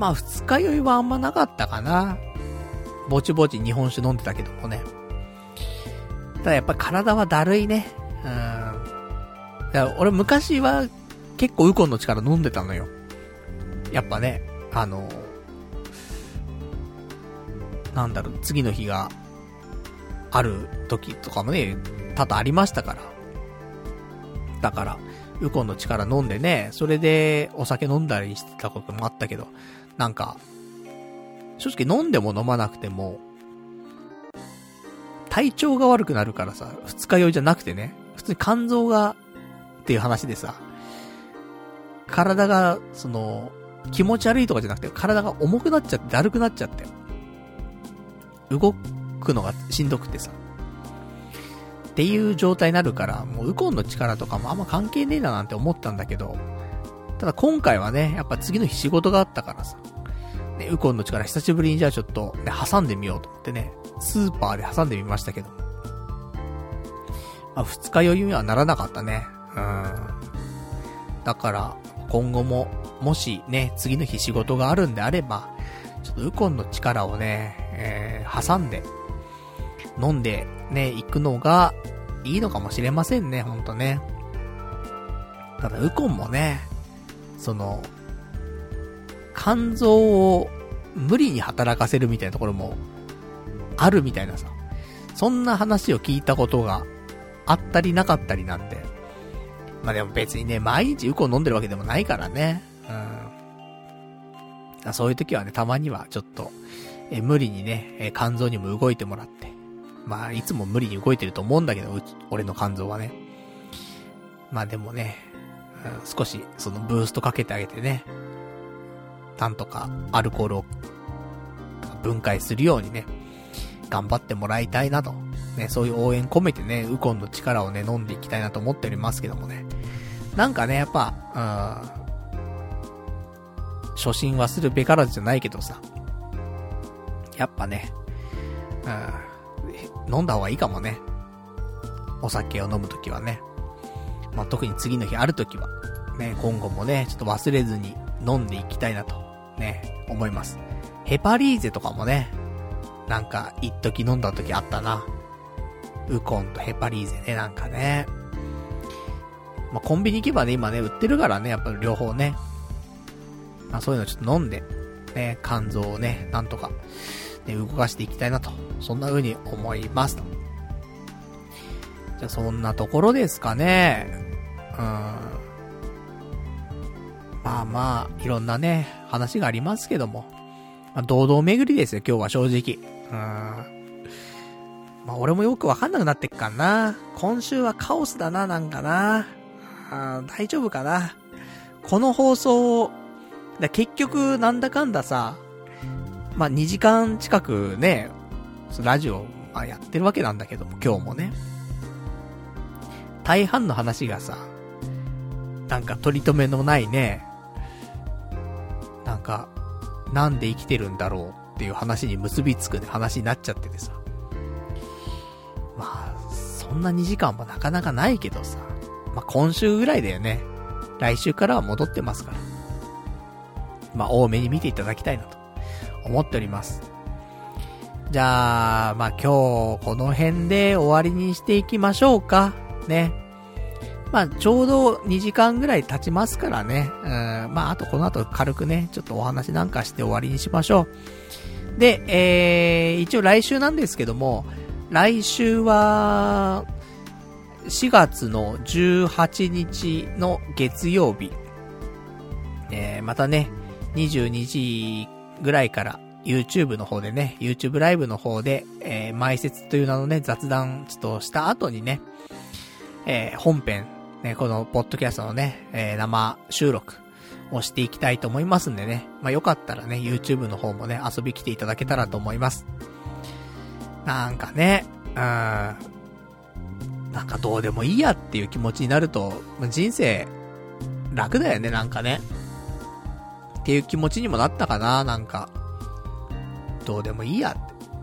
まあ二日酔いはあんまなかったかな。ぼちぼち日本酒飲んでたけどもね。ただやっぱ体はだるいね。うん。だから俺昔は結構ウコンの力飲んでたのよ。やっぱね、あの、なんだろう、次の日がある時とかもね、多々ありましたから。だから、ウコンの力飲んでね、それでお酒飲んだりしてたこともあったけど、なんか、正直飲んでも飲まなくても、体調が悪くなるからさ、二日酔いじゃなくてね、普通に肝臓が、っていう話でさ、体が、その、気持ち悪いとかじゃなくて、体が重くなっちゃって、だるくなっちゃって、動くのがしんどくてさ、っていう状態になるから、もうウコンの力とかもあんま関係ねえななんて思ったんだけど、ただ今回はね、やっぱ次の日仕事があったからさ、ね、ウコンの力久しぶりにじゃあちょっと、ね、挟んでみようと思ってね、スーパーで挟んでみましたけど、まあ二日酔いにはならなかったね。うん。だから、今後も、もしね、次の日仕事があるんであれば、ちょっとウコンの力をね、えー、挟んで、飲んでね、行くのがいいのかもしれませんね、ほんとね。ただ、ウコンもね、その、肝臓を無理に働かせるみたいなところもあるみたいなさ、そんな話を聞いたことがあったりなかったりなんで、まあでも別にね、毎日ウコン飲んでるわけでもないからね。うん。そういう時はね、たまにはちょっと、え無理にね、え肝臓にも動いてもらって。まあ、いつも無理に動いてると思うんだけど、うち、俺の肝臓はね。まあでもね、うん、少しそのブーストかけてあげてね、なんとかアルコールを分解するようにね、頑張ってもらいたいなと。ね、そういう応援込めてね、ウコンの力をね、飲んでいきたいなと思っておりますけどもね。なんかね、やっぱ、うん、初心はするべからずじゃないけどさ、やっぱね、うん、飲んだ方がいいかもね。お酒を飲むときはね。まあ、特に次の日あるときは、ね、今後もね、ちょっと忘れずに飲んでいきたいなと、ね、思います。ヘパリーゼとかもね、なんか、一時飲んだときあったな。ウコンとヘパリーゼね、なんかね。まあ、コンビニ行けばね、今ね、売ってるからね、やっぱ両方ね。まあ、そういうのちょっと飲んで、ね、肝臓をね、なんとか、ね、動かしていきたいなと。そんな風に思いますと。じゃあ、そんなところですかね。うーん。まあまあ、いろんなね、話がありますけども。まあ、堂々巡りですよ、今日は正直。うーん。まあ、俺もよくわかんなくなってっかな。今週はカオスだな、なんかな。あ、大丈夫かな。この放送、だ結局、なんだかんださ、まあ、にじかん近くね、ラジオ、まあ、やってるわけなんだけども、今日もね。大半の話がさ、なんか取り留めのないね、なんか、なんで生きてるんだろうっていう話に結びつくね、話になっちゃっててさ。まあ、そんなにじかんもなかなかないけどさ。まあ今週ぐらいだよね。来週からは戻ってますから。まあ多めに見ていただきたいなと思っております。じゃあ、まあ今日この辺で終わりにしていきましょうか。ね。まあちょうどにじかんぐらい経ちますからね。うん、まああとこの後軽くね、ちょっとお話なんかして終わりにしましょう。で、えー、一応来週なんですけども、来週は、しがつのじゅうはちにちの月曜日、えー、またね、にじゅうにじぐらいから YouTube の方でね、YouTube ライブの方で、えー、前説という名のね、雑談ちょっとした後にね、えー、本編、ね、このポッドキャストのね、えー、生収録をしていきたいと思いますんでね、まあよかったらね、YouTube の方もね、遊び来ていただけたらと思います。なんかね、うーん、なんかどうでもいいやっていう気持ちになると、人生楽だよね、なんかね。っていう気持ちにもなったかな、なんか。どうでもいいや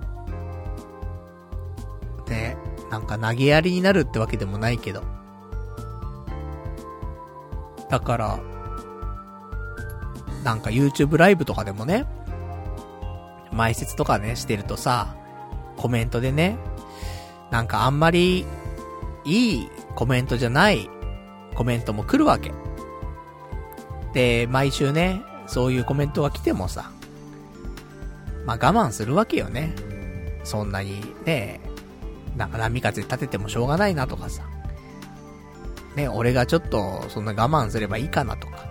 って。ね、なんか投げやりになるってわけでもないけど。だから、 なんか YouTube ライブとかでもね、前説とかね、してるとさ、コメントでね、なんかあんまりいいコメントじゃないコメントも来るわけ。で、毎週ね、そういうコメントが来てもさ、まあ我慢するわけよね。そんなにね、なんか波風立ててもしょうがないなとかさ。ね、俺がちょっとそんな我慢すればいいかなとか。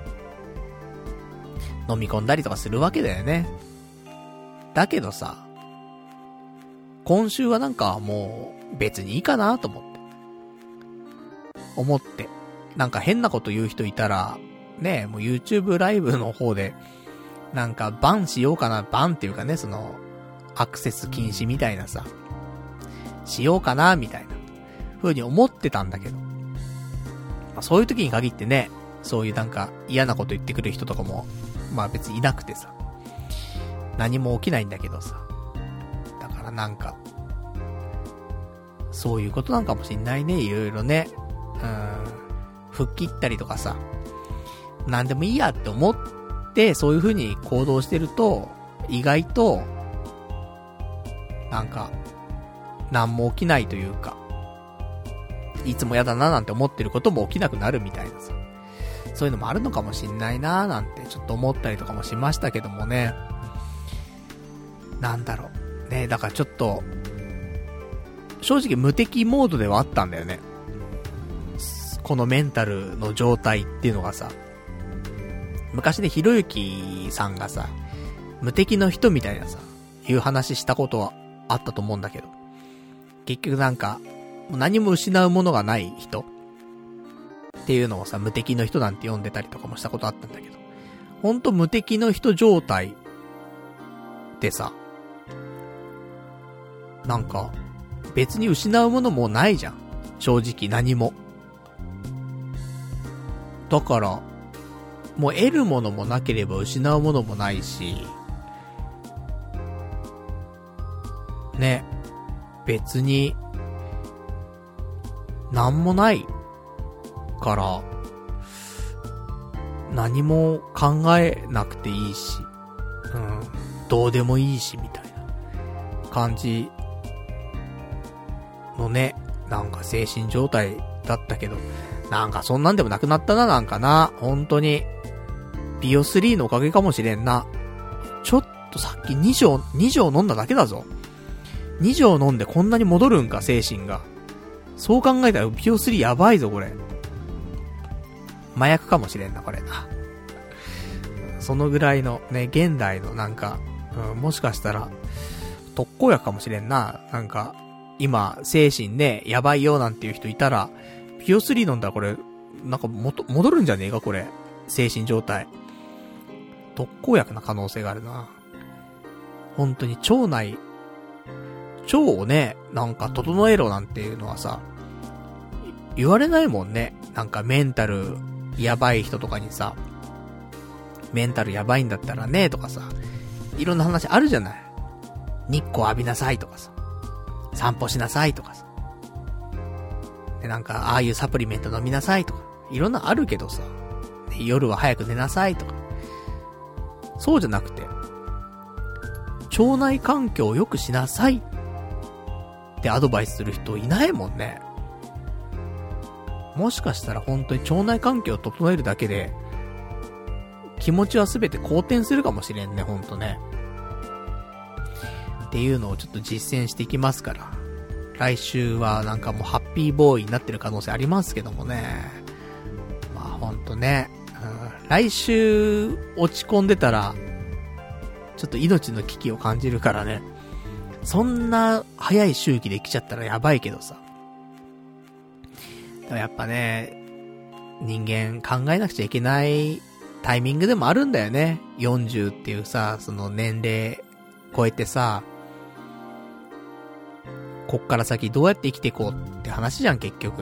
飲み込んだりとかするわけだよね。だけどさ、今週はなんかもう別にいいかなと思って。思って。なんか変なこと言う人いたら、ね、もう YouTube ライブの方で、なんかバンしようかな、バンっていうかね、その、アクセス禁止みたいなさ、しようかな、みたいな、風に思ってたんだけど。まあ、そういう時に限ってね、そういうなんか嫌なこと言ってくる人とかも、まあ別にいなくてさ、何も起きないんだけどさ。だからなんか、そういうことなんかもしんないね、いろいろね。うーん、吹っ切ったりとかさ、なんでもいいやって思って、そういう風に行動してると、意外と、なんか、なんも起きないというか、いつもやだななんて思ってることも起きなくなるみたいなさ。そういうのもあるのかもしんないなーなんてちょっと思ったりとかもしましたけどもね。なんだろう。ね、だからちょっと、正直無敵モードではあったんだよね。このメンタルの状態っていうのがさ、昔ね、ひろゆきさんがさ、無敵の人みたいなさ、いう話したことはあったと思うんだけど、結局なんか、もう何も失うものがない人っていうのをさ、無敵の人なんて呼んでたりとかもしたことあったんだけど、ほんと無敵の人状態でさ、なんか、別に失うものもないじゃん。正直何も。だから、もう得るものもなければ失うものもないし、ね、別に、なんもないから、何も考えなくていいし、うん、どうでもいいし、みたいな感じのね、なんか精神状態だったけど、なんかそんなんでもなくなったな、なんかな、本当に。ビオスリー のおかげかもしれんな。ちょっとさっきに錠、に錠飲んだだけだぞ。に錠飲んでこんなに戻るんか、精神が。そう考えたらビオスリー やばいぞ、これ。麻薬かもしれんな、これな。そのぐらいのね、現代のなんか、うん、もしかしたら、特効薬かもしれんな。なんか、今、精神ね、やばいよなんていう人いたら、ビオスリー 飲んだらこれ、なんかもと、戻るんじゃねえか、これ。精神状態。特効薬な可能性があるな。本当に腸内、腸をね、なんか整えろなんていうのはさ、言われないもんね。なんかメンタルやばい人とかにさ、メンタルやばいんだったらね、とかさ、いろんな話あるじゃない。日光浴びなさいとかさ、散歩しなさいとかさ、でなんかああいうサプリメント飲みなさいとか、いろんなあるけどさ、夜は早く寝なさいとか、そうじゃなくて、腸内環境を良くしなさいってアドバイスする人いないもんね。もしかしたら本当に腸内環境を整えるだけで気持ちはすべて好転するかもしれんね、ほんとね。っていうのをちょっと実践していきますから、来週はなんかもうハッピーボーイになってる可能性ありますけどもね。まあほんとね、うん、来週落ち込んでたらちょっと命の危機を感じるからね。そんな早い周期で来ちゃったらやばいけどさ。でもやっぱね、人間考えなくちゃいけないタイミングでもあるんだよね。よんじゅうっていうさ、その年齢超えてさ、こっから先どうやって生きていこうって話じゃん、結局。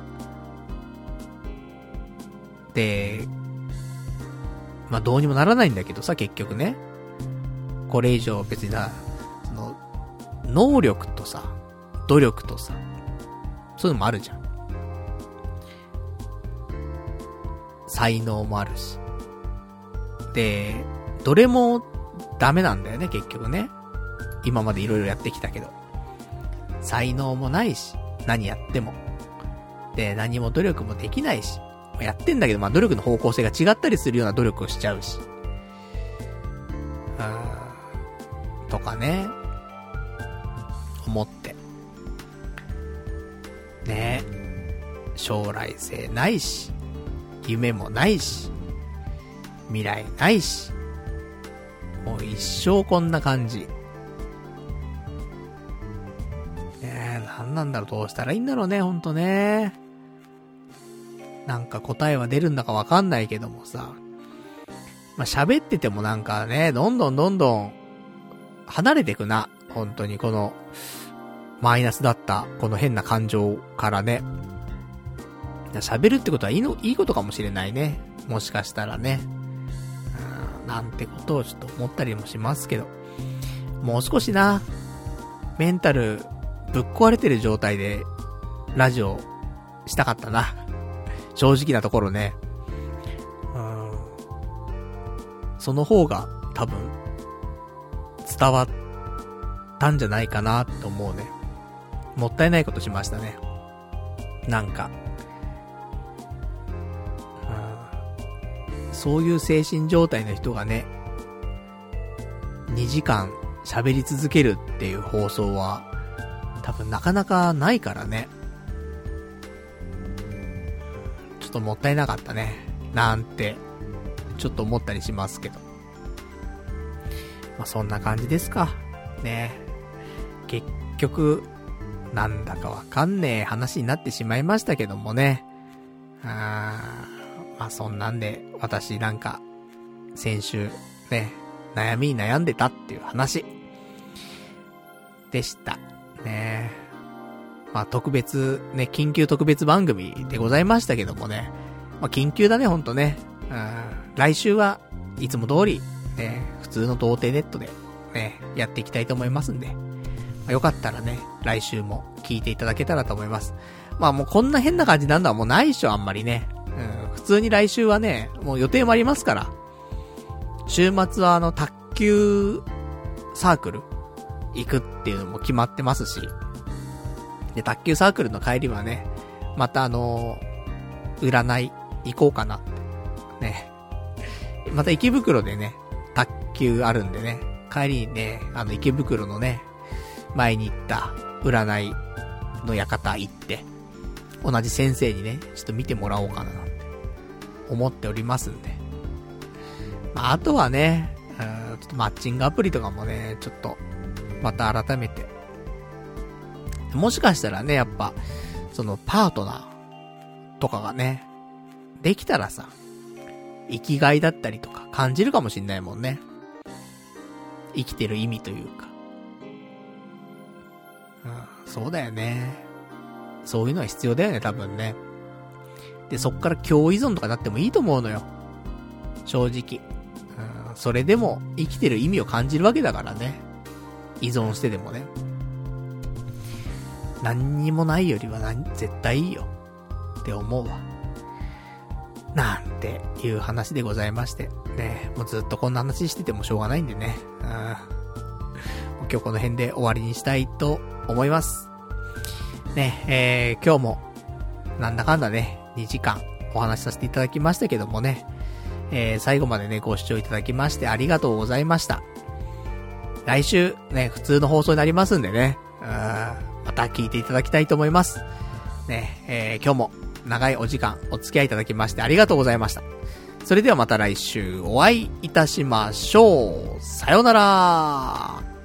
で、まあどうにもならないんだけどさ、結局ね。これ以上別にな、その、能力とさ、努力とさ、そういうのもあるじゃん。才能もあるし。 で、どれもダメなんだよね、結局ね。今までいろいろやってきたけど。才能もないし、何やっても。で、何も努力もできないし。やってんだけど、まあ努力の方向性が違ったりするような努力をしちゃうし。うーん。とかね。思って。ねえ。将来性ないし。夢もないし。未来ないし。もう一生こんな感じ。ねえ、なんなんだろう、どうしたらいいんだろうね、ほんとね。なんか答えは出るんだかわかんないけどもさ。まあ、喋っててもなんかね、どんどんどんどん離れてくな。本当にこのマイナスだったこの変な感情からね。喋るってことはいいの、いいことかもしれないね。もしかしたらね。うーん、なんてことをちょっと思ったりもしますけど。もう少しな、メンタルぶっ壊れてる状態でラジオしたかったな。正直なところね。うーん。その方が多分伝わったんじゃないかなと思うね。もったいないことしましたね。なんか。そういう精神状態の人がね、にじかん喋り続けるっていう放送は多分なかなかないからね。ちょっともったいなかったね。なんて、ちょっと思ったりしますけど。まあそんな感じですか。ね。結局、なんだかわかんねえ話になってしまいましたけどもね。あー。まあそんなんで、私なんか、先週、ね、悩みに悩んでたっていう話、でした。ね。まあ特別、ね、緊急特別番組でございましたけどもね。まあ緊急だね、ほんとね。うん、来週はいつも通り、ね、普通の童貞ネットで、ね、やっていきたいと思いますんで。まあ、よかったらね、来週も聞いていただけたらと思います。まあもうこんな変な感じなんだはもうないっしょ、あんまりね。うん、普通に来週はね、もう予定もありますから。週末はあの、卓球サークル行くっていうのも決まってますし。で、卓球サークルの帰りはね、またあの、占い行こうかなって。ね。また池袋でね、卓球あるんでね、帰りにね、あの池袋のね、前に行った占いの館行って、同じ先生にね、ちょっと見てもらおうかななんて思っておりますんで。まあ、あとはね、うん、ちょっとマッチングアプリとかもね、ちょっと、また改めて。もしかしたらね、やっぱ、そのパートナーとかがね、できたらさ、生きがいだったりとか感じるかもしんないもんね。生きてる意味というか。うん、そうだよね。そういうのは必要だよね、多分ね。で、そっから共依存とかなってもいいと思うのよ。正直。うん、それでも生きてる意味を感じるわけだからね。依存してでもね。何にもないよりは何絶対いいよ。って思うわ。なんていう話でございまして。ね、もうずっとこんな話しててもしょうがないんでね。うん、今日この辺で終わりにしたいと思います。ね、えー、今日も、なんだかんだね、にじかんお話しさせていただきましたけどもね、えー、最後までね、ご視聴いただきましてありがとうございました。来週、ね、普通の放送になりますんでね、うん、また聞いていただきたいと思います。ね、えー、今日も長いお時間お付き合いいただきましてありがとうございました。それではまた来週お会いいたしましょう。さようなら。